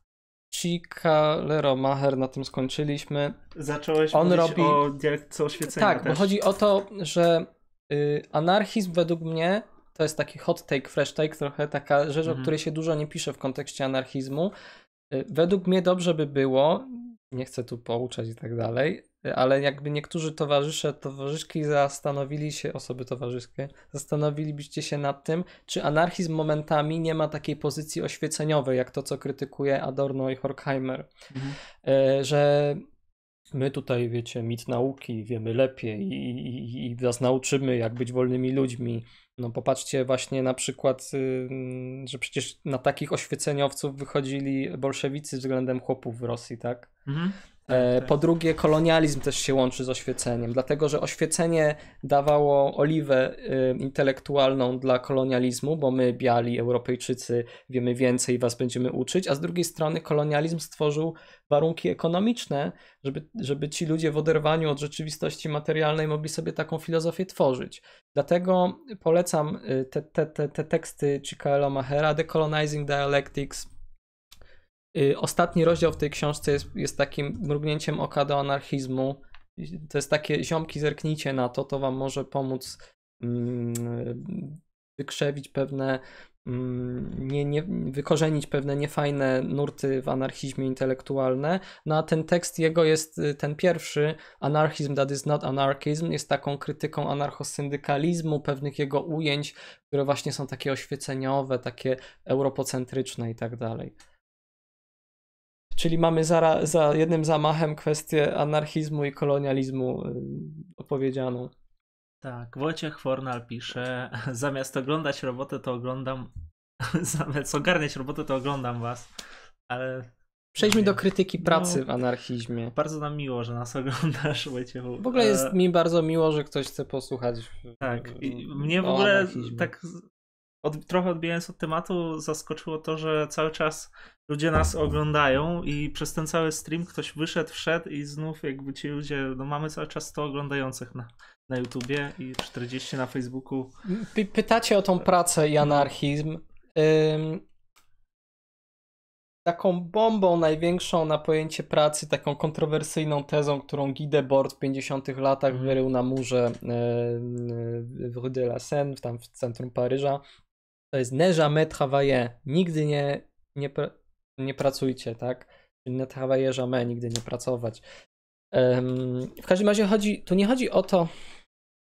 Ciccariolo Maher, na tym skończyliśmy. Zacząłeś On mówić robi... o dialektyce oświecenia. Tak, też. bo chodzi o to, że y, anarchizm według mnie to jest taki hot take, fresh take, trochę taka rzecz, mhm. o której się dużo nie pisze w kontekście anarchizmu. Y, według mnie dobrze by było, nie chcę tu pouczać i tak dalej, y, ale jakby niektórzy towarzysze, towarzyszki zastanowili się, osoby towarzyskie, zastanowilibyście się nad tym, czy anarchizm momentami nie ma takiej pozycji oświeceniowej, jak to, co krytykuje Adorno i Horkheimer. Mhm. Y, że my tutaj, wiecie, mit nauki, wiemy lepiej i, i, i nas nauczymy, jak być wolnymi ludźmi. No popatrzcie właśnie na przykład, yy, że przecież na takich oświeceniowców wychodzili bolszewicy względem chłopów w Rosji, tak? Mhm. E, po drugie, kolonializm też się łączy z oświeceniem, dlatego że oświecenie dawało oliwę y, intelektualną dla kolonializmu, bo my, biali Europejczycy, wiemy więcej i was będziemy uczyć, a z drugiej strony kolonializm stworzył warunki ekonomiczne, żeby, żeby ci ludzie w oderwaniu od rzeczywistości materialnej mogli sobie taką filozofię tworzyć. Dlatego polecam te, te, te, te teksty Ciccariolo Mahera, Decolonizing Dialectics. Ostatni rozdział w tej książce jest, jest takim mrugnięciem oka do anarchizmu. To jest takie, ziomki, zerknijcie na to, to wam może pomóc mm, wykrzewić pewne, mm, nie, nie, wykorzenić pewne niefajne nurty w anarchizmie intelektualne. No a ten tekst jego jest, ten pierwszy, Anarchism that is not anarchism, jest taką krytyką anarchosyndykalizmu, pewnych jego ujęć, które właśnie są takie oświeceniowe, takie europocentryczne i tak dalej. Czyli mamy za, za jednym zamachem kwestię anarchizmu i kolonializmu opowiedzianą. Tak, Wojciech Fornal pisze, zamiast oglądać robotę, to oglądam, zamiast ogarniać robotę, to oglądam was, ale... Przejdźmy do krytyki pracy no, w anarchizmie. Bardzo nam miło, że nas oglądasz, Wojciechu. W ogóle jest mi bardzo miło, że ktoś chce posłuchać. Tak, i mnie w ogóle anarchizmie. tak... Od, trochę odbijając od tematu, zaskoczyło to, że cały czas ludzie nas oglądają i przez ten cały stream ktoś wyszedł, wszedł i znów jakby ci ludzie, no mamy cały czas sto oglądających na, na YouTubie i czterdzieści na Facebooku. Py- pytacie o tą pracę i anarchizm. Ym... Taką bombą największą na pojęcie pracy, taką kontrowersyjną tezą, którą Guy Debord w pięćdziesiątych latach mm. wyrył na murze w Rue de la Seine, tam w centrum Paryża, to jest ne jamais travailler, nigdy nie, nie, nie pracujcie, tak? Ne travailler jamais, nigdy nie pracować. Um, w każdym razie chodzi, tu nie chodzi o to,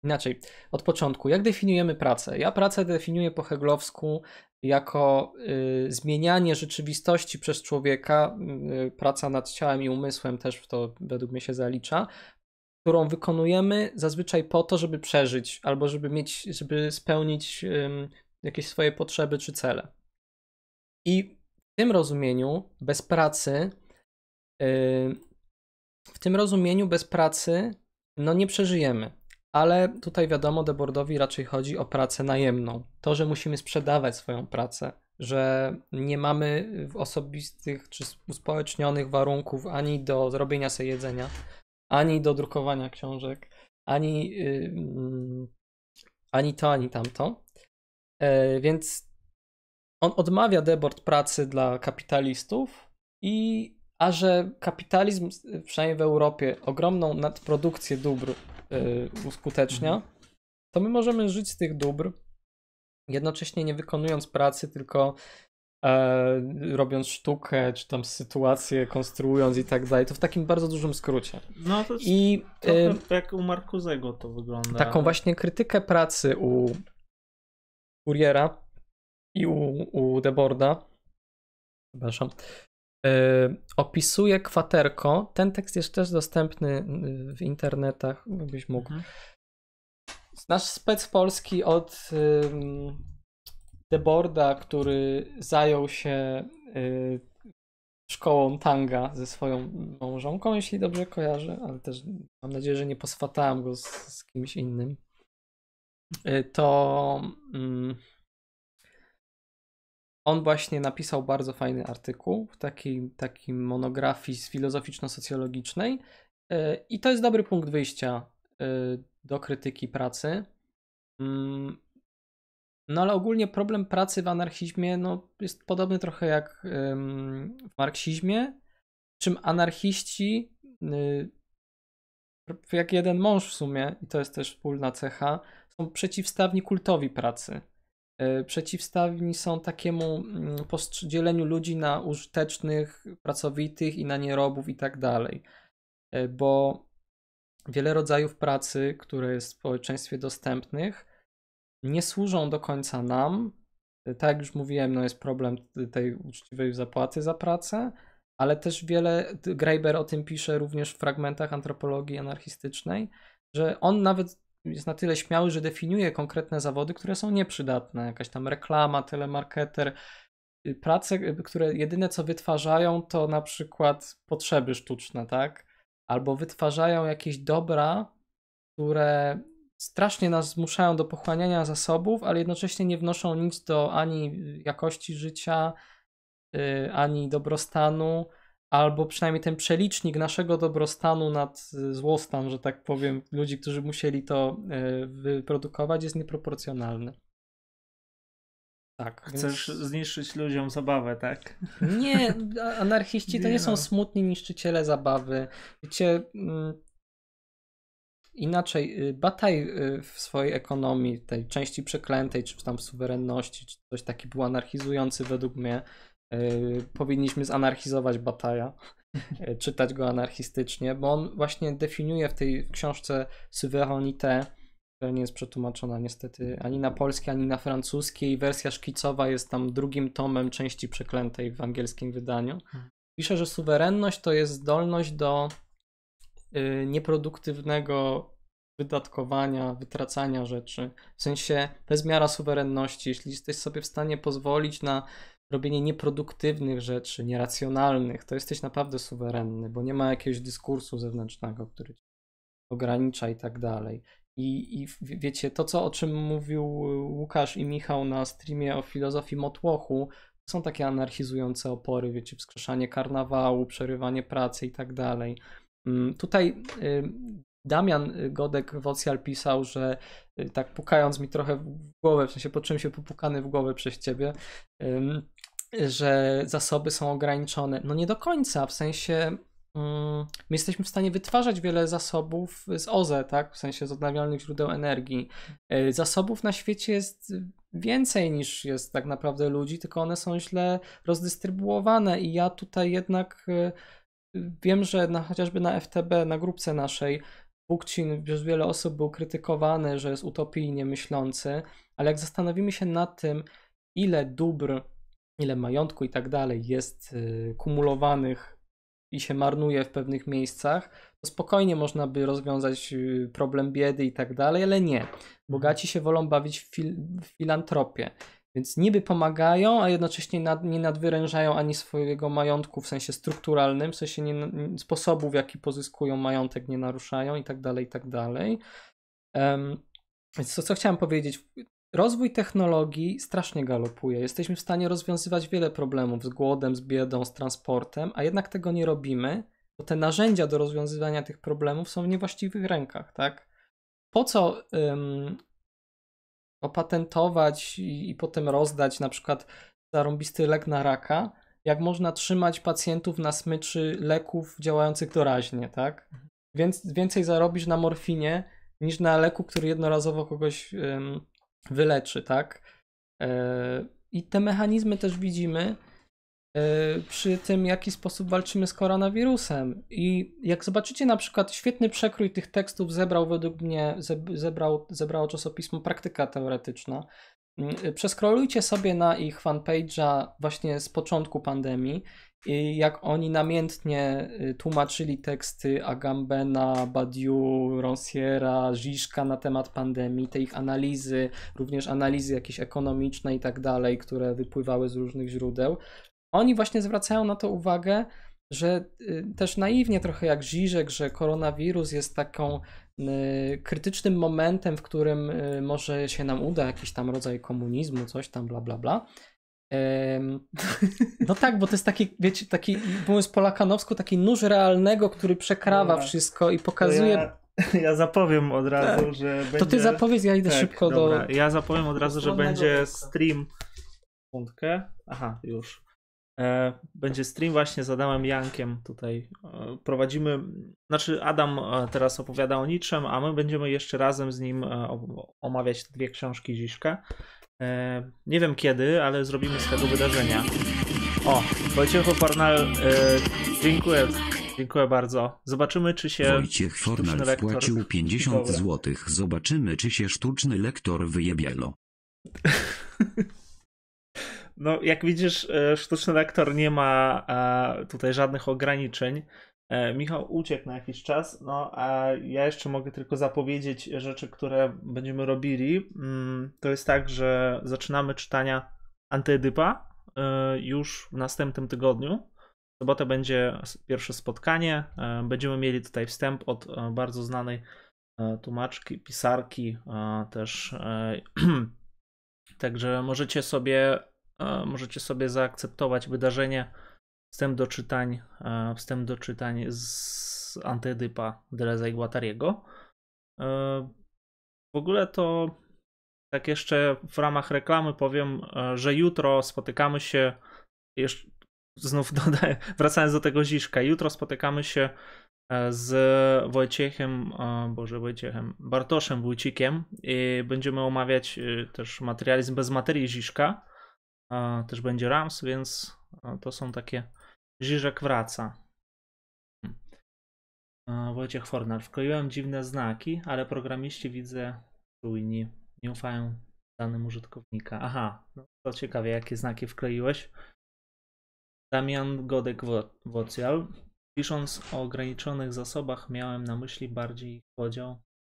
Inaczej, od początku, jak definiujemy pracę? Ja pracę definiuję po heglowsku jako y, zmienianie rzeczywistości przez człowieka, y, praca nad ciałem i umysłem też w to według mnie się zalicza, którą wykonujemy zazwyczaj po to, żeby przeżyć albo żeby mieć, żeby spełnić y, jakieś swoje potrzeby czy cele. I w tym rozumieniu bez pracy y, w tym rozumieniu bez pracy no nie przeżyjemy. Ale tutaj wiadomo, deboardowi raczej chodzi o pracę najemną. To, że musimy sprzedawać swoją pracę, że nie mamy osobistych czy uspołecznionych warunków ani do zrobienia sobie jedzenia, ani do drukowania książek, ani, yy, ani to, ani tamto. Yy, więc on odmawia deboard pracy dla kapitalistów i a że kapitalizm, przynajmniej w Europie, ogromną nadprodukcję dóbr yy, uskutecznia, to my możemy żyć z tych dóbr, jednocześnie nie wykonując pracy, tylko e, robiąc sztukę, czy tam sytuację, konstruując i tak dalej. To w takim bardzo dużym skrócie. No to I trochę jak u Marcusego to wygląda. Taką właśnie krytykę pracy u Fouriera i u, u Deboarda, przepraszam, Yy, opisuje Kwaterko. Ten tekst jest też dostępny w internetach, jakbyś mógł. Mhm. Nasz spec polski od yy, Deboarda, który zajął się yy, szkołą tanga ze swoją małżonką, jeśli dobrze kojarzę, ale też mam nadzieję, że nie poswatałem go z, z kimś innym. Yy, to yy, on właśnie napisał bardzo fajny artykuł w takiej, takiej monografii filozoficzno-socjologicznej i to jest dobry punkt wyjścia do krytyki pracy. No ale ogólnie problem pracy w anarchizmie no, jest podobny trochę jak w marksizmie, czym anarchiści, jak jeden mąż w sumie, i to jest też wspólna cecha, są przeciwstawni kultowi pracy. Przeciwstawni są takiemu dzieleniu ludzi na użytecznych, pracowitych i na nierobów i tak dalej. Bo wiele rodzajów pracy, które jest w społeczeństwie dostępnych, nie służą do końca nam. Tak jak już mówiłem, no jest problem tej uczciwej zapłaty za pracę, ale też wiele, Graeber o tym pisze również w fragmentach antropologii anarchistycznej, że on nawet jest na tyle śmiały, że definiuje konkretne zawody, które są nieprzydatne. Jakaś tam reklama, telemarketer, prace, które jedyne co wytwarzają to na przykład potrzeby sztuczne, tak? Albo wytwarzają jakieś dobra, które strasznie nas zmuszają do pochłaniania zasobów, ale jednocześnie nie wnoszą nic do ani jakości życia, ani dobrostanu, albo przynajmniej ten przelicznik naszego dobrostanu nad złostan, że tak powiem, ludzi, którzy musieli to wyprodukować, jest nieproporcjonalny. Tak. Chcesz więc... zniszczyć ludziom zabawę, tak? Nie, anarchiści to nie są smutni niszczyciele zabawy. Wiecie, inaczej, Bataille w swojej ekonomii, tej części przeklętej, czy tam w suwerenności, czy coś taki był anarchizujący według mnie. Yy, powinniśmy zanarchizować Bataille'a, yy, czytać go anarchistycznie, bo on właśnie definiuje w tej książce Souveraineté, która nie jest przetłumaczona niestety ani na polski, ani na francuski, i wersja szkicowa jest tam drugim tomem części przeklętej w angielskim wydaniu. Pisze, że suwerenność to jest zdolność do yy, nieproduktywnego wydatkowania, wytracania rzeczy. W sensie to jest miara suwerenności. Jeśli jesteś sobie w stanie pozwolić na robienie nieproduktywnych rzeczy, nieracjonalnych, to jesteś naprawdę suwerenny, bo nie ma jakiegoś dyskursu zewnętrznego, który cię ogranicza i tak dalej. I, i wiecie, to co, o czym mówił Łukasz i Michał na streamie o filozofii motłochu, to są takie anarchizujące opory, wiecie, wskrzeszanie karnawału, przerywanie pracy i tak dalej. Tutaj Damian Godek-Wocjal pisał, że tak pukając mi trochę w głowę, w sensie poczułem się popukany w głowę przez ciebie, że zasoby są ograniczone. No nie do końca, w sensie my jesteśmy w stanie wytwarzać wiele zasobów z O Z E, tak? W sensie z odnawialnych źródeł energii. Zasobów na świecie jest więcej niż jest tak naprawdę ludzi, tylko one są źle rozdystrybuowane i ja tutaj jednak wiem, że na, chociażby na F T B, na grupce naszej Bookchin przez wiele osób był krytykowany, że jest utopijnie myślący, ale jak zastanowimy się nad tym, ile dóbr, ile majątku i tak dalej jest y, kumulowanych i się marnuje w pewnych miejscach, to spokojnie można by rozwiązać y, problem biedy i tak dalej, ale nie. Bogaci się wolą bawić w, fil w filantropię. Więc niby pomagają, a jednocześnie nad, nie nadwyrężają ani swojego majątku w sensie strukturalnym, w sensie nie, sposobu, w jaki pozyskują majątek, nie naruszają i tak dalej, i tak dalej. Um, więc to, co chciałem powiedzieć, rozwój technologii strasznie galopuje. Jesteśmy w stanie rozwiązywać wiele problemów z głodem, z biedą, z transportem, a jednak tego nie robimy, bo te narzędzia do rozwiązywania tych problemów są w niewłaściwych rękach, tak? Po co um, opatentować i, i potem rozdać na przykład zarąbisty lek na raka, jak można trzymać pacjentów na smyczy leków działających doraźnie, tak? Więc więcej zarobisz na morfinie niż na leku, który jednorazowo kogoś ym, wyleczy, tak? Yy, I te mechanizmy też widzimy yy, przy tym, w jaki sposób walczymy z koronawirusem. I jak zobaczycie na przykład świetny przekrój tych tekstów zebrał według mnie, zebrał, zebrało czasopismo Praktyka Teoretyczna. Przeskrolujcie sobie na ich fanpage'a właśnie z początku pandemii i jak oni namiętnie tłumaczyli teksty Agambena, Badiou, Rancière'a, Žižka na temat pandemii, te ich analizy, również analizy jakieś ekonomiczne i tak dalej, które wypływały z różnych źródeł. Oni właśnie zwracają na to uwagę, że też naiwnie trochę jak Žižek, że koronawirus jest taką krytycznym momentem, w którym może się nam uda jakiś tam rodzaj komunizmu, coś tam, bla, bla, bla. No tak, bo to jest taki, wiecie, taki, mówiąc po lakanowsku, taki nóż realnego, który przekrawa dobra wszystko i pokazuje... Ja, ja zapowiem od razu, tak. że będzie... To ty zapowiedz, ja idę tak, szybko dobra. do... Ja zapowiem od razu, że będzie stream... Sekundkę. Aha, już. E, będzie stream właśnie z Adamem Jankiem tutaj. E, prowadzimy, znaczy Adam e, teraz opowiada o niczym, a my będziemy jeszcze razem z nim e, omawiać te dwie książki Žižka. E, nie wiem kiedy, ale zrobimy z tego wydarzenia. O, Wojciech Fornal, e, dziękuję, dziękuję bardzo. Zobaczymy, czy się Wojciech Fornal wpłacił pięćdziesiąt złotych. Zobaczymy, czy się sztuczny lektor wyjebielo. No, jak widzisz, sztuczny lektor nie ma tutaj żadnych ograniczeń. Michał uciekł na jakiś czas, no a ja jeszcze mogę tylko zapowiedzieć rzeczy, które będziemy robili. To jest tak, że zaczynamy czytania Antyedypa już w następnym tygodniu. W sobotę będzie pierwsze spotkanie. Będziemy mieli tutaj wstęp od bardzo znanej tłumaczki, pisarki też. Także możecie sobie Możecie sobie zaakceptować wydarzenie, wstęp do czytań, wstęp do czytań z Antyedypa Deleuze'a i Guattariego. W ogóle to tak jeszcze w ramach reklamy powiem, że jutro spotykamy się, jeszcze znów dodaję, wracając do tego Žižka, jutro spotykamy się z Wojciechem, Boże Wojciechem, Bartoszem Wójcikiem i będziemy omawiać też materializm bez materii Žižka. Też będzie Rams, więc to są takie... Žižek wraca. Wojciech Fornal. Wkleiłem dziwne znaki, ale programiści widzę czujni. Nie ufają danym użytkownika. Aha, no to ciekawie, jakie znaki wkleiłeś. Damian Godek-Wocjal. Pisząc o ograniczonych zasobach, miałem na myśli bardziej ich podział.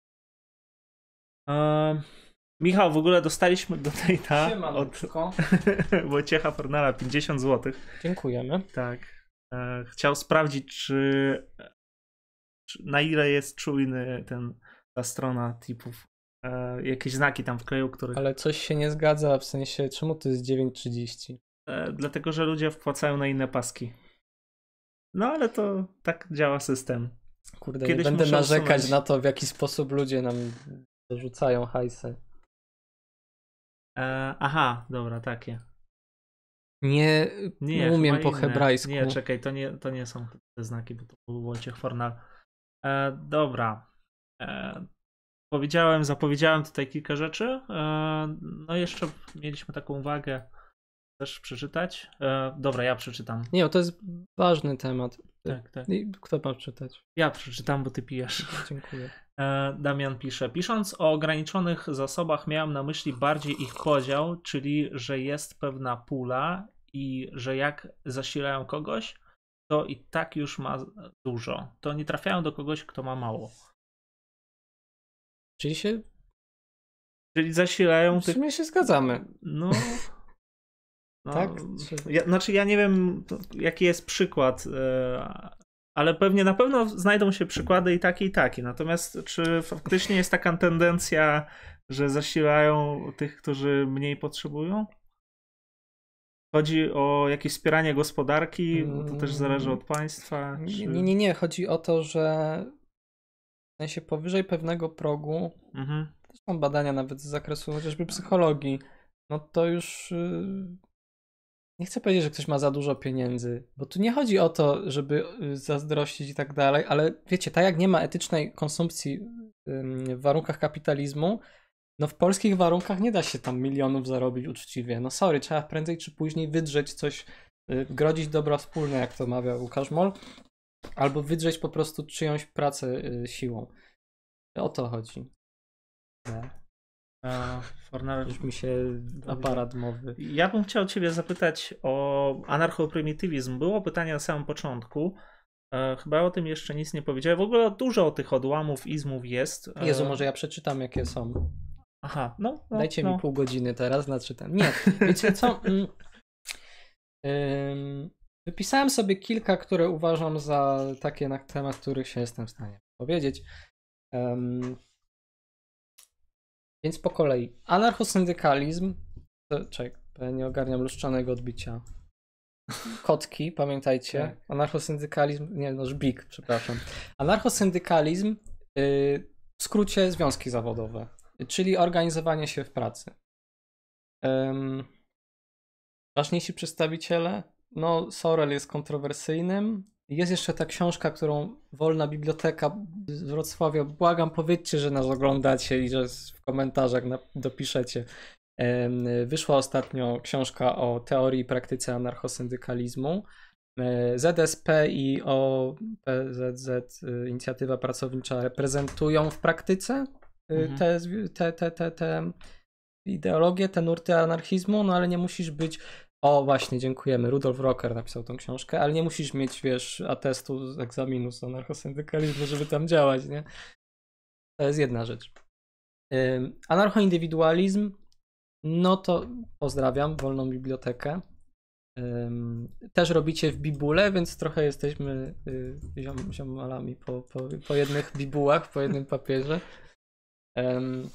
Um, Michał, w ogóle dostaliśmy do tej ta od Wojciecha Fornala pięćdziesiąt złotych. Dziękujemy. Tak. E, chciał sprawdzić, czy, czy na ile jest czujny ten, ta strona tipów. E, jakieś znaki tam wkleił, których... Ale coś się nie zgadza, w sensie, czemu to jest dziewięć trzydzieści? E, dlatego, że ludzie wpłacają na inne paski. No, ale to tak działa system. Kurde, Kiedyś nie będę narzekać usunąć... na to, w jaki sposób ludzie nam dorzucają hajsy. E, aha, dobra, takie. Nie, nie umiem po hebrajsku. Nie, czekaj, to nie, to nie są te znaki, bo to był Wojciech Fornal. E, dobra. E, powiedziałem, zapowiedziałem tutaj kilka rzeczy. E, no jeszcze mieliśmy taką uwagę też przeczytać. E, dobra, ja przeczytam. Nie, to jest ważny temat. Tak, tak. I kto ma czytać? Ja przeczytam, bo ty pijesz. Dziękuję. Damian pisze, pisząc o ograniczonych zasobach miałem na myśli bardziej ich podział, czyli że jest pewna pula i że jak zasilają kogoś, to i tak już ma dużo. To nie trafiają do kogoś, kto ma mało. Czyli się... Czyli zasilają W tych... sumie się zgadzamy. No... no tak? Ja, znaczy ja nie wiem, jaki jest przykład, ale pewnie na pewno znajdą się przykłady i takie, i takie. Natomiast czy faktycznie jest taka tendencja, że zasilają tych, którzy mniej potrzebują? Chodzi o jakieś wspieranie gospodarki, bo to też zależy od państwa. Czy... Nie, nie, nie. Chodzi o to, że w sensie powyżej pewnego progu, mhm. to są badania nawet z zakresu chociażby psychologii, no to już yy, nie chcę powiedzieć, że ktoś ma za dużo pieniędzy, bo tu nie chodzi o to, żeby zazdrościć i tak dalej, ale wiecie, tak jak nie ma etycznej konsumpcji yy, w warunkach kapitalizmu, no w polskich warunkach nie da się tam milionów zarobić uczciwie. No sorry, trzeba prędzej czy później wydrzeć coś, yy, grodzić dobro wspólne, jak to mawia Łukasz Moll, albo wydrzeć po prostu czyjąś pracę yy, siłą. O to chodzi. No. Uh, Już mi się aparat mowy. Ja bym chciał ciebie zapytać o anarchoprymitywizm. Było pytanie na samym początku. E, chyba o tym jeszcze nic nie powiedziałem. W ogóle dużo tych odłamów, izmów jest. E... Jezu, może ja przeczytam, jakie są. Aha, no. no Dajcie no. mi pół godziny teraz, naczytam. Nie, wiecie co? Mm, ym, wypisałem sobie kilka, które uważam za takie, na temat których się jestem w stanie powiedzieć. Um, Więc po kolei. Anarchosyndykalizm. To, czekaj, ja nie ogarniam luszczonego odbicia. Kotki, pamiętajcie. Tak. Anarchosyndykalizm, nie no, żbik, przepraszam. Anarchosyndykalizm, yy, w skrócie związki zawodowe, czyli organizowanie się w pracy. Um, ważniejsi przedstawiciele? No, Sorel jest kontrowersyjnym. Jest jeszcze ta książka, którą Wolna Biblioteka z Wrocławia, błagam, powiedzcie, że nas oglądacie i że w komentarzach dopiszecie. Wyszła ostatnio książka o teorii i praktyce anarchosyndykalizmu. Z S P i O P Z Z, Inicjatywa Pracownicza, reprezentują w praktyce mhm. te, te, te, te, te ideologie, te nurty anarchizmu, no ale nie musisz być... O, właśnie, dziękujemy. Rudolf Rocker napisał tą książkę, ale nie musisz mieć, wiesz, atestu z egzaminu z anarchosyndykalizmu, żeby tam działać, nie? To jest jedna rzecz. Um, anarchoindywidualizm, no to pozdrawiam, Wolną Bibliotekę. Um, też robicie w bibule, więc trochę jesteśmy y, ziom, ziomalami po, po, po jednych bibułach, po jednym papierze. Um,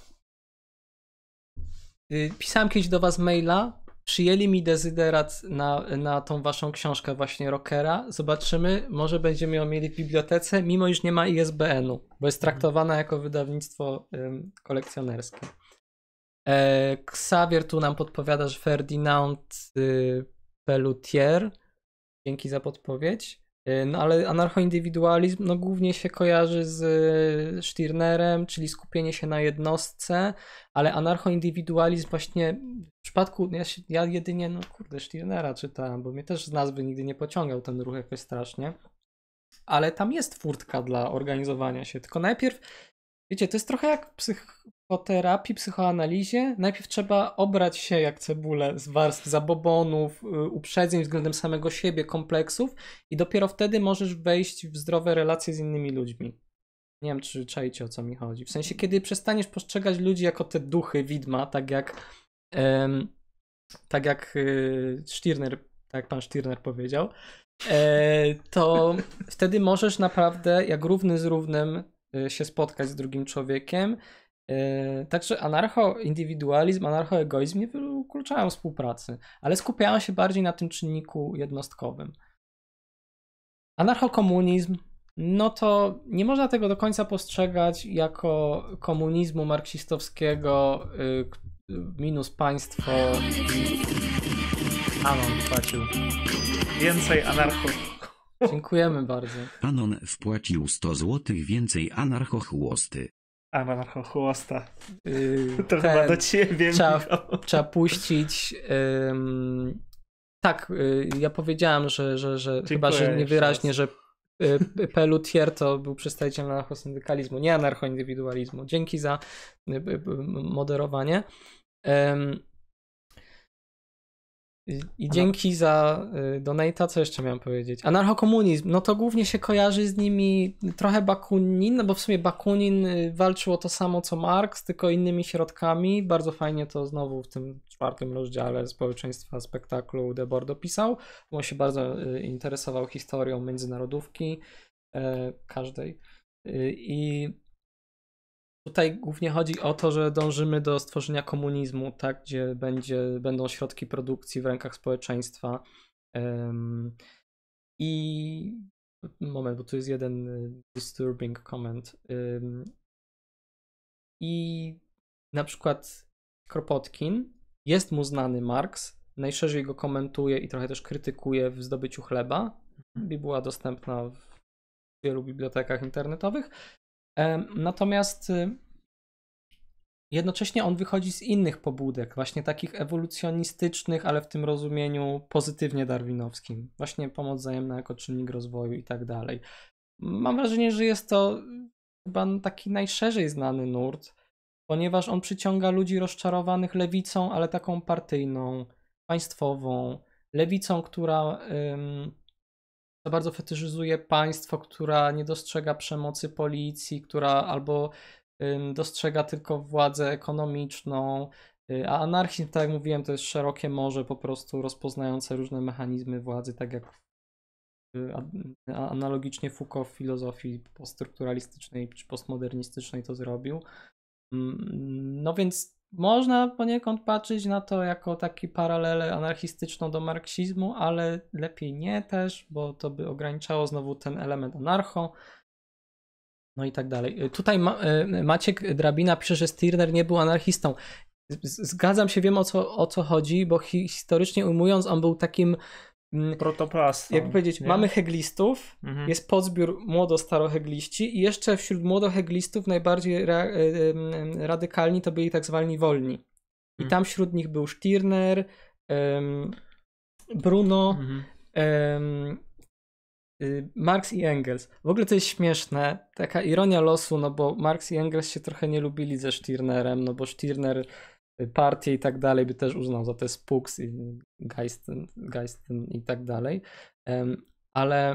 y, pisałem kiedyś do was maila. Przyjęli mi dezyderat na, na tą waszą książkę właśnie Rockera. Zobaczymy, może będziemy ją mieli w bibliotece, mimo iż nie ma I S B N-u, bo jest traktowana jako wydawnictwo ym, kolekcjonerskie. E, Xavier tu nam podpowiada, że Ferdinand y, Pelletier. Dzięki za podpowiedź. Y, no ale anarchoindywidualizm no, głównie się kojarzy z y, Stirnerem, czyli skupienie się na jednostce, ale anarchoindywidualizm właśnie w przypadku, ja, się, ja jedynie, no kurde, Stirnera czytałem, bo mnie też z nazwy nigdy nie pociągał ten ruch jakoś strasznie, ale tam jest furtka dla organizowania się, tylko najpierw, wiecie, to jest trochę jak w psychoterapii, psychoanalizie, najpierw trzeba obrać się jak cebulę z warstw zabobonów, uprzedzeń względem samego siebie, kompleksów i dopiero wtedy możesz wejść w zdrowe relacje z innymi ludźmi. Nie wiem, czy czajcie, o co mi chodzi. W sensie, kiedy przestaniesz postrzegać ludzi jako te duchy widma, tak jak um, tak jak y, Stirner, tak jak pan Stirner powiedział, e, to wtedy możesz naprawdę jak równy z równym y, się spotkać z drugim człowiekiem. E, także anarchoindywidualizm, anarchoegoizm nie wykluczają współpracy, ale skupiają się bardziej na tym czynniku jednostkowym. Anarchokomunizm, no to nie można tego do końca postrzegać jako komunizmu marksistowskiego y, minus państwo. Anon wpłacił. Więcej anarcho. Dziękujemy bardzo. Anon wpłacił sto złotych więcej anarchochłosty. Anarchochłosta. Yy, to ten, chyba do ciebie. Trzeba, trzeba puścić. Ym, tak, yy, ja powiedziałem, że, że, że chyba, że niewyraźnie, że Pelutier to był przedstawiciel anarchosyndykalizmu, nie anarchoindywidualizmu. Dzięki za moderowanie. I dzięki za donata, co jeszcze miałem powiedzieć? Anarchokomunizm, no to głównie się kojarzy z nimi trochę Bakunin, no bo w sumie Bakunin walczył o to samo co Marks, tylko innymi środkami. Bardzo fajnie to znowu w tym czwartym rozdziale Społeczeństwa Spektaklu Debord opisał, bo on się bardzo interesował historią międzynarodówki każdej. I tutaj głównie chodzi o to, że dążymy do stworzenia komunizmu, tak, gdzie będzie, będą środki produkcji w rękach społeczeństwa. Um, I moment, bo tu jest jeden disturbing comment. Um, I na przykład Kropotkin, jest mu znany Marks, najszerzej go komentuje i trochę też krytykuje w Zdobyciu chleba. Była dostępna w wielu bibliotekach internetowych. Natomiast jednocześnie on wychodzi z innych pobudek, właśnie takich ewolucjonistycznych, ale w tym rozumieniu pozytywnie darwinowskim. Właśnie pomoc wzajemna jako czynnik rozwoju i tak dalej. Mam wrażenie, że jest to chyba taki najszerzej znany nurt, ponieważ on przyciąga ludzi rozczarowanych lewicą, ale taką partyjną, państwową. Lewicą, która ym, to bardzo fetyszyzuje państwo, która nie dostrzega przemocy policji, która albo ym, dostrzega tylko władzę ekonomiczną, y, a anarchizm, tak jak mówiłem, to jest szerokie morze po prostu rozpoznające różne mechanizmy władzy, tak jak y, a, analogicznie Foucault w filozofii poststrukturalistycznej czy postmodernistycznej to zrobił. No więc można poniekąd patrzeć na to jako taki paralelę anarchistyczną do marksizmu, ale lepiej nie też, bo to by ograniczało znowu ten element anarcho. No i tak dalej. Tutaj Ma- Maciek Drabina pisze, że Stirner nie był anarchistą. Zgadzam się, wiem o co, o co chodzi, bo historycznie ujmując, on był takim protoplastą. Jak powiedzieć, nie? mamy heglistów, Mhm. jest podzbiór młodo-starohegliści i jeszcze wśród młodoheglistów najbardziej ra, radykalni to byli tak zwani wolni. I Mhm. tam wśród nich był Stirner, um, Bruno, Mhm. um, y, Marx i Engels. W ogóle to jest śmieszne, taka ironia losu, no bo Marx i Engels się trochę nie lubili ze Stirnerem, no bo Stirner partię i tak dalej by też uznał za te Spux i Geisten, Geisten i tak dalej. Um, ale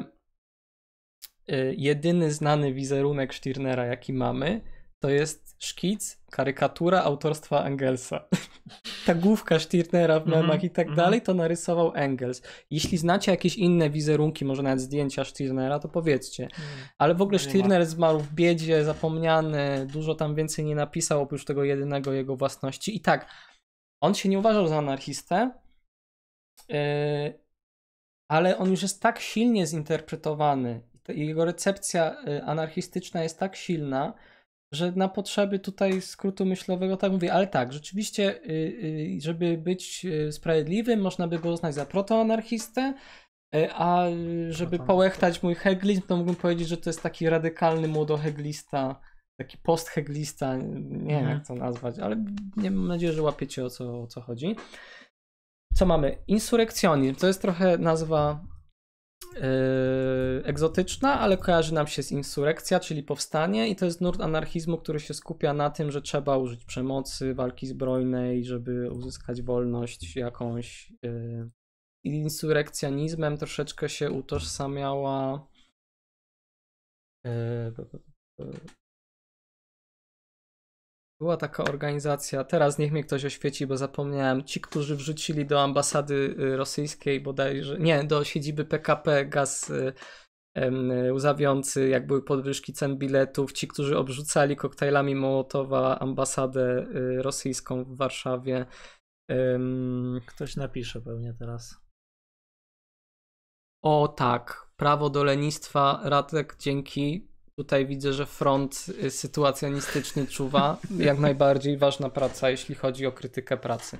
y, jedyny znany wizerunek Stirnera, jaki mamy, to jest szkic, karykatura autorstwa Engelsa. Ta główka Stirnera w memach i tak dalej to narysował Engels. Jeśli znacie jakieś inne wizerunki, może nawet zdjęcia Stirnera, to powiedzcie. Ale w ogóle Stirner zmarł w biedzie, zapomniany, dużo tam więcej nie napisał oprócz tego jedynego jego własności. I tak, on się nie uważał za anarchistę, yy, ale on już jest tak silnie zinterpretowany i jego recepcja anarchistyczna jest tak silna, że na potrzeby tutaj skrótu myślowego tak mówię, ale tak, rzeczywiście, żeby być sprawiedliwym, można by go uznać za protoanarchistę, a żeby połechtać mój heglizm, to mógłbym powiedzieć, że to jest taki radykalny młodoheglista, taki postheglista, nie wiem jak to nazwać, ale nie, mam nadzieję, że łapiecie o co, o co chodzi. Co mamy? Insurekcjonizm, to jest trochę nazwa Yy, egzotyczna, ale kojarzy nam się z insurekcja, czyli powstanie, i to jest nurt anarchizmu, który się skupia na tym, że trzeba użyć przemocy, walki zbrojnej, żeby uzyskać wolność jakąś. Yy. Insurekcjonizmem troszeczkę się utożsamiała yy, była taka organizacja, teraz niech mnie ktoś oświeci, bo zapomniałem, ci, którzy wrzucili do ambasady rosyjskiej bodajże, nie, do siedziby P K P gaz um, łzawiący, jak były podwyżki cen biletów, ci, którzy obrzucali koktajlami Mołotowa ambasadę rosyjską w Warszawie. Um, Ktoś napisze pewnie teraz. O tak, prawo do lenistwa, Radek, dzięki. Tutaj widzę, że front sytuacjonistyczny czuwa. Jak najbardziej ważna praca, jeśli chodzi o krytykę pracy.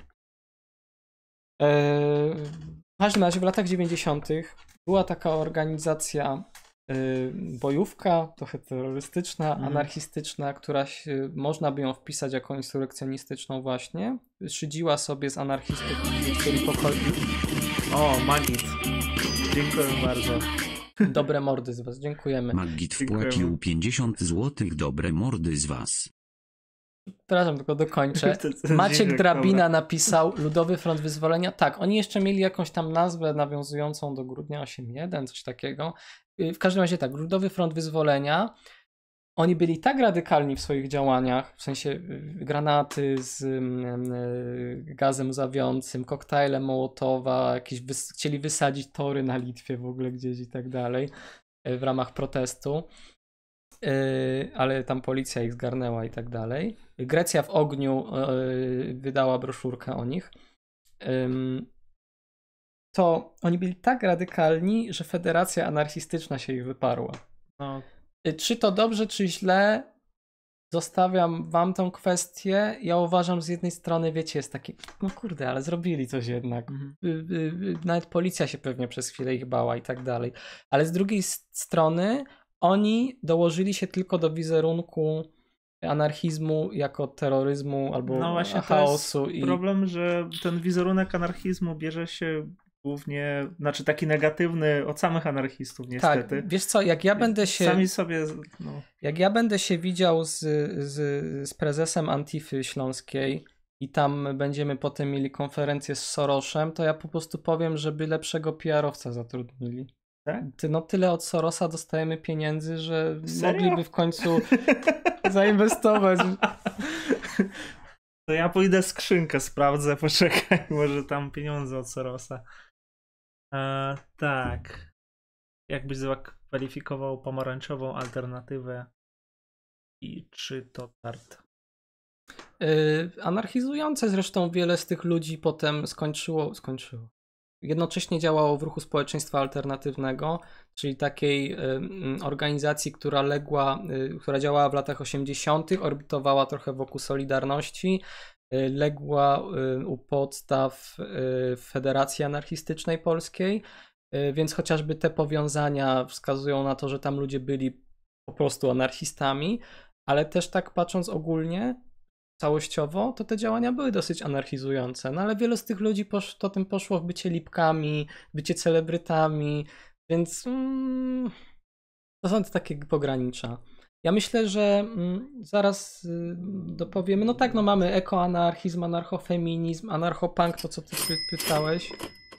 Eee, w każdym razie w latach dziewięćdziesiątych była taka organizacja yy, bojówka, trochę terrorystyczna, mm. anarchistyczna, która się, można by ją wpisać jako insurekcjonistyczną właśnie. Szydziła sobie z anarchistów, którzy chcieli pokoju. O, Magit. Dziękuję bardzo. Dobre mordy z was, dziękujemy. Magit wpłacił pięćdziesiąt złotych. Dobre mordy z was. Przepraszam, tylko dokończę. Maciek Drabina napisał Ludowy Front Wyzwolenia. Tak, oni jeszcze mieli jakąś tam nazwę nawiązującą do grudnia osiemdziesiątego pierwszego, coś takiego. W każdym razie tak, Ludowy Front Wyzwolenia. Oni byli tak radykalni w swoich działaniach, w sensie granaty z gazem łzawiącym, koktajle Mołotowa, jakieś wys- chcieli wysadzić tory na Litwie w ogóle gdzieś i tak dalej w ramach protestu. Yy, ale tam policja ich zgarnęła i tak dalej. Grecja w ogniu yy, wydała broszurkę o nich. Yy, to oni byli tak radykalni, że Federacja Anarchistyczna się ich wyparła. No. Yy, czy to dobrze, czy źle? Zostawiam wam tą kwestię. Ja uważam, z jednej strony, wiecie, jest taki, no kurde, ale zrobili coś jednak. Mhm. Yy, yy, nawet policja się pewnie przez chwilę ich bała i tak dalej. Ale z drugiej strony oni dołożyli się tylko do wizerunku anarchizmu jako terroryzmu albo no właśnie chaosu. To jest i problem, że ten wizerunek anarchizmu bierze się głównie, znaczy taki negatywny od samych anarchistów niestety. Tak, wiesz co, jak ja będę się... Sami sobie... No. Jak ja będę się widział z, z, z prezesem Antify Śląskiej i tam będziemy potem mieli konferencję z Sorosem, to ja po prostu powiem, żeby lepszego P R-owca zatrudnili. Tak? Ty, no tyle od Sorosa dostajemy pieniędzy, że Serio? mogliby w końcu zainwestować. To ja pójdę skrzynkę, sprawdzę, poczekaj, może tam pieniądze od Sorosa. E, tak. Jakbyś zakwalifikował pomarańczową alternatywę i czy to tart? Yy, anarchizujące zresztą wiele z tych ludzi potem skończyło, skończyło. Jednocześnie działało w ruchu społeczeństwa alternatywnego, czyli takiej y, organizacji, która legła, y, która działała w latach osiemdziesiątych, orbitowała trochę wokół Solidarności, y, legła y, u podstaw y, Federacji Anarchistycznej Polskiej, y, więc chociażby te powiązania wskazują na to, że tam ludzie byli po prostu anarchistami, ale też tak patrząc ogólnie, całościowo, to te działania były dosyć anarchizujące, no ale wielu z tych ludzi posz, to tym poszło w bycie lipkami, bycie celebrytami, więc mm, to są te takie pogranicza. Ja myślę, że mm, zaraz y, dopowiemy, no tak, no mamy ekoanarchizm, anarchofeminizm, anarchopunk, to co ty py pytałeś.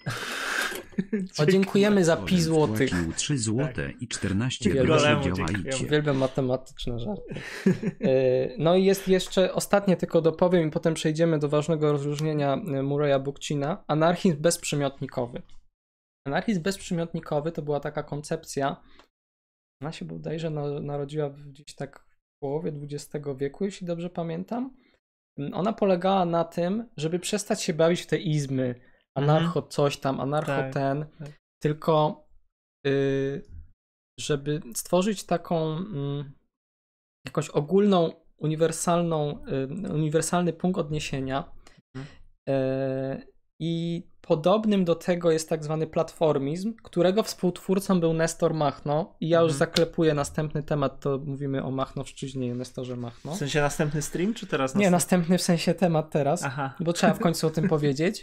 O, dziękujemy za pi złotych. trzy złote i czternaście Uwielbiam, groszy, działajcie. Uwielbiam matematyczne żarty. No i jest jeszcze, ostatnie tylko dopowiem i potem przejdziemy do ważnego rozróżnienia Murraya Bookchina. Anarchizm bezprzymiotnikowy. Anarchizm bezprzymiotnikowy to była taka koncepcja, ona się bodajże narodziła gdzieś tak w połowie dwudziestego wieku, jeśli dobrze pamiętam. Ona polegała na tym, żeby przestać się bawić w te izmy, anarcho coś tam, anarcho tak, ten, tak. tylko y, żeby stworzyć taką y, jakąś ogólną, uniwersalną, y, uniwersalny punkt odniesienia mhm. y, i podobnym do tego jest tak zwany platformizm, którego współtwórcą był Nestor Machno i ja już mhm. zaklepuję następny temat, to mówimy o Machnowszczyźnie i Nestorze Machno. W sensie następny stream, czy teraz? Nie, następny w sensie temat teraz, Aha. bo trzeba w końcu o tym powiedzieć.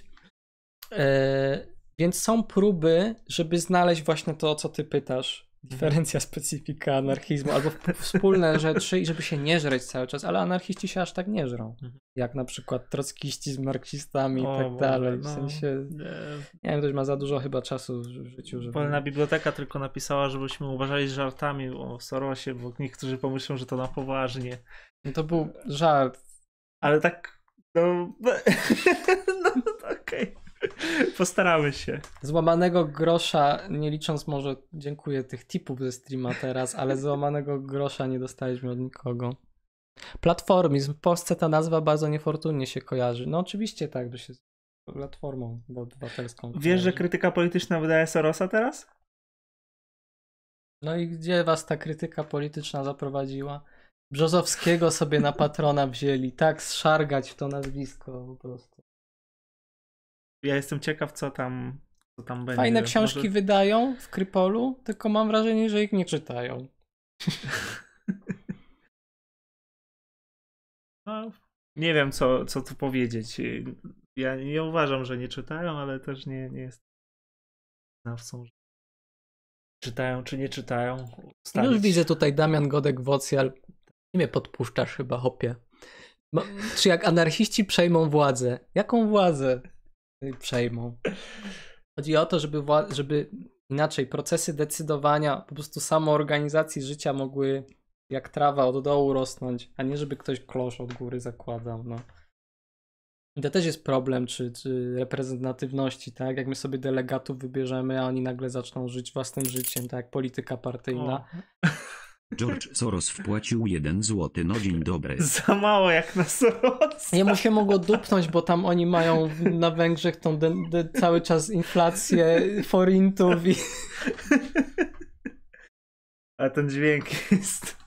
E, więc są próby, żeby znaleźć właśnie to, o co ty pytasz. Diferencja, specyfika anarchizmu, albo wspólne rzeczy i żeby się nie żreć cały czas, ale anarchiści się aż tak nie żrą. Jak na przykład trockiści z marksistami i tak dalej. W no, sensie, nie wiem, ktoś ma za dużo chyba czasu w życiu, żeby... Polna biblioteka tylko napisała, żebyśmy uważali żartami o Sorosie, bo niektórzy pomyślą, że to na poważnie. No to był żart. Ale tak, no... no okej. Okay. Postaramy się. Złamanego grosza, nie licząc może, dziękuję tych tipów ze streama teraz, ale złamanego grosza nie dostaliśmy od nikogo. Platformizm. W Polsce ta nazwa bardzo niefortunnie się kojarzy. No oczywiście tak, że się z platformą obywatelską Wiesz, kojarzy. że krytyka polityczna wydaje Sorosa teraz? No i gdzie was ta krytyka polityczna zaprowadziła? Brzozowskiego sobie na patrona wzięli. Tak zszargać w to nazwisko po prostu. Ja jestem ciekaw, co tam, co tam będzie. Fajne książki Może... wydają w Krypolu, tylko mam wrażenie, że ich nie czytają. No, nie wiem, co, co tu powiedzieć. Ja nie uważam, że nie czytają, ale też nie, nie jestem znawcą. czytają czy nie czytają. Już ustalić. widzę tutaj Damian Godek-Wocjal. Nie mnie podpuszczasz chyba, hopie. Ma, czy jak anarchiści przejmą władzę? Jaką władzę przejmą? Chodzi o to, żeby, wła- żeby inaczej procesy decydowania, po prostu samoorganizacji życia mogły jak trawa od dołu rosnąć, a nie żeby ktoś klosz od góry zakładał. No. I to też jest problem, czy, czy reprezentatywności, tak? Jak my sobie delegatów wybierzemy, a oni nagle zaczną żyć własnym życiem, tak jak polityka partyjna. O. George Soros wpłacił jeden złoty. No dzień dobry. Za mało jak na Sorosa. Jemu się mogło dupnąć, bo tam oni mają na Węgrzech tą de, de, cały czas inflację forintów i... A ten dźwięk jest...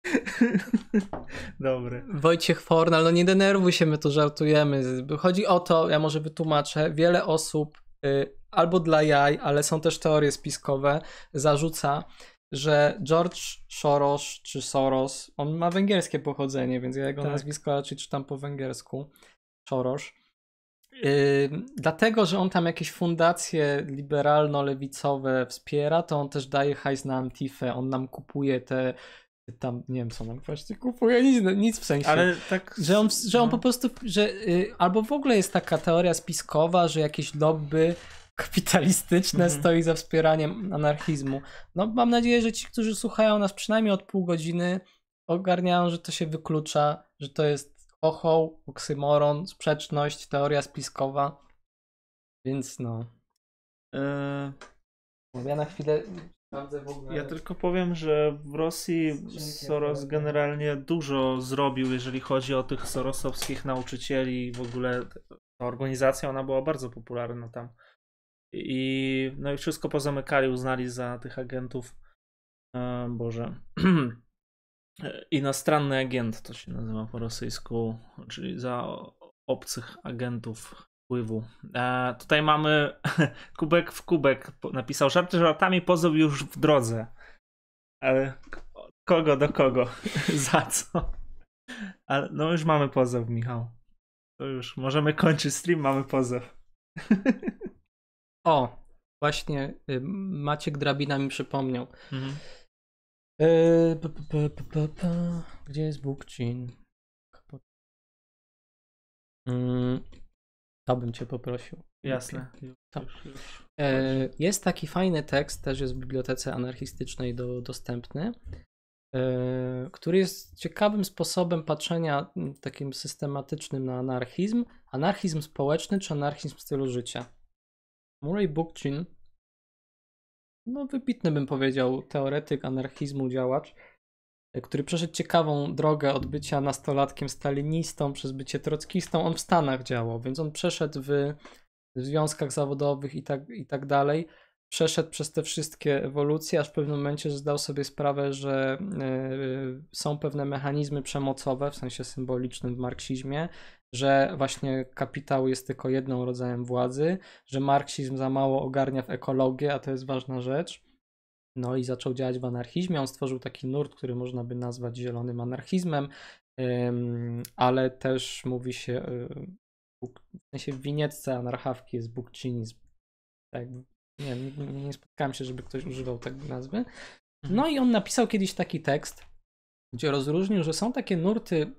Dobry. Wojciech Fornal, no nie denerwuj się, my tu żartujemy. Chodzi o to, ja może wytłumaczę, wiele osób y, albo dla jaj, ale są też teorie spiskowe, zarzuca, że George Soros czy Soros, on ma węgierskie pochodzenie, więc ja jego tak. nazwisko raczej czytam po węgiersku, Soros. Yy, dlatego, że on tam jakieś fundacje liberalno-lewicowe wspiera, to on też daje hajs na Antifę, on nam kupuje te tam, nie wiem co nam właśnie kupuje, nic, nic w sensie. Ale tak... Że on, że on no. po prostu, że y, albo w ogóle jest taka teoria spiskowa, że jakieś lobby kapitalistyczne Mhm. stoi za wspieraniem anarchizmu. No mam nadzieję, że ci, którzy słuchają nas przynajmniej od pół godziny, ogarniają, że to się wyklucza, że to jest ochoł, oksymoron, sprzeczność, teoria spiskowa. Więc no. E, Ja na chwilę sprawdzę w ogóle. Ja tylko powiem, że w Rosji Soros generalnie dużo zrobił, jeżeli chodzi o tych sorosowskich nauczycieli. W ogóle ta organizacja, ona była bardzo popularna tam. I no i wszystko pozamykali, uznali za tych agentów. E, Boże. Inostranny agent to się nazywa po rosyjsku, czyli za obcych agentów wpływu. E, tutaj mamy kubek w kubek. Napisał żarty żartami, pozew już w drodze. Ale kogo do kogo? Za co? Ale no już mamy pozew, Michał. To już możemy kończyć stream, mamy pozew. O, właśnie y, Maciek Drabina mi przypomniał. Mhm. Y, p, p, p, p, p. Gdzie jest Bookchin? Mm, to bym cię poprosił. Jasne. Tak. Już, już. E, jest taki fajny tekst, też jest w bibliotece anarchistycznej do, dostępny, e, który jest ciekawym sposobem patrzenia m, takim systematycznym na anarchizm. Anarchizm społeczny czy anarchizm stylu życia. Murray Bookchin, no wybitny bym powiedział teoretyk anarchizmu, działacz, e, który przeszedł ciekawą drogę od bycia nastolatkiem stalinistą przez bycie trockistą. On w Stanach działał, więc on przeszedł w w związkach zawodowych i tak, i tak dalej, przeszedł przez te wszystkie ewolucje, aż w pewnym momencie zdał sobie sprawę, że y, są pewne mechanizmy przemocowe, w sensie symbolicznym w marksizmie, że właśnie kapitał jest tylko jedną rodzajem władzy, że marksizm za mało ogarnia w ekologię, a to jest ważna rzecz. No i zaczął działać w anarchizmie. On stworzył taki nurt, który można by nazwać zielonym anarchizmem, ym, ale też mówi się... Y, w sensie w winietce anarchawki jest bookchinizm. Tak, nie, nie, nie spotkałem się, żeby ktoś używał tej nazwy. No i on napisał kiedyś taki tekst, gdzie rozróżnił, że są takie nurty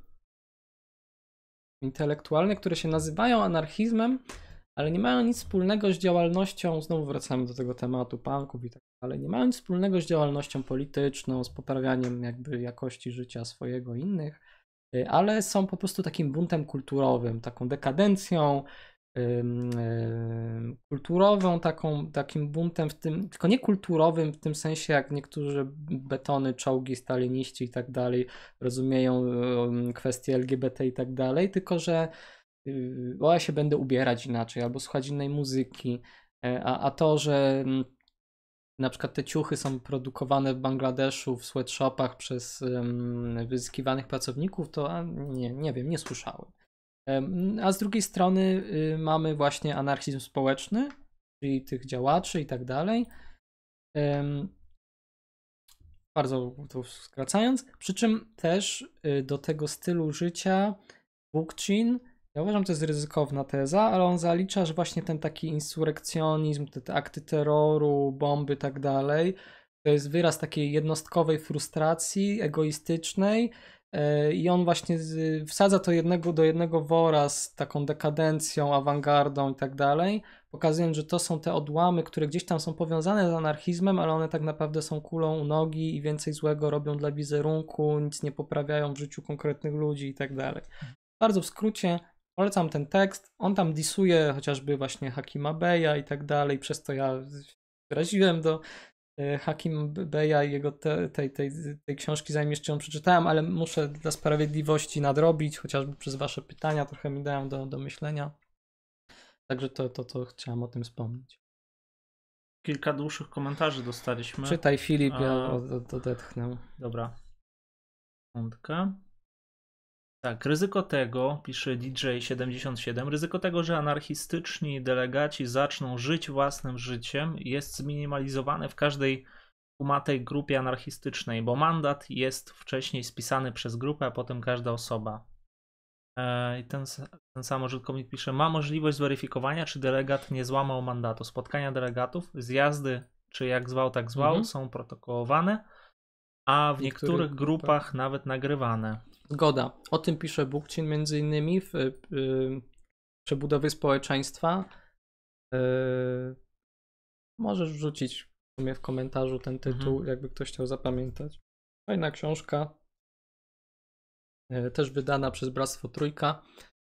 intelektualne, które się nazywają anarchizmem, ale nie mają nic wspólnego z działalnością, znowu wracamy do tego tematu punków i tak dalej, nie mają nic wspólnego z działalnością polityczną, z poprawianiem jakby jakości życia swojego i innych, ale są po prostu takim buntem kulturowym, taką dekadencją ym, ym, kulturową, taką, takim buntem w tym, tylko nie kulturowym w tym sensie, jak niektórzy betony, czołgi, staliniści i tak dalej rozumieją ym, kwestie L G B T i tak dalej, tylko że yy, o, ja się będę ubierać inaczej albo słuchać innej muzyki, a, a to, że na przykład te ciuchy są produkowane w Bangladeszu w sweatshopach przez um, wyzyskiwanych pracowników, to a, nie, nie wiem, nie słyszałem. Um, a z drugiej strony y, mamy właśnie anarchizm społeczny, czyli tych działaczy i tak dalej. Um, bardzo to skracając. Przy czym też y, do tego stylu życia Bookchin, ja uważam, że to jest ryzykowna teza, ale on zalicza, że właśnie ten taki insurekcjonizm, te, te akty terroru, bomby i tak dalej, To jest wyraz takiej jednostkowej frustracji, egoistycznej i on właśnie wsadza to jednego do jednego wora z taką dekadencją, awangardą i tak dalej, pokazując, że to są te odłamy, które gdzieś tam są powiązane z anarchizmem, ale one tak naprawdę są kulą u nogi i więcej złego robią dla wizerunku, nic nie poprawiają w życiu konkretnych ludzi i tak dalej. Bardzo w skrócie polecam ten tekst. On tam disuje chociażby właśnie Hakima Beya i tak dalej, przez to ja wyraziłem do Hakim Beya i jego te, tej, tej, tej książki, zanim jeszcze ją przeczytałem, ale muszę dla sprawiedliwości nadrobić, chociażby przez wasze pytania, trochę mi dają do, do myślenia. Także to, to, to chciałem o tym wspomnieć. Kilka dłuższych komentarzy dostaliśmy. Czytaj, Filip, ja A... odetchnę. Dobra. Sekundkę. Tak, ryzyko tego, pisze D J siedemdziesiąt siedem, ryzyko tego, że anarchistyczni delegaci zaczną żyć własnym życiem, jest zminimalizowane w każdej kumatej grupie anarchistycznej, bo mandat jest wcześniej spisany przez grupę, a potem każda osoba. I ten, ten sam użytkownik pisze, ma możliwość zweryfikowania, czy delegat nie złamał mandatu. Spotkania delegatów, zjazdy, czy jak zwał, tak zwał, mhm. są protokołowane, a w niektórych, niektórych grupach nawet nagrywane. Zgoda. O tym pisze Bookchin między innymi w yy, przebudowie społeczeństwa. Yy, możesz wrzucić w sumie w komentarzu ten tytuł, mhm. jakby ktoś chciał zapamiętać. Fajna książka. Yy, też wydana przez Bractwo Trójka.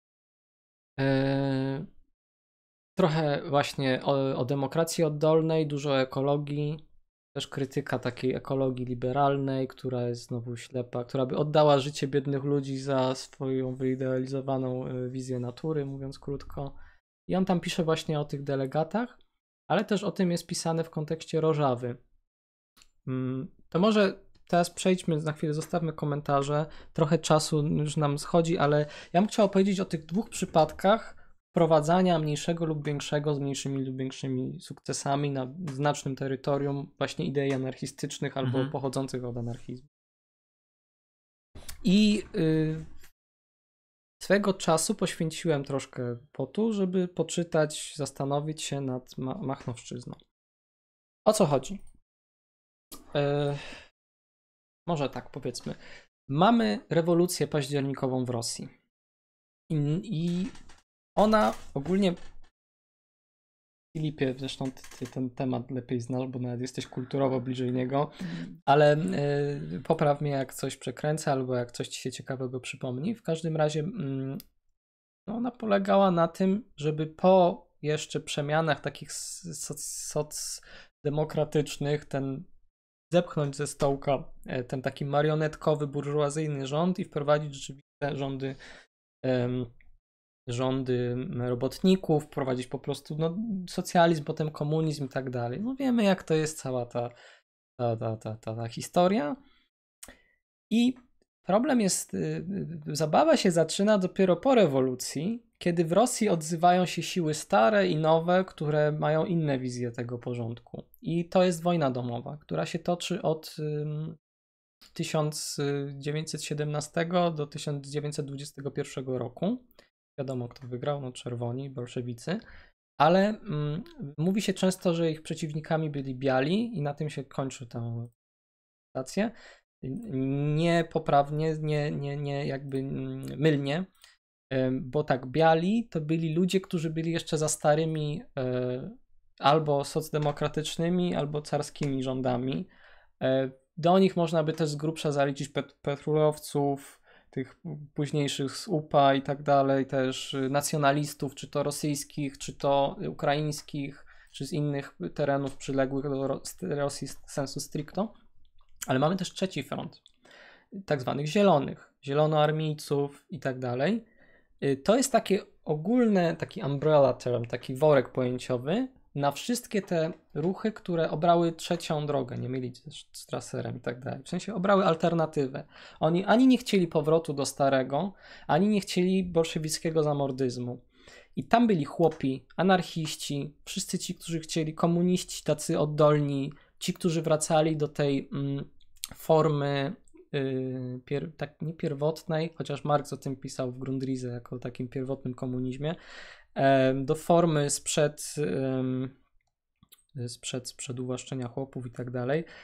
Yy, trochę właśnie o, o demokracji oddolnej, dużo o ekologii. Też krytyka takiej ekologii liberalnej, która jest znowu ślepa, która by oddała życie biednych ludzi za swoją wyidealizowaną wizję natury, mówiąc krótko. I on tam pisze właśnie o tych delegatach, ale też o tym jest pisane w kontekście Rożawy. To może teraz przejdźmy, na chwilę zostawmy komentarze, trochę czasu już nam schodzi, ale ja bym chciał powiedzieć o tych dwóch przypadkach wprowadzania mniejszego lub większego, z mniejszymi lub większymi sukcesami na znacznym terytorium właśnie idei anarchistycznych albo mhm. pochodzących od anarchizmu. I y, swego czasu poświęciłem troszkę po to, żeby poczytać, zastanowić się nad ma- Machnowszczyzną. O co chodzi? Y, może tak powiedzmy. Mamy rewolucję październikową w Rosji. I, i ona ogólnie, Filipie, zresztą ty ten temat lepiej znasz, bo nawet jesteś kulturowo bliżej niego, ale y, popraw mnie, jak coś przekręcę albo jak coś ci się ciekawego przypomni. W każdym razie y, no ona polegała na tym, żeby po jeszcze przemianach takich socdemokratycznych ten zepchnąć ze stołka ten taki marionetkowy, burżuazyjny rząd i wprowadzić rzeczywiste rządy y, rządy robotników, prowadzić po prostu no, socjalizm, potem komunizm i tak dalej. No wiemy, jak to jest cała ta, ta, ta, ta, ta, ta historia. I problem jest, zabawa się zaczyna dopiero po rewolucji, kiedy w Rosji odzywają się siły stare i nowe, które mają inne wizje tego porządku. I to jest wojna domowa, która się toczy od tysiąc dziewięćset siedemnastego do tysiąc dziewięćset dwudziestego pierwszego roku. Wiadomo, kto wygrał, no czerwoni, bolszewicy, ale mm, mówi się często, że ich przeciwnikami byli biali i na tym się kończy tę stację. Niepoprawnie, nie, nie, nie jakby mylnie, bo tak, biali to byli ludzie, którzy byli jeszcze za starymi albo socdemokratycznymi, albo carskimi rządami. Do nich można by też z grubsza zaliczyć pet- petrolowców, tych późniejszych z U P A i tak dalej, też nacjonalistów, czy to rosyjskich, czy to ukraińskich, czy z innych terenów przyległych do Rosji sensu stricto. Ale mamy też trzeci front, tak zwanych zielonych, zielonoarmijców i tak dalej. To jest takie ogólne, taki umbrella term, taki worek pojęciowy na wszystkie te ruchy, które obrały trzecią drogę, nie mieli z traserem i tak dalej. W sensie obrały alternatywę. Oni ani nie chcieli powrotu do starego, ani nie chcieli bolszewickiego zamordyzmu. I tam byli chłopi, anarchiści, wszyscy ci, którzy chcieli, komuniści tacy oddolni, ci, którzy wracali do tej mm, formy yy, pier, tak nie pierwotnej, chociaż Marx o tym pisał w Grundrisse jako takim pierwotnym komunizmie, do formy sprzed, sprzed, sprzed uwłaszczenia chłopów i tak dalej.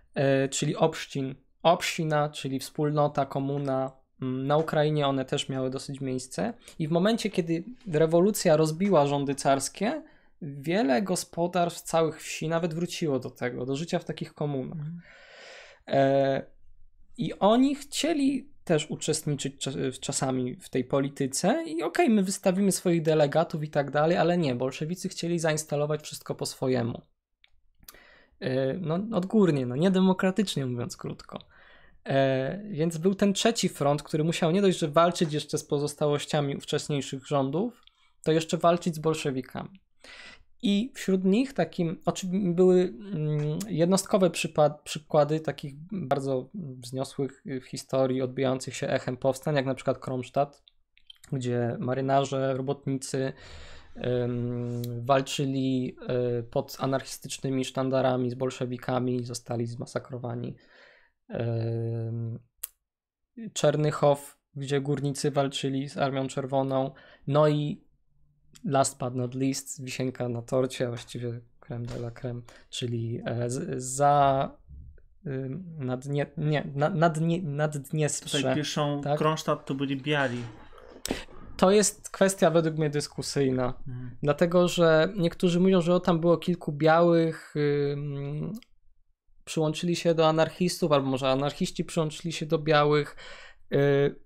czyli obszcin. Obszcina, czyli wspólnota, komuna. Na Ukrainie one też miały dosyć miejsce. I w momencie, kiedy rewolucja rozbiła rządy carskie, wiele gospodarstw całych wsi nawet wróciło do tego, do życia w takich komunach. Mhm. E, I oni chcieli też uczestniczyć czasami w tej polityce i okej, okay, my wystawimy swoich delegatów i tak dalej, ale nie, bolszewicy chcieli zainstalować wszystko po swojemu. E, no odgórnie, no niedemokratycznie mówiąc krótko. E, więc był ten trzeci front, który musiał nie dość, że walczyć jeszcze z pozostałościami wcześniejszych rządów, to jeszcze walczyć z bolszewikami. I wśród nich takim, oczywiście były jednostkowe przypad, przykłady takich bardzo wzniosłych w historii, odbijających się echem powstań, jak na przykład Kronstadt, gdzie marynarze, robotnicy um, walczyli um, pod anarchistycznymi sztandarami z bolszewikami, zostali zmasakrowani. Um, Czernychow, gdzie górnicy walczyli z Armią Czerwoną, no i last but not least, wisienka na torcie, właściwie creme de la creme, czyli e, z, za y, Naddnie, nie, na, Naddnie, Naddniestrze. Tutaj piszą, tak? Kronstadt to byli biali. To jest kwestia według mnie dyskusyjna, mhm. dlatego, że niektórzy mówią, że o tam było kilku białych, y, przyłączyli się do anarchistów, albo może anarchiści przyłączyli się do białych. Y,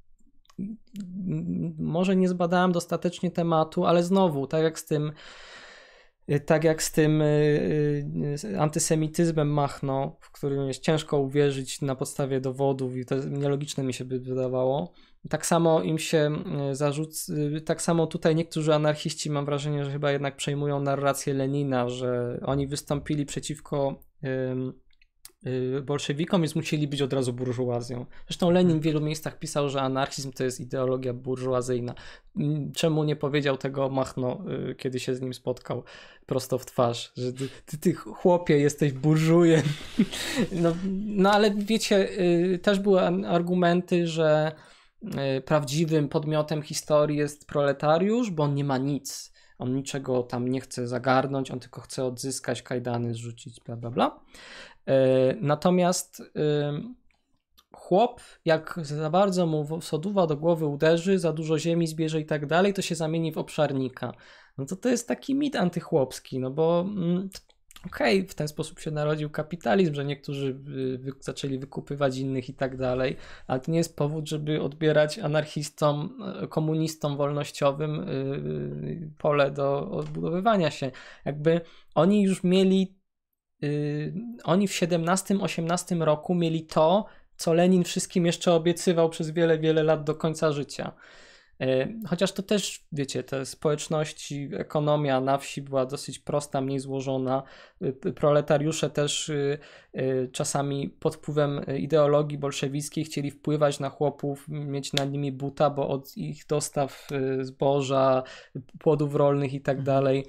Może nie zbadałem dostatecznie tematu, ale znowu, tak jak z tym tak jak z tym antysemityzmem Machno, w którym jest ciężko uwierzyć na podstawie dowodów i to nielogiczne mi się by wydawało, tak samo im się zarzuca, tak samo tutaj niektórzy anarchiści, mam wrażenie, że chyba jednak przejmują narrację Lenina, że oni wystąpili przeciwko bolszewikom, więc musieli być od razu burżuazją. Zresztą Lenin w wielu miejscach pisał, że anarchizm to jest ideologia burżuazyjna. Czemu nie powiedział tego Machno, kiedy się z nim spotkał prosto w twarz, że ty, ty, ty chłopie, jesteś burżujem. No, no ale wiecie, też były argumenty, że prawdziwym podmiotem historii jest proletariusz, bo on nie ma nic. On niczego tam nie chce zagarnąć, on tylko chce odzyskać kajdany, zrzucić, bla, bla, bla. Natomiast chłop, jak za bardzo mu soduwa do głowy uderzy, za dużo ziemi zbierze i tak dalej, to się zamieni w obszarnika. No to to jest taki mit antychłopski, no bo okej, okay, w ten sposób się narodził kapitalizm, że niektórzy wy, zaczęli wykupywać innych i tak dalej, ale to nie jest powód, żeby odbierać anarchistom, komunistom wolnościowym yy, pole do odbudowywania się. Jakby oni już mieli Yy, oni w siedemnastym osiemnastym roku mieli to, co Lenin wszystkim jeszcze obiecywał przez wiele, wiele lat do końca życia. Yy, chociaż to też, wiecie, te społeczności, ekonomia na wsi była dosyć prosta, mniej złożona. Yy, proletariusze też yy, yy, czasami pod wpływem ideologii bolszewickiej chcieli wpływać na chłopów, mieć nad nimi buta, bo od ich dostaw yy, zboża, płodów rolnych i tak dalej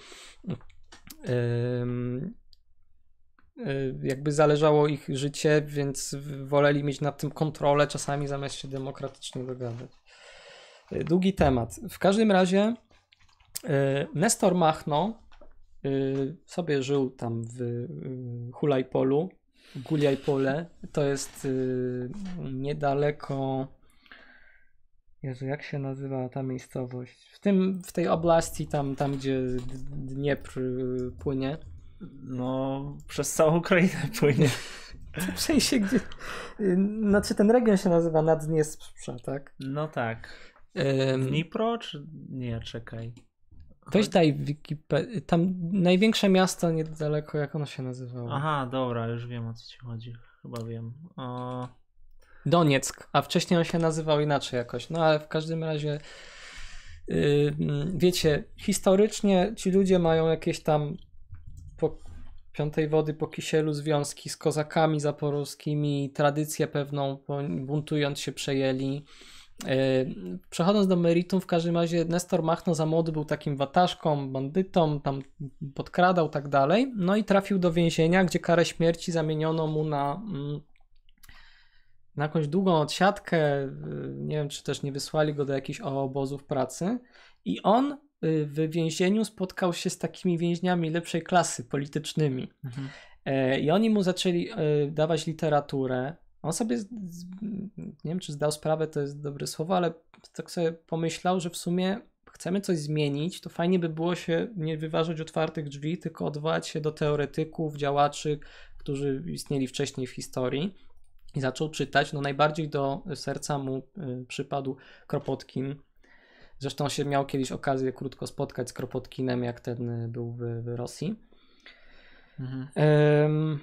yy, jakby zależało ich życie, więc woleli mieć nad tym kontrolę czasami zamiast się demokratycznie dogadać. Długi temat. W każdym razie Nestor Machno sobie żył tam w Hulajpolu, Guliajpole. To jest niedaleko... Jezu, jak się nazywa ta miejscowość? W tym, w tej oblasti tam, tam gdzie Dniepr płynie. No, przez całą Ukrainę płynie. W sensie, gdzie... Znaczy ten region się nazywa Naddniestrze, tak? No tak. Um, Dnipro, czy... Nie, czekaj. Weź daj Wikipedię. Tam największe miasto niedaleko, jak ono się nazywało. Aha, dobra, już wiem, o co ci chodzi. Chyba wiem. O... Donieck, a wcześniej on się nazywał inaczej jakoś. No ale w każdym razie yy, wiecie, historycznie ci ludzie mają jakieś tam po piątej wody po kisielu związki z kozakami zaporowskimi, tradycję pewną, buntując się przejęli. Yy, przechodząc do meritum, w każdym razie Nestor Machno za młody był takim wataszką, bandytą, tam podkradał tak dalej, no i trafił do więzienia, gdzie karę śmierci zamieniono mu na, na jakąś długą odsiadkę, nie wiem, czy też nie wysłali go do jakichś obozów pracy i on w więzieniu spotkał się z takimi więźniami lepszej klasy politycznymi. Mhm. I oni mu zaczęli dawać literaturę. On sobie, nie wiem czy zdał sprawę, to jest dobre słowo, ale tak sobie pomyślał, że w sumie chcemy coś zmienić, to fajnie by było się nie wyważać otwartych drzwi, tylko odwołać się do teoretyków, działaczy, którzy istnieli wcześniej w historii. I zaczął czytać. No najbardziej do serca mu y, przypadł Kropotkin. Zresztą się miał kiedyś okazję krótko spotkać z Kropotkinem, jak ten był w, w Rosji. Mhm. Ym,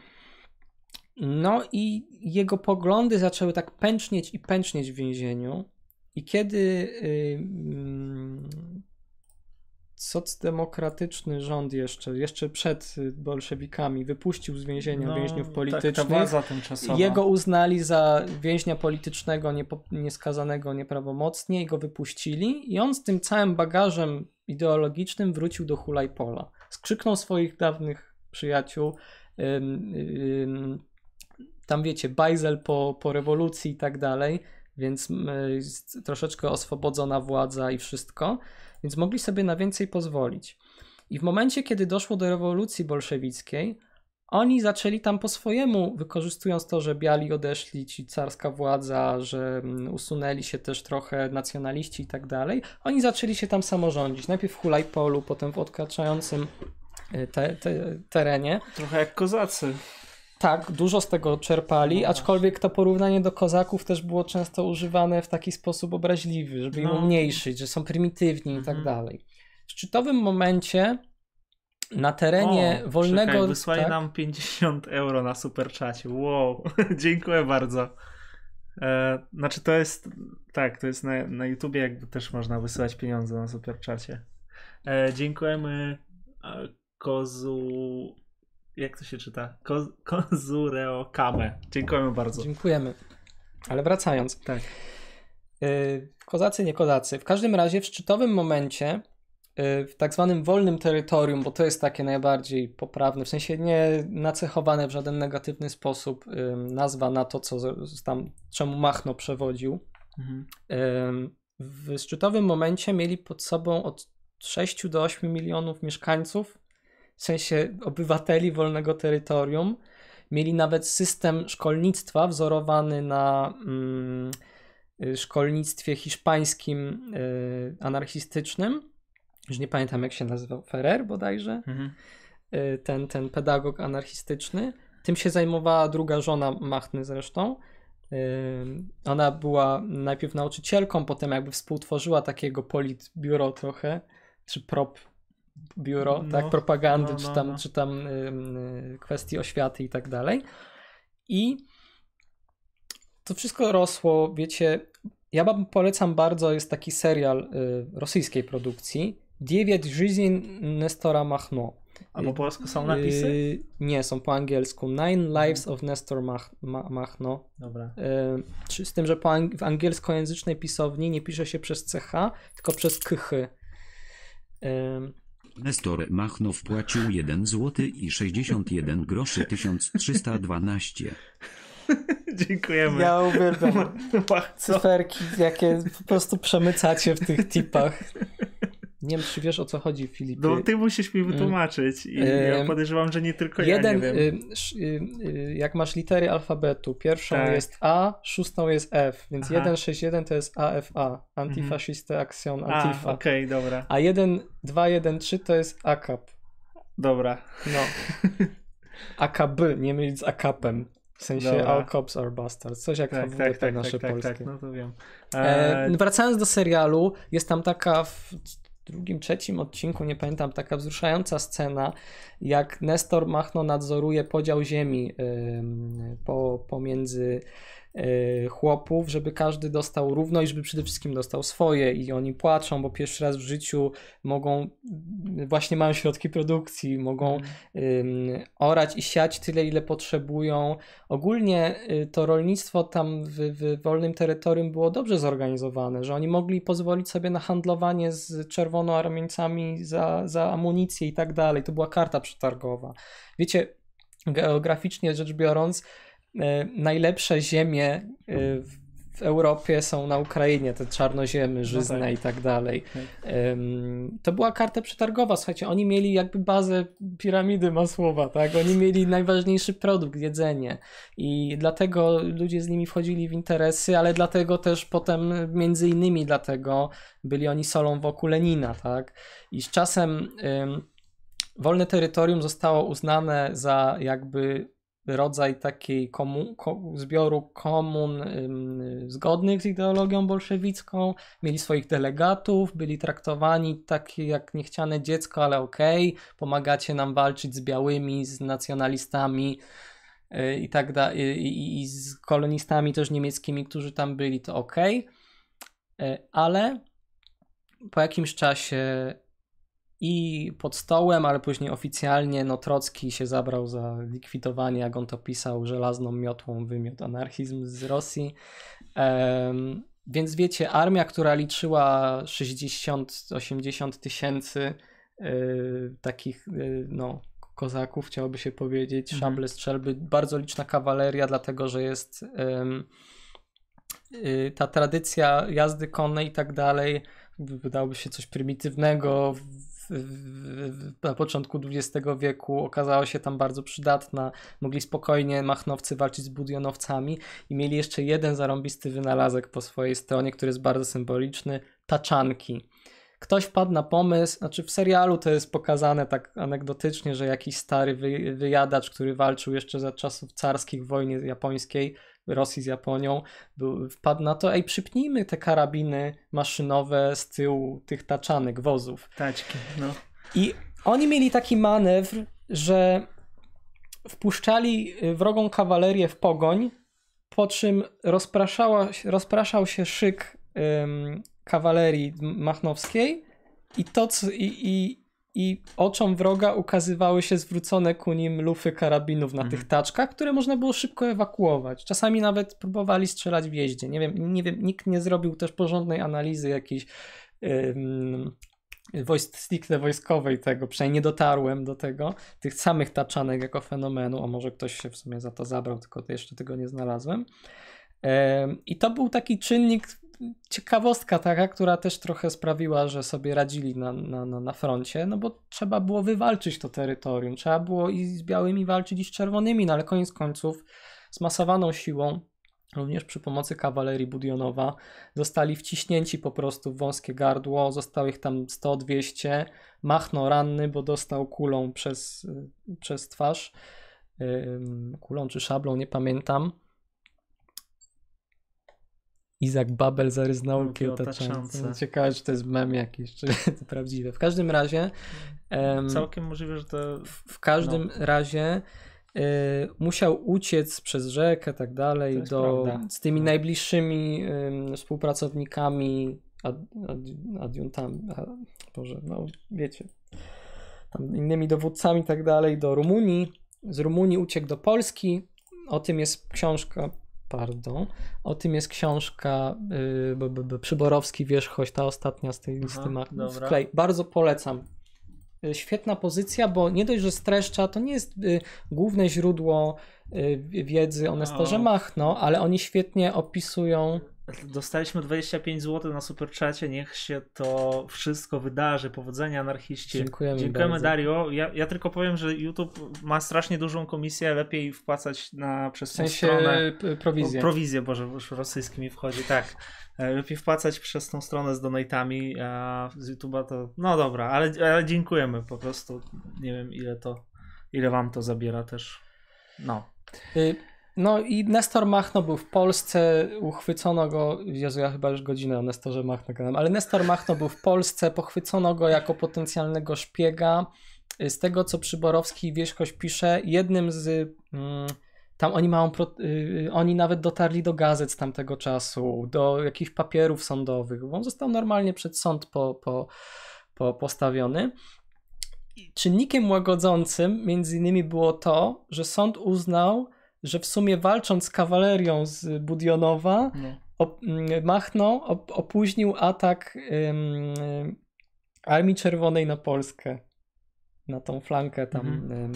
no i jego poglądy zaczęły tak pęcznieć i pęcznieć w więzieniu. I kiedy y, y, socdemokratyczny rząd jeszcze, jeszcze przed bolszewikami wypuścił z więzienia no, więźniów politycznych, tak, ta władza tymczasowa. Jego uznali za więźnia politycznego niepo, nieskazanego nieprawomocnie i go wypuścili i on z tym całym bagażem ideologicznym wrócił do Hulajpola. Skrzyknął swoich dawnych przyjaciół, ym, ym, tam wiecie, bajzel po, po rewolucji i tak dalej, więc y, troszeczkę oswobodzona władza i wszystko. Więc mogli sobie na więcej pozwolić. I w momencie, kiedy doszło do rewolucji bolszewickiej, oni zaczęli tam po swojemu, wykorzystując to, że biali odeszli, ci carska władza, że usunęli się też trochę nacjonaliści i tak dalej, oni zaczęli się tam samorządzić. Najpierw w Hulajpolu, potem w odkraczającym te, te, terenie. Trochę jak kozacy. Tak, dużo z tego czerpali, no aczkolwiek to porównanie do kozaków też było często używane w taki sposób obraźliwy, żeby no. im umniejszyć, że są prymitywni mhm. i tak dalej. W szczytowym momencie na terenie o, wolnego... Czekaj, wysłali tak? nam pięćdziesiąt euro na superczacie. Wow, dziękuję bardzo. E, znaczy to jest, tak, to jest na, na YouTubie jakby też można wysyłać pieniądze na superczacie. E, dziękujemy e, Kozu... Jak to się czyta? Ko, Kozureo Kame. Dziękujemy bardzo. Dziękujemy. Ale wracając. Tak. Yy, kozacy, nie kozacy. W każdym razie w szczytowym momencie, yy, w tak zwanym wolnym terytorium, bo to jest takie najbardziej poprawne, w sensie nie nacechowane w żaden negatywny sposób yy, nazwa na to, co z, tam, czemu Machno przewodził. Mhm. Yy, w szczytowym momencie mieli pod sobą od sześciu do ośmiu milionów mieszkańców, w sensie obywateli wolnego terytorium. Mieli nawet system szkolnictwa wzorowany na mm, szkolnictwie hiszpańskim y, anarchistycznym. Już nie pamiętam jak się nazywał, Ferrer bodajże. Mhm. Y, ten, ten pedagog anarchistyczny. Tym się zajmowała druga żona Machny zresztą. Y, ona była najpierw nauczycielką, potem jakby współtworzyła takiego politbiuro trochę, czy prop biuro, no, tak, propagandy, no, no, czy tam, no. czy tam y, y, kwestii oświaty i tak dalej. I to wszystko rosło, wiecie, ja wam polecam bardzo, jest taki serial y, rosyjskiej produkcji, Dziewięć żyzin Nestora Machno. A po polsku są napisy? Y, nie, są po angielsku. Nine Lives of Nestor Mach, Ma, Machno. Dobra. Y, z tym, że po ang- w angielskojęzycznej pisowni nie pisze się przez C H, tylko przez K H. Y, Nestor Machno wpłacił jeden złoty i sześćdziesiąt jeden groszy tysiąc trzysta dwanaście. Dziękujemy. Ja uwielbiam cyferki, jakie po prostu przemycacie w tych tipach. Nie wiem, czy wiesz o co chodzi, Filip. No ty musisz mi wytłumaczyć i ja podejrzewam, że nie tylko jeden, ja nie wiem. Jak masz litery alfabetu, pierwszą tak. jest A, szóstą jest F, więc Aha. jeden sześć jeden to jest A F A, Antifasciste mhm. Action Antifa. A, okej, okay, dobra. A jeden dwa jeden trzy to jest A K P. Dobra. No. A K B, nie mylić z A K P-em. W sensie Dobra. All cops are bastards. Coś jak tak, w tak, tak, nasze tak, polskie. Tak, tak, no to wiem. E... Wracając do serialu, jest tam taka w drugim, trzecim odcinku, nie pamiętam, taka wzruszająca scena, jak Nestor Machno nadzoruje podział ziemi yy, po, pomiędzy yy, chłopów, żeby każdy dostał równo i żeby przede wszystkim dostał swoje i oni płaczą, bo pierwszy raz w życiu mogą, właśnie mają środki produkcji, mogą yy, orać i siać tyle, ile potrzebują. Ogólnie yy, to rolnictwo tam w, w wolnym terytorium było dobrze zorganizowane, że oni mogli pozwolić sobie na handlowanie z czerwonoarmieńcami za, za amunicję i tak dalej. To była karta przetargowa. Wiecie, geograficznie rzecz biorąc, najlepsze ziemie w w Europie są na Ukrainie, te czarnoziemy, żyzne no tak. i tak dalej. Tak. Um, to była karta przetargowa, słuchajcie, oni mieli jakby bazę piramidy Masłowa, tak? Oni mieli najważniejszy produkt, jedzenie i dlatego ludzie z nimi wchodzili w interesy, ale dlatego też potem, między innymi dlatego byli oni solą wokół Lenina, tak? I z czasem um, wolne terytorium zostało uznane za jakby rodzaj takiej komu, ko, zbioru komun ym, zgodnych z ideologią bolszewicką, mieli swoich delegatów, byli traktowani tak jak niechciane dziecko, ale okej, okay, pomagacie nam walczyć z białymi, z nacjonalistami yy, i tak dalej, i, i z kolonistami też niemieckimi, którzy tam byli, to okej, okay. yy, ale po jakimś czasie i pod stołem, ale później oficjalnie no Trocki się zabrał za likwidowanie, jak on to pisał, żelazną miotłą wymiótł anarchizm z Rosji. Um, więc wiecie, armia, która liczyła sześćdziesiąt osiemdziesiąt tysięcy yy, takich yy, no kozaków, chciałoby się powiedzieć, mhm. szable, strzelby, bardzo liczna kawaleria, dlatego że jest yy, yy, ta tradycja jazdy konnej i tak dalej, wydałoby się coś prymitywnego w, na początku dwudziestego wieku, okazała się tam bardzo przydatna. Mogli spokojnie machnowcy walczyć z budionowcami i mieli jeszcze jeden zarąbisty wynalazek po swojej stronie, który jest bardzo symboliczny, taczanki. Ktoś wpadł na pomysł, znaczy w serialu to jest pokazane tak anegdotycznie, że jakiś stary wy, wyjadacz, który walczył jeszcze za czasów carskich w wojnie japońskiej, Rosji z Japonią, był, wpadł na to, ej, przypnijmy te karabiny maszynowe z tyłu tych taczanek, wozów. Taczki, no. I oni mieli taki manewr, że wpuszczali wrogą kawalerię w pogoń, po czym rozpraszała, rozpraszał się szyk ym, kawalerii machnowskiej i to, co, i, i, i oczom wroga ukazywały się zwrócone ku nim lufy karabinów na mhm. tych taczkach, które można było szybko ewakuować. Czasami nawet próbowali strzelać w jeździe. Nie wiem, nie wiem, nikt nie zrobił też porządnej analizy jakiejś ym, wojsk, stricte wojskowej tego, przynajmniej nie dotarłem do tego, tych samych taczanek jako fenomenu, a może ktoś się w sumie za to zabrał, tylko to jeszcze tego nie znalazłem. Ym, I to był taki czynnik, ciekawostka taka, która też trochę sprawiła, że sobie radzili na, na, na, na froncie, no bo trzeba było wywalczyć to terytorium, trzeba było i z białymi walczyć i z czerwonymi, no ale koniec końców zmasowaną siłą, również przy pomocy kawalerii Budionowa, zostali wciśnięci po prostu w wąskie gardło, zostało ich tam sto dwieście, Machno ranny, bo dostał kulą przez, przez twarz, yy, kulą czy szablą, nie pamiętam. Izak Babel zaryznał kiełtaczance. Ciekawe, czy to jest mem jakiś, czy to prawdziwe. W każdym razie... Um, Całkiem możliwe, że to... W, w każdym no. razie y, musiał uciec przez rzekę, tak dalej, do, z tymi no. najbliższymi y, współpracownikami, ad, ad, adiuntami, a, Boże, no wiecie, tam innymi dowódcami, tak dalej, do Rumunii. Z Rumunii uciekł do Polski. O tym jest książka... Pardon. O tym jest książka yy, b, b, b, Przyborowski Wierzchość, ta ostatnia z tej listy machnów. Bardzo polecam. Yy, świetna pozycja, bo nie dość, że streszcza, to nie jest yy, główne źródło yy, wiedzy o Nestorze o. Machno, ale oni świetnie opisują. Dostaliśmy dwadzieścia pięć złotych na superczacie, niech się to wszystko wydarzy. Powodzenia anarchiści. Dziękujemy, Dziękujemy bardzo. Dario. Ja, ja tylko powiem, że YouTube ma strasznie dużą komisję, lepiej wpłacać na przez w sensie tą stronę. prowizję. O, prowizję, Boże, już rosyjski mi wchodzi, tak. Lepiej wpłacać przez tą stronę z donatami, a z YouTube'a to, no dobra, ale, ale dziękujemy po prostu. Nie wiem ile to, ile wam to zabiera też. No. Y- No i Nestor Machno był w Polsce, uchwycono go, Jezu, ja chyba już godzinę o Nestorze Machno gadam, ale Nestor Machno był w Polsce, pochwycono go jako potencjalnego szpiega. Z tego, co Przyborowski Wierzchość pisze, jednym z... Mm, tam oni mają, yy, oni nawet dotarli do gazet z tamtego czasu, do jakichś papierów sądowych, bo on został normalnie przed sąd po, po, po postawiony. Czynnikiem łagodzącym między innymi było to, że sąd uznał, że w sumie walcząc z kawalerią z Budionowa, no. op, Machno op, opóźnił atak um, Armii Czerwonej na Polskę, na tą flankę tam mhm.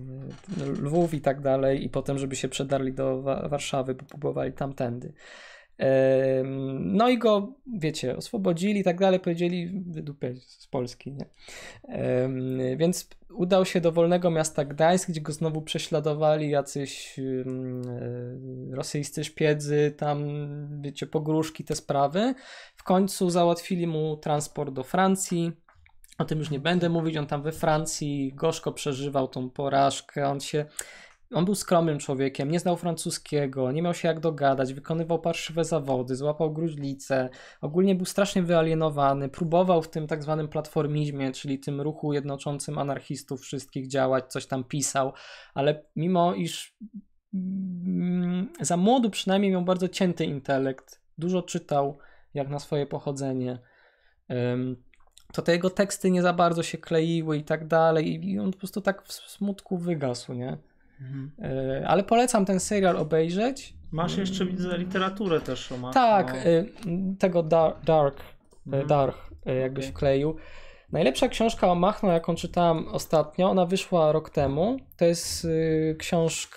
um, Lwów i tak dalej, i potem, żeby się przedarli do Wa- Warszawy, bo próbowali tamtędy. No i go, wiecie, oswobodzili i tak dalej, powiedzieli wydupiać z Polski, nie? Więc udał się do wolnego miasta Gdańsk, gdzie go znowu prześladowali jacyś rosyjscy szpiedzy, tam, wiecie, pogróżki, te sprawy. W końcu załatwili mu transport do Francji. O tym już nie będę mówić, on tam we Francji gorzko przeżywał tą porażkę, on się... On był skromnym człowiekiem, nie znał francuskiego, nie miał się jak dogadać, wykonywał parszywe zawody, złapał gruźlicę, ogólnie był strasznie wyalienowany, próbował w tym tak zwanym platformizmie, czyli tym ruchu jednoczącym anarchistów wszystkich działać, coś tam pisał, ale mimo iż mm, za młodu przynajmniej miał bardzo cięty intelekt, dużo czytał jak na swoje pochodzenie, um, to te jego teksty nie za bardzo się kleiły i tak dalej i on po prostu tak w smutku wygasł, nie? Mhm. Ale polecam ten serial obejrzeć. Masz jeszcze, widzę, literaturę też o Machno. Tak, tego Dark, Dark, mhm. Dark jakbyś okay. wkleił. Najlepsza książka o Machno, jaką czytałam ostatnio, ona wyszła rok temu. To jest książka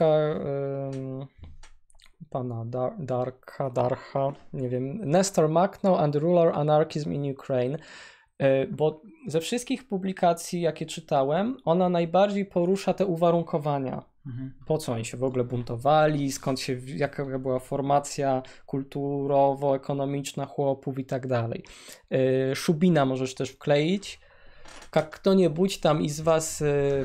pana Dar Darka, Darcha, nie wiem, Nestor Machno and Rural Anarchism in Ukraine. Bo ze wszystkich publikacji, jakie czytałem, ona najbardziej porusza te uwarunkowania. Mhm. Po co oni się w ogóle buntowali, skąd się, jaka była formacja kulturowo-ekonomiczna chłopów i tak dalej. Szubina możesz też wkleić. Jak kto-niebudź tam i z was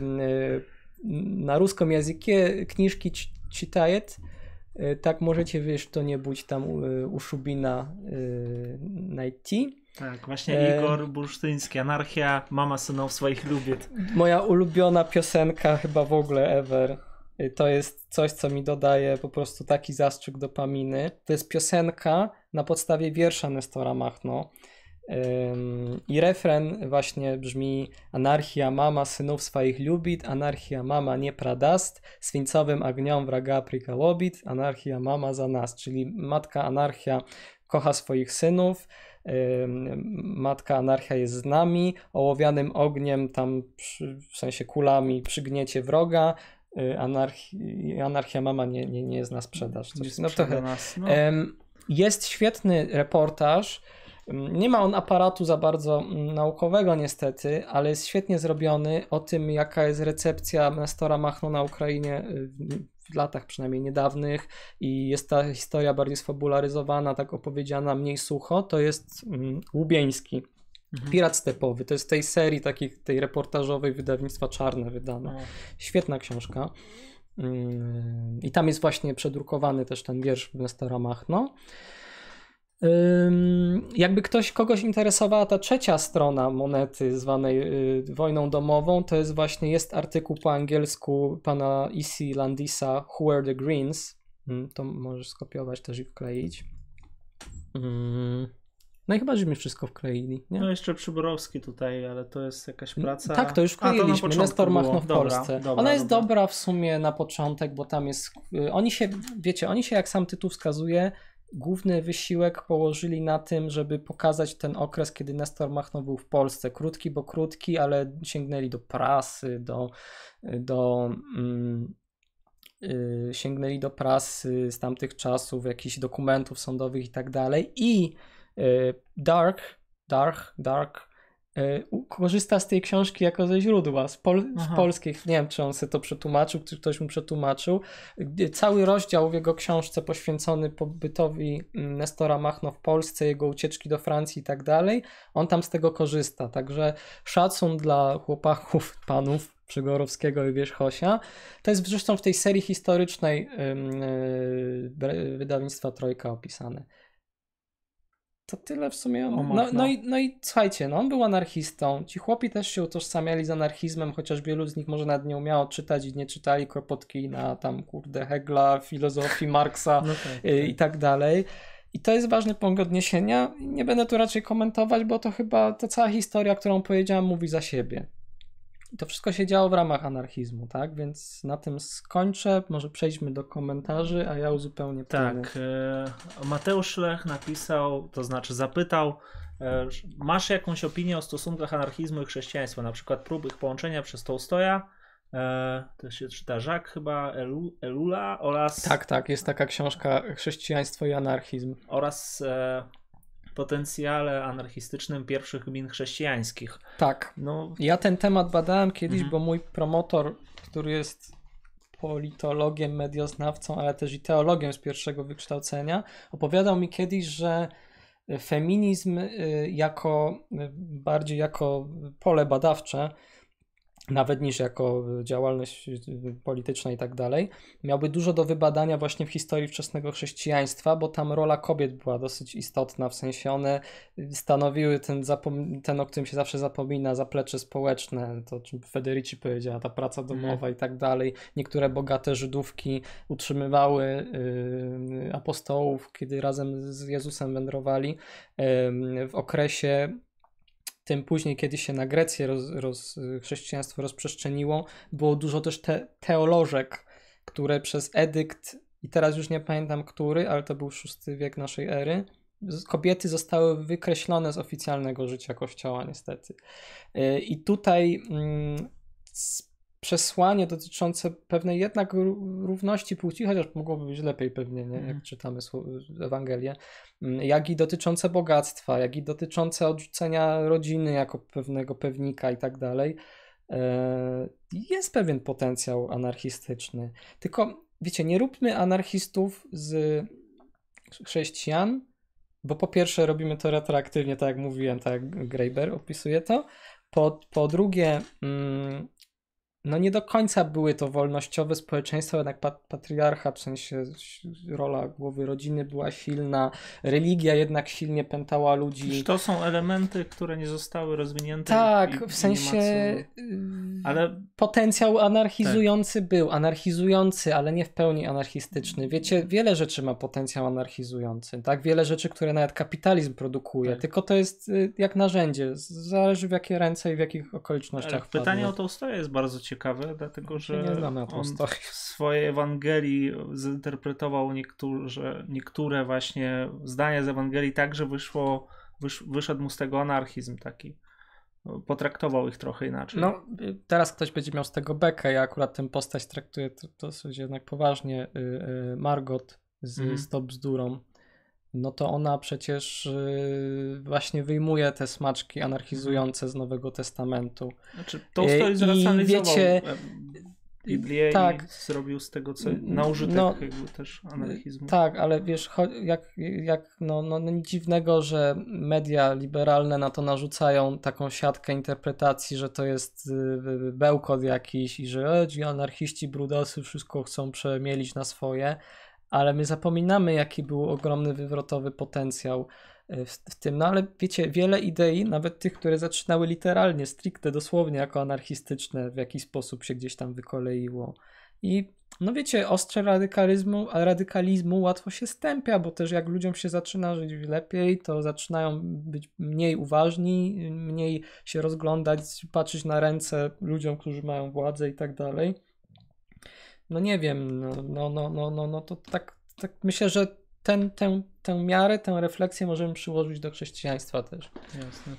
na ruskim językie kniżki czytajet, tak możecie, wiesz, to nie budź tam u Szubina najти. Tak, właśnie Igor Bursztyński, Anarchia, mama synów swoich lubię. Moja ulubiona piosenka chyba w ogóle ever. To jest coś, co mi dodaje po prostu taki zastrzyk dopaminy. To jest piosenka na podstawie wiersza Nestora Machno. I refren właśnie brzmi: Anarchia mama synów swoich lubit, anarchia mama nie pradast, świńcowym agniom wraga prikałobit, anarchia mama za nas. Czyli matka anarchia kocha swoich synów, matka anarchia jest z nami, ołowianym ogniem tam przy, w sensie kulami przygniecie wroga, anarchia, anarchia mama nie, nie, nie jest na sprzedaż. Coś, no trochę. Nas, no. Jest świetny reportaż. Nie ma on aparatu za bardzo naukowego niestety, ale jest świetnie zrobiony o tym, jaka jest recepcja Nestora Machno na Ukrainie w latach przynajmniej niedawnych i jest ta historia bardziej sfabularyzowana, tak opowiedziana, mniej sucho. To jest um, Łubieński, mhm. Pirat stepowy. To jest z tej serii takich, tej reportażowej wydawnictwa Czarne wydane. Oh. Świetna książka. Um, I tam jest właśnie przedrukowany też ten wiersz Nestora Machno. Jakby ktoś, kogoś interesowała ta trzecia strona monety zwanej y, wojną domową, to jest właśnie, jest artykuł po angielsku pana E C Landisa Who Were the Greens, to możesz skopiować też i wkleić. No i chyba, że mi wszystko wkleili, nie? No jeszcze Przyborowski tutaj, ale to jest jakaś praca... Tak, to już wkleiliśmy, Nestor Machno w dobra, Polsce. Dobra, Ona jest dobra. dobra w sumie na początek, bo tam jest, oni się, wiecie, oni się, jak sam tytuł wskazuje, główny wysiłek położyli na tym, żeby pokazać ten okres, kiedy Nestor Machno był w Polsce. Krótki, bo krótki, ale sięgnęli do prasy, do, do mm, yy, sięgnęli do prasy z tamtych czasów, jakichś dokumentów sądowych i tak dalej. I yy, Dark, Dark, Dark yy, korzysta z tej książki jako ze źródła, z, pol, z polskich. Nie wiem, czy on sobie to przetłumaczył, czy ktoś mu przetłumaczył. Cały rozdział w jego książce poświęcony pobytowi Nestora Machno w Polsce, jego ucieczki do Francji i tak dalej, on tam z tego korzysta. Także szacun dla chłopaków, panów Przygorowskiego i Wierzchosia. To jest zresztą w tej serii historycznej yy, yy, wydawnictwa Trojka opisane. To tyle w sumie. On, no, no, i, no i słuchajcie, no on był anarchistą. Ci chłopi też się utożsamiali z anarchizmem, chociaż wielu z nich może nawet nie umiało czytać i nie czytali Kropotki tam, kurde, Hegla, filozofii Marksa no tak, y, tak. i tak dalej. I to jest ważny punkt odniesienia. Nie będę tu raczej komentować, bo to chyba ta cała historia, którą powiedziałem, mówi za siebie. To wszystko się działo w ramach anarchizmu, tak? Więc na tym skończę. Może przejdźmy do komentarzy, a ja uzupełnię pytanie. Tak. E, Mateusz Lech napisał, to znaczy zapytał, e, masz jakąś opinię o stosunkach anarchizmu i chrześcijaństwa, na przykład prób ich połączenia przez Tołstoja, e, to się czyta Jacques chyba Elu, Ellula oraz... Tak, tak, jest taka książka Chrześcijaństwo i anarchizm. Oraz e, potencjale anarchistycznym pierwszych gmin chrześcijańskich. Tak, no... ja ten temat badałem kiedyś, mhm. bo mój promotor, który jest politologiem, medioznawcą, ale też i teologiem z pierwszego wykształcenia, opowiadał mi kiedyś, że feminizm jako bardziej jako pole badawcze, nawet niż jako działalność polityczna i tak dalej, miałby dużo do wybadania właśnie w historii wczesnego chrześcijaństwa, bo tam rola kobiet była dosyć istotna, w sensie one stanowiły ten, zapom- ten o którym się zawsze zapomina, zaplecze społeczne, to o czym Federici powiedziała, ta praca domowa mm. i tak dalej. Niektóre bogate Żydówki utrzymywały y, apostołów, kiedy razem z Jezusem wędrowali y, w okresie tym później, kiedy się na Grecję roz, roz, chrześcijaństwo rozprzestrzeniło, było dużo też te, teolożek, które przez edykt, i teraz już nie pamiętam który, ale to był szósty wiek naszej ery, kobiety zostały wykreślone z oficjalnego życia Kościoła niestety. I tutaj mm, przesłanie dotyczące pewnej jednak równości płci, chociaż mogłoby być lepiej pewnie, nie? Jak mm. czytamy Ewangelię, jak i dotyczące bogactwa, jak i dotyczące odrzucenia rodziny jako pewnego pewnika i tak dalej, jest pewien potencjał anarchistyczny. Tylko, wiecie, nie róbmy anarchistów z chrześcijan, bo po pierwsze robimy to retroaktywnie, tak jak mówiłem, tak jak Graeber opisuje to, po, po drugie mm, no nie do końca były to wolnościowe społeczeństwa, jednak patriarchat, w sensie rola głowy rodziny była silna, religia jednak silnie pętała ludzi. To są elementy, które nie zostały rozwinięte. Tak, i, w sensie co... ale... potencjał anarchizujący tak. był, anarchizujący, ale nie w pełni anarchistyczny. Wiecie, wiele rzeczy ma potencjał anarchizujący, tak? Wiele rzeczy, które nawet kapitalizm produkuje, tak. tylko to jest jak narzędzie, zależy w jakie ręce i w jakich okolicznościach wpadło. Pytanie o Tolstoja jest bardzo ciekawe. ciekawe, dlatego że nie on w swojej Ewangelii zinterpretował niektóre, niektóre właśnie zdania z Ewangelii tak, że wyszło, wysz, wyszedł mu z tego anarchizm taki. Potraktował ich trochę inaczej. No, teraz ktoś będzie miał z tego bekę. Ja akurat tę postać traktuję dosyć jednak poważnie. Margot z mm. Stop bzdurą. No to ona przecież właśnie wyjmuje te smaczki anarchizujące z Nowego Testamentu. Znaczy, Tolstoj zracjonalizował wiecie, Biblię tak, i zrobił z tego co na użytek no, jakby też anarchizmu. Tak, ale wiesz, jak, jak no, no nic dziwnego, że media liberalne na to narzucają taką siatkę interpretacji, że to jest bełkot jakiś i że e, ci anarchiści, brudasy wszystko chcą przemielić na swoje. Ale my zapominamy, jaki był ogromny wywrotowy potencjał w, w tym. No ale wiecie, wiele idei, nawet tych, które zaczynały literalnie, stricte, dosłownie jako anarchistyczne, w jakiś sposób się gdzieś tam wykoleiło. I no wiecie, ostrze radykalizmu, a radykalizmu łatwo się stępia, bo też jak ludziom się zaczyna żyć lepiej, to zaczynają być mniej uważni, mniej się rozglądać, patrzeć na ręce ludziom, którzy mają władzę i tak dalej. No nie wiem, no, no, no, no, no, no to tak, tak myślę, że ten, tę, tę miarę, tę refleksję możemy przyłożyć do chrześcijaństwa też. Jasne.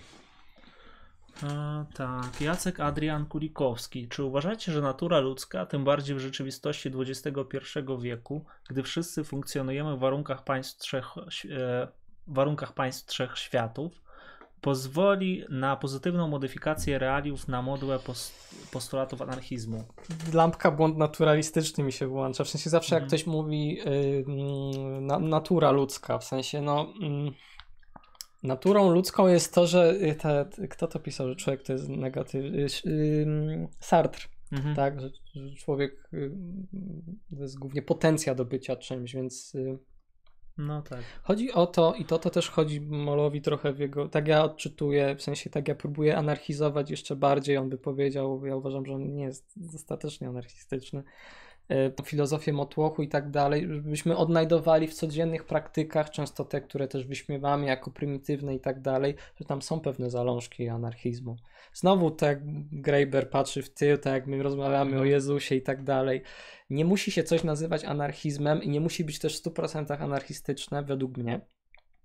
A, tak, Jacek Adrian Kulikowski. Czy uważacie, że natura ludzka, tym bardziej w rzeczywistości dwudziestego pierwszego wieku, gdy wszyscy funkcjonujemy w warunkach państw trzech, e, warunkach państw trzech światów, pozwoli na pozytywną modyfikację realiów na modłę post- postulatów anarchizmu? Lampka błąd naturalistyczny mi się włącza. W sensie zawsze mm. jak ktoś mówi yy, na, natura ludzka, w sensie no yy, naturą ludzką jest to, że te, kto to pisał, że człowiek to jest negatywny? Yy, yy, Sartre. Mm-hmm. Tak, że, że człowiek yy, to jest głównie potencja do bycia czymś, więc yy, no tak. Chodzi o to i to, to też chodzi Molowi trochę w jego, tak ja odczytuję, w sensie tak ja próbuję anarchizować jeszcze bardziej, on by powiedział, ja uważam, że on nie jest dostatecznie anarchistyczny, filozofię motłochu i tak dalej, żebyśmy odnajdowali w codziennych praktykach, często te, które też wyśmiewamy jako prymitywne i tak dalej, że tam są pewne zalążki anarchizmu. Znowu tak jak Graeber patrzy w tył, tak jak my rozmawiamy o Jezusie i tak dalej. Nie musi się coś nazywać anarchizmem i nie musi być też w stu procentach anarchistyczne, według mnie.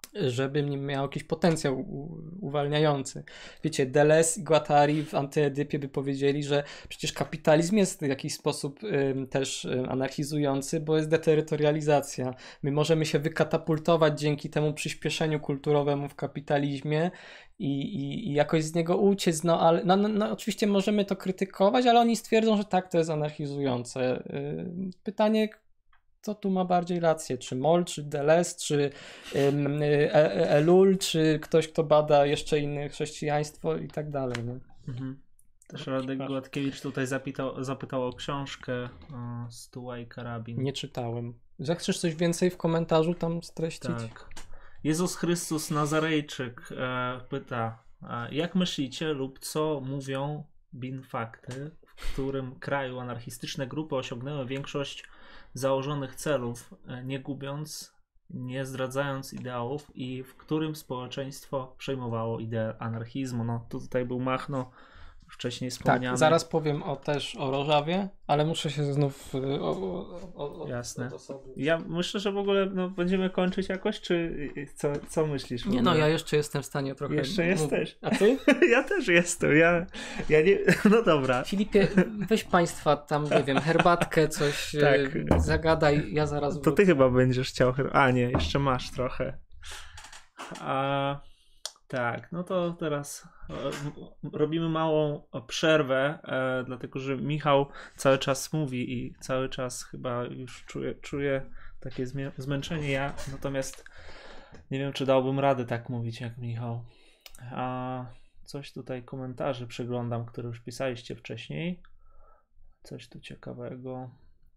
żeby nie miał jakiś potencjał uwalniający. Wiecie, Deleuze i Guattari w Antyedypie by powiedzieli, że przecież kapitalizm jest w jakiś sposób y, też y, anarchizujący, bo jest deterytorializacja. My możemy się wykatapultować dzięki temu przyspieszeniu kulturowemu w kapitalizmie i, i, i jakoś z niego uciec, no ale no, no, no, oczywiście możemy to krytykować, ale oni stwierdzą, że tak, to jest anarchizujące. Y, pytanie, co tu ma bardziej rację? Czy Moll, czy Deleuze, czy um, Ellul, czy ktoś, kto bada jeszcze inne chrześcijaństwo i tak dalej. Nie? Mhm. Też Radek Gładkiewicz tutaj zapytał, zapytał o książkę o Stuła i Karabin. Nie czytałem. Zechcesz coś więcej w komentarzu tam streścić? Tak. Jezus Chrystus Nazarejczyk e, pyta, e, jak myślicie lub co mówią bin fakty, w którym kraju anarchistyczne grupy osiągnęły większość założonych celów, nie gubiąc, nie zdradzając ideałów i w którym społeczeństwo przejmowało ideę anarchizmu. No tutaj był Machno, wcześniej wspomniany. Tak, zaraz powiem o, też o Rożawie, ale muszę się znów o, o, o, Jasne. o sobie. Ja myślę, że w ogóle no, będziemy kończyć jakoś, czy co, co myślisz? Nie no, ja jeszcze jestem w stanie trochę... Jeszcze jesteś? A ty? Ja też jestem, ja, ja nie... No dobra. Filipie, weź państwa tam, nie wiem, herbatkę, coś tak. Zagadaj, ja zaraz To wrócę. ty chyba będziesz chciał... A nie, jeszcze masz trochę. A... Tak, no to teraz robimy małą przerwę, e, dlatego że Michał cały czas mówi i cały czas chyba już czuje, czuje takie zmie- zmęczenie. Ja natomiast nie wiem, czy dałbym radę tak mówić jak Michał. A coś tutaj komentarzy przeglądam, które już pisaliście wcześniej. Coś tu ciekawego.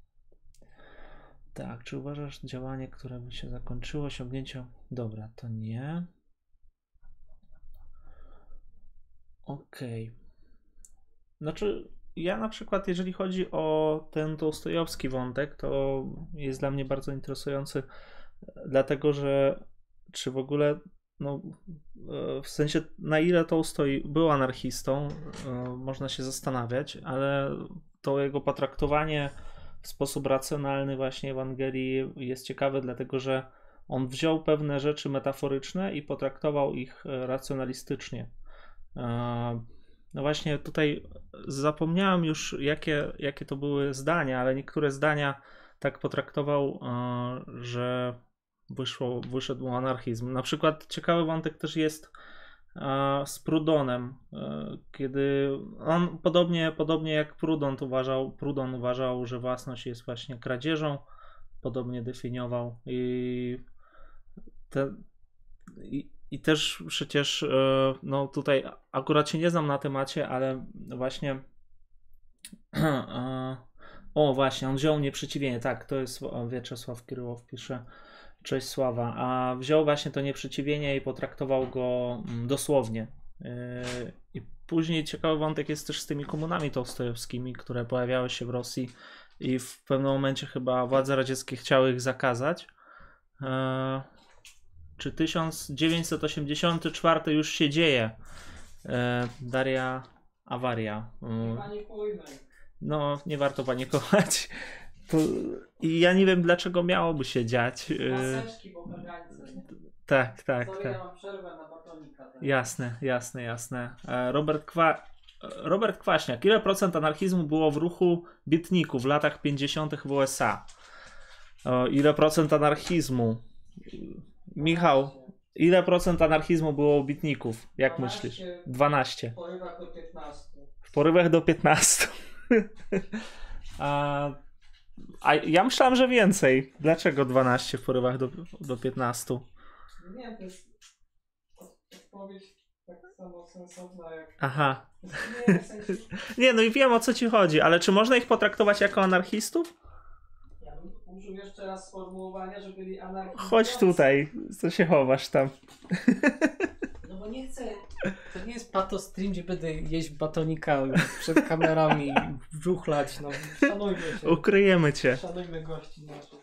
Tak, czy uważasz działanie, które by się zakończyło osiągnięciem... Dobra, to nie... Okej. Okay. Znaczy, ja na przykład, jeżeli chodzi o ten tołstojowski wątek, to jest dla mnie bardzo interesujący, dlatego że czy w ogóle, no, w sensie na ile Tołstoj był anarchistą, można się zastanawiać, ale to jego potraktowanie w sposób racjonalny właśnie Ewangelii jest ciekawe, dlatego że on wziął pewne rzeczy metaforyczne i potraktował ich racjonalistycznie. No właśnie tutaj zapomniałem już jakie, jakie to były zdania, ale niektóre zdania tak potraktował, że wyszło, wyszedł mu anarchizm. Na przykład ciekawy wątek też jest z Prudonem, kiedy on podobnie, podobnie jak Proudhon uważał, Proudhon uważał, że własność jest właśnie kradzieżą, podobnie definiował i te, i, I też przecież, no tutaj akurat się nie znam na temacie, ale właśnie o właśnie, on wziął nieprzeciwienie, tak, to jest Wieczesław Kiryłow pisze, cześć Sława, a wziął właśnie to nieprzeciwienie i potraktował go dosłownie. I później ciekawy wątek jest też z tymi komunami tołstojowskimi, które pojawiały się w Rosji i w pewnym momencie chyba władze radzieckie chciały ich zakazać. Czy tysiąc dziewięćset osiemdziesiąty czwarty już się dzieje? E, Daria Awaria. Nie panikujmy. No, nie warto panikować. To, I ja nie wiem, dlaczego miałoby się dziać. Maseczki, bo kagańce. Tak, tak, Sorry, tak. ja mam przerwę na batonika. Tak? Jasne, jasne, jasne. E, Robert, Kwa... Robert Kwaśniak. Ile procent anarchizmu było w ruchu bietników w latach pięćdziesiątych w U S A? O, ile procent anarchizmu? Michał, ile procent anarchizmu było u bitników? Jak dwanaście, myślisz? dwanaście. W porywach do piętnastu. W porywach do piętnastu. a, a ja myślałem, że więcej. Dlaczego dwanaście w porywach do, do piętnastu? Nie, to jest odpowiedź tak samo sensowna jak... Aha. Nie, w sensie... Nie, no i wiem, o co ci chodzi, ale czy można ich potraktować jako anarchistów? Użył jeszcze raz sformułowania, że byli anarchiści. Chodź tutaj, co się chowasz tam. No bo nie chcę, to nie jest pato stream, gdzie będę jeść batonika przed kamerami i brzuchlać, no szanujmy się. Ukryjemy cię. Szanujmy gości naszych.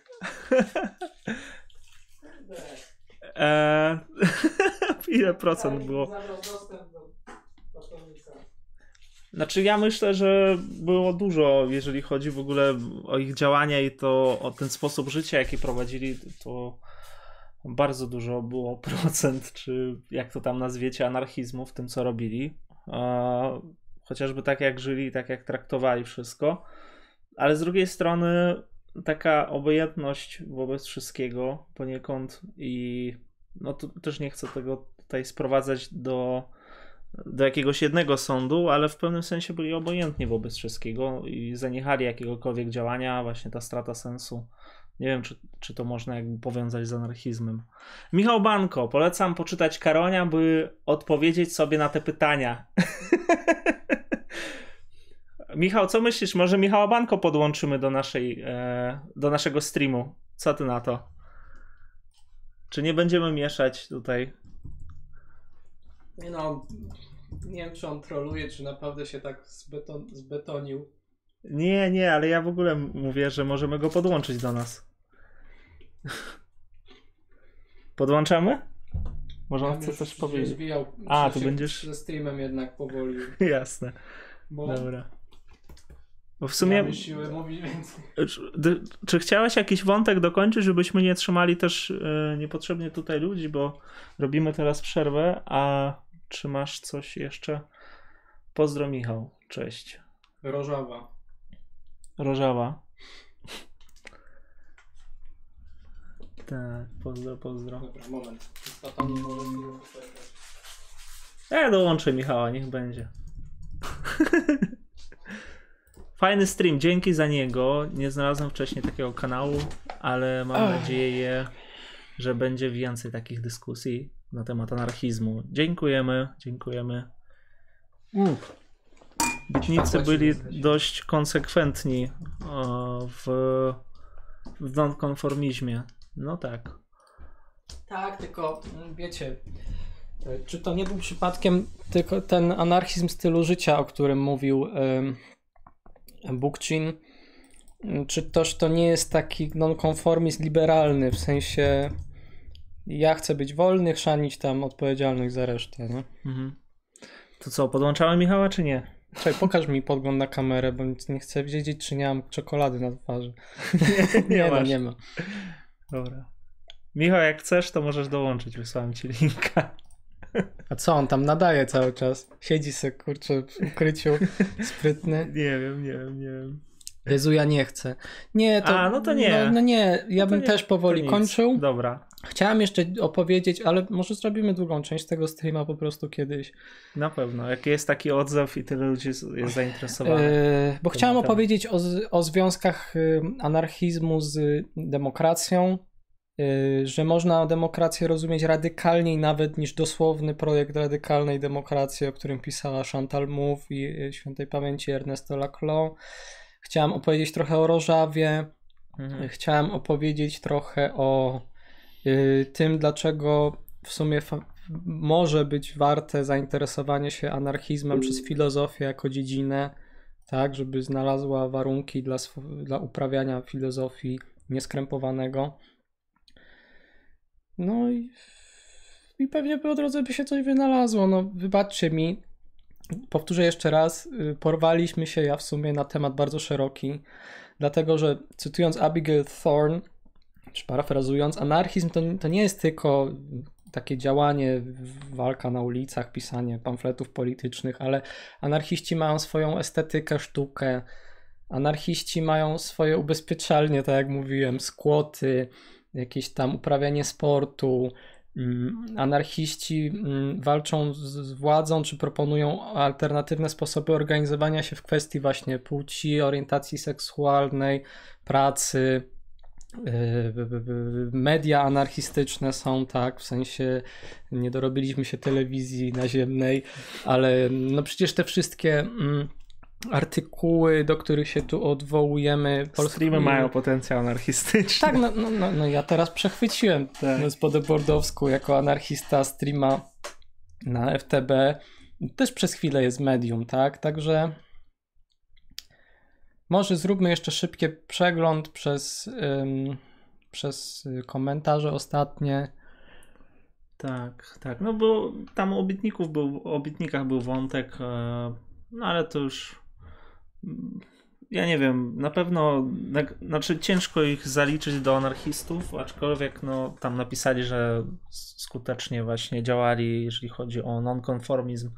Eee, ile procent było? Zabrał dostęp do batonika. Znaczy ja myślę, że było dużo, jeżeli chodzi w ogóle o ich działania i to o ten sposób życia, jaki prowadzili, to bardzo dużo było procent, czy jak to tam nazwiecie, anarchizmu w tym, co robili. Chociażby tak jak żyli, tak jak traktowali wszystko. Ale z drugiej strony taka obojętność wobec wszystkiego poniekąd i no to też nie chcę tego tutaj sprowadzać do, do jakiegoś jednego sądu, ale w pewnym sensie byli obojętni wobec wszystkiego i zaniechali jakiegokolwiek działania, właśnie ta strata sensu. Nie wiem, czy, czy to można jakby powiązać z anarchizmem. Michał Banko, polecam poczytać Karonia, by odpowiedzieć sobie na te pytania. Michał, co myślisz? Może Michała Banko podłączymy do naszej, e, do naszego streamu. Co ty na to? Czy nie będziemy mieszać tutaj? Nie no, nie wiem, czy on troluje, czy naprawdę się tak zbeton, zbetonił. Nie, nie, ale ja w ogóle mówię, że możemy go podłączyć do nas. Podłączamy? Może on chce coś powiedzieć. Zwijał, A, tu będziesz... ze streamem jednak powoli. Jasne. Bo dobra. Bo w sumie... mamy siłę mówić więcej. Czy, czy chciałeś jakiś wątek dokończyć, żebyśmy nie trzymali też y, niepotrzebnie tutaj ludzi, bo robimy teraz przerwę, a czy masz coś jeszcze? Pozdro Michał, cześć. Rożawa. Rożawa. Tak, pozdro, pozdro. Dobra, moment. Tam nie może Ja dołączę Michała, niech będzie. Fajny stream, dzięki za niego. Nie znalazłem wcześniej takiego kanału, ale mam Ach. nadzieję, że będzie więcej takich dyskusji na temat anarchizmu. Dziękujemy, dziękujemy. Uf. Bitnicy byli dość konsekwentni w, w nonkonformizmie. No tak. Tak, tylko wiecie, czy to nie był przypadkiem tylko ten anarchizm stylu życia, o którym mówił Bookchin, czy też to nie jest taki nonkonformizm liberalny, w sensie ja chcę być wolny, chrzanić tam odpowiedzialność za resztę, nie? Mhm. To co, podłączałem Michała, czy nie? Czekaj, pokaż mi podgląd na kamerę, bo nie chcę wiedzieć, czy nie mam czekolady na twarzy. Nie, nie, nie, ma, nie ma. Dobra. Michał, jak chcesz, to możesz dołączyć, wysłałem ci linka. A co on tam nadaje cały czas? Siedzi se, kurczę, w ukryciu, sprytny. Nie wiem, nie wiem, nie wiem. Jezu, ja nie chcę. Nie, to... A, no to nie. No, no nie, ja no bym nie, też powoli kończył. Dobra. Chciałem jeszcze opowiedzieć, ale może zrobimy drugą część tego streama po prostu kiedyś. Na pewno, jak jest taki odzew i tyle ludzi jest zainteresowanych. Yy, bo chciałem opowiedzieć o, o związkach anarchizmu z demokracją, yy, że można demokrację rozumieć radykalniej nawet niż dosłowny projekt radykalnej demokracji, o którym pisała Chantal Mouffe i świętej pamięci Ernesto Laclau. Chciałem opowiedzieć trochę o Rożawie. Mhm. Chciałem opowiedzieć trochę o y, tym, dlaczego w sumie fa- może być warte zainteresowanie się anarchizmem przez filozofię jako dziedzinę, tak, żeby znalazła warunki dla, sw- dla uprawiania filozofii nieskrępowanego. No i, i pewnie po drodze by się coś wynalazło. No wybaczcie mi. Powtórzę jeszcze raz, porwaliśmy się ja w sumie na temat bardzo szeroki, dlatego że cytując Abigail Thorne, czy parafrazując, anarchizm to, to nie jest tylko takie działanie, walka na ulicach, pisanie pamfletów politycznych, ale anarchiści mają swoją estetykę, sztukę, anarchiści mają swoje ubezpieczalnie, tak jak mówiłem, skłoty, jakieś tam uprawianie sportu. Anarchiści walczą z władzą, czy proponują alternatywne sposoby organizowania się w kwestii właśnie płci, orientacji seksualnej, pracy. Media anarchistyczne są, tak, w sensie nie dorobiliśmy się telewizji naziemnej, ale no przecież te wszystkie artykuły, do których się tu odwołujemy. Streamy mają potencjał anarchistyczny. Tak, no, no, no, no ja teraz przechwyciłem tak. Gospodę Bordowską jako anarchista streama na F T B. Też przez chwilę jest medium, tak? Także może zróbmy jeszcze szybki przegląd przez, ym, przez komentarze ostatnie. Tak, tak. No bo tam o obietników był, o obietnikach był wątek, no ale to już ja nie wiem, na pewno, na, znaczy ciężko ich zaliczyć do anarchistów, aczkolwiek no tam napisali, że skutecznie właśnie działali, jeżeli chodzi o nonkonformizm.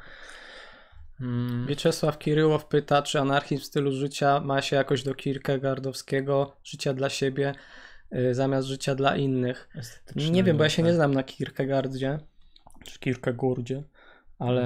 Hmm. Wieczesław Kiryłow pyta, czy anarchizm w stylu życia ma się jakoś do Kierkegaardowskiego życia dla siebie y, zamiast życia dla innych. Nie wiem, bo ja się nie znam na Kierkegaardzie, czy Kierkegaardzie, ale...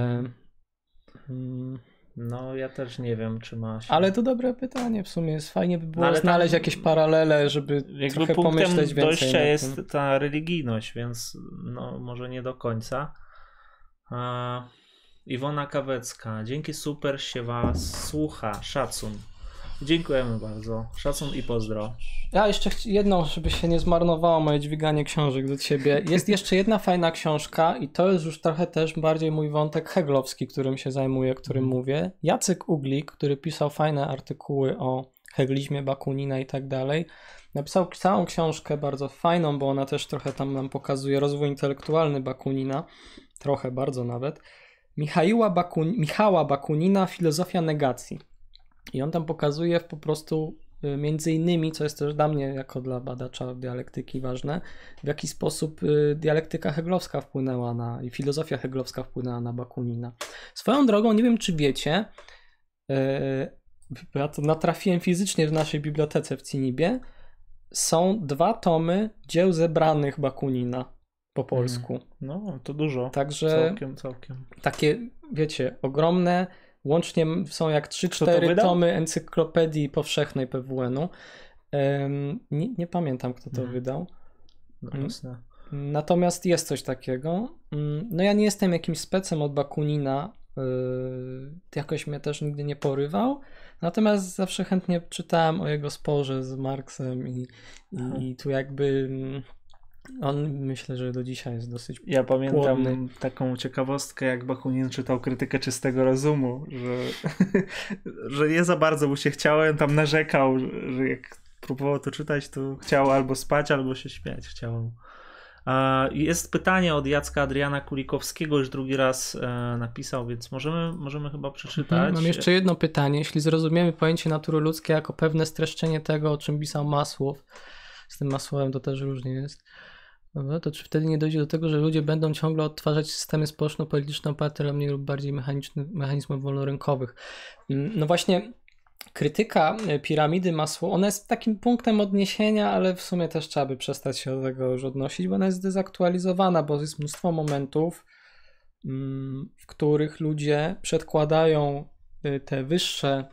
Hmm. No ja też nie wiem, czy ma się... Ale to dobre pytanie w sumie. Jest fajnie by było no, znaleźć tam jakieś paralele, żeby trochę pomyśleć więcej. Dojścia jest ta religijność, więc no może nie do końca. A... Iwona Kawecka. Dzięki, super się was słucha. Szacun. Dziękujemy bardzo. Szacun i pozdro. Ja jeszcze jedną, żeby się nie zmarnowało moje dźwiganie książek do ciebie. Jest jeszcze jedna fajna książka i to jest już trochę też bardziej mój wątek heglowski, którym się zajmuję, którym mówię. Jacek Uglik, który pisał fajne artykuły o heglizmie Bakunina i tak dalej. Napisał całą książkę bardzo fajną, bo ona też trochę tam nam pokazuje rozwój intelektualny Bakunina. Trochę, bardzo nawet. Michała, Bakun... Michała Bakunina, Filozofia negacji. I on tam pokazuje po prostu y, między innymi, co jest też dla mnie jako dla badacza dialektyki ważne, w jaki sposób y, dialektyka heglowska wpłynęła na i filozofia heglowska wpłynęła na Bakunina. Swoją drogą, nie wiem czy wiecie, y, ja to natrafiłem fizycznie w naszej bibliotece w Cinibie, są dwa tomy dzieł zebranych Bakunina po polsku. No, to dużo. Także całkiem, całkiem. Takie, wiecie, ogromne, łącznie są jak trzy cztery tomy encyklopedii powszechnej P W N-u. Um, nie, nie pamiętam, kto to hmm. wydał. No, jasne. Natomiast jest coś takiego. No ja nie jestem jakimś specem od Bakunina, yy, jakoś mnie też nigdy nie porywał. Natomiast zawsze chętnie czytałem o jego sporze z Marksem i, i, i tu jakby... On myślę, że do dzisiaj jest dosyć Ja pamiętam płodny. Taką ciekawostkę, jak Bakunin czytał krytykę czystego rozumu, że, że nie za bardzo mu się chciało, on tam narzekał, że, że jak próbował to czytać, to chciał albo spać, albo się śmiać chciał. Jest pytanie od Jacka Adriana Kulikowskiego, już drugi raz napisał, więc możemy, możemy chyba przeczytać. Mhm, mam jeszcze jedno pytanie. Jeśli zrozumiemy pojęcie natury ludzkiej jako pewne streszczenie tego, o czym pisał Masłow, z tym Masłowem to też różnie jest, no to czy wtedy nie dojdzie do tego, że ludzie będą ciągle odtwarzać systemy społeczno-polityczne oparte na mniej lub bardziej mechanizmów wolnorynkowych? No właśnie krytyka piramidy Masłowa, ona jest takim punktem odniesienia, ale w sumie też trzeba by przestać się do tego już odnosić, bo ona jest zdezaktualizowana, bo jest mnóstwo momentów, w których ludzie przedkładają te wyższe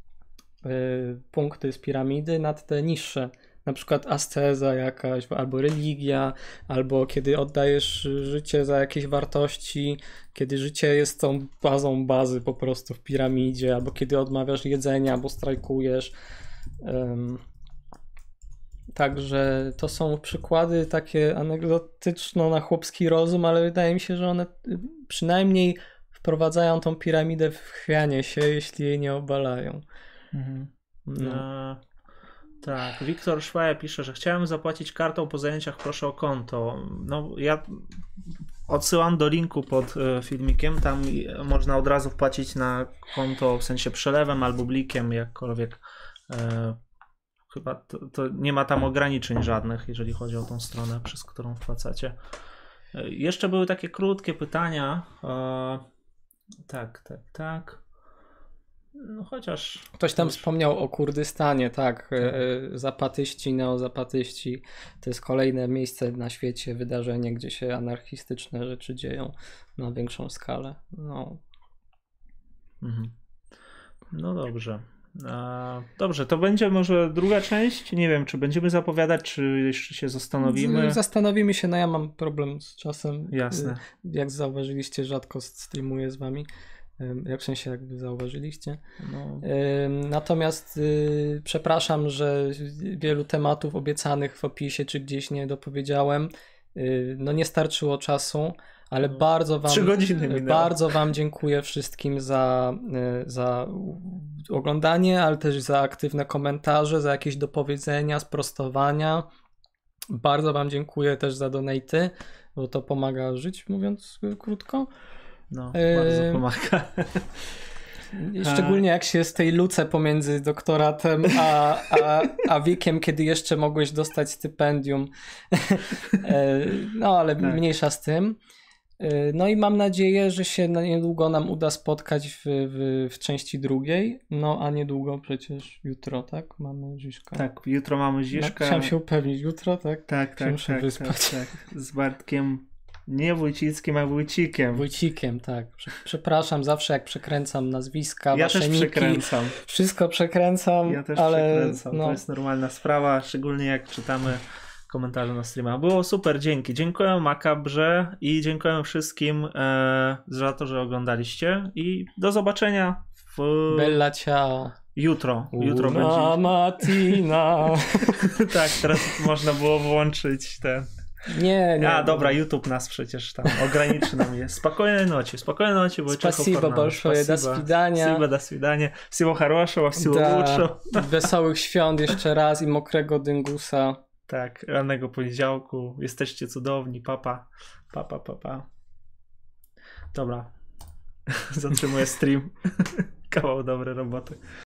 punkty z piramidy nad te niższe. Na przykład asceza jakaś, albo religia, albo kiedy oddajesz życie za jakieś wartości, kiedy życie jest tą bazą bazy po prostu w piramidzie, albo kiedy odmawiasz jedzenia, albo strajkujesz. Um, także to są przykłady takie anegdotyczno na chłopski rozum, ale wydaje mi się, że one przynajmniej wprowadzają tą piramidę w chwianie się, jeśli jej nie obalają. Mhm. No. Tak, Wiktor Szwaja pisze, że chciałem zapłacić kartą po zajęciach, proszę o konto. No ja odsyłam do linku pod filmikiem, tam można od razu wpłacić na konto, w sensie przelewem albo blikiem, jakkolwiek. E, chyba to, to nie ma tam ograniczeń żadnych, jeżeli chodzi o tą stronę, przez którą wpłacacie. E, jeszcze były takie krótkie pytania. E, tak, tak, tak. No chociaż... Ktoś tam już... wspomniał o Kurdystanie, tak, tak. Zapatyści, neozapatyści, to jest kolejne miejsce na świecie, wydarzenie, gdzie się anarchistyczne rzeczy dzieją na większą skalę. No, mhm. No dobrze. Dobrze, to będzie może druga część, nie wiem, czy będziemy zapowiadać, czy jeszcze się zastanowimy. Zastanowimy się, no ja mam problem z czasem. Jasne. Jak zauważyliście, rzadko streamuję z wami. Jak w sensie, jak wy zauważyliście. No. Natomiast y, przepraszam, że wielu tematów obiecanych w opisie czy gdzieś nie dopowiedziałem. Y, no nie starczyło czasu, ale no. bardzo wam Trzy godziny minęło. Bardzo wam dziękuję wszystkim za, y, za oglądanie, ale też za aktywne komentarze, za jakieś dopowiedzenia, sprostowania. Bardzo wam dziękuję też za donaty, bo to pomaga żyć, mówiąc krótko. No, bardzo pomaga. Szczególnie jak się jest w tej luce pomiędzy doktoratem a, a, a wiekiem, kiedy jeszcze mogłeś dostać stypendium. No ale tak. Mniejsza z tym. No i mam nadzieję, że się niedługo nam uda spotkać w, w, w części drugiej. No a niedługo przecież jutro, tak? Mamy Ziszka. Tak, jutro mamy Ziszka. No, chciałem się upewnić, jutro, tak? Tak, tak, muszę tak, wyspać. tak, tak. Z Bartkiem, nie Wójcickim, a Wójcikiem. Wójcikiem, tak. Przepraszam zawsze, jak przekręcam nazwiska, ja wasze też niki. przekręcam. Wszystko przekręcam, Ja też ale przekręcam, no. To jest normalna sprawa, szczególnie jak czytamy komentarze na streamach. Było super, dzięki. Dziękuję Makabrze i dziękuję wszystkim e, za to, że oglądaliście i do zobaczenia w... Bella ciao. Jutro. Jutro Una będzie. mattina. Tak, teraz można było włączyć ten... Nie, nie. A, dobra, YouTube nas przecież tam ograniczy nam je. Spokojnej nocy, spokojnej nocy. Spasibo большое, do свидания. Спасибо, do свидания. Всего хорошего, всего лучшего. Wesołych świąt jeszcze raz i mokrego dyngusa. Tak, rannego poniedziałku. Jesteście cudowni, papa. Papa, papa. Dobra. Zatrzymuję stream. Kawał dobrej roboty.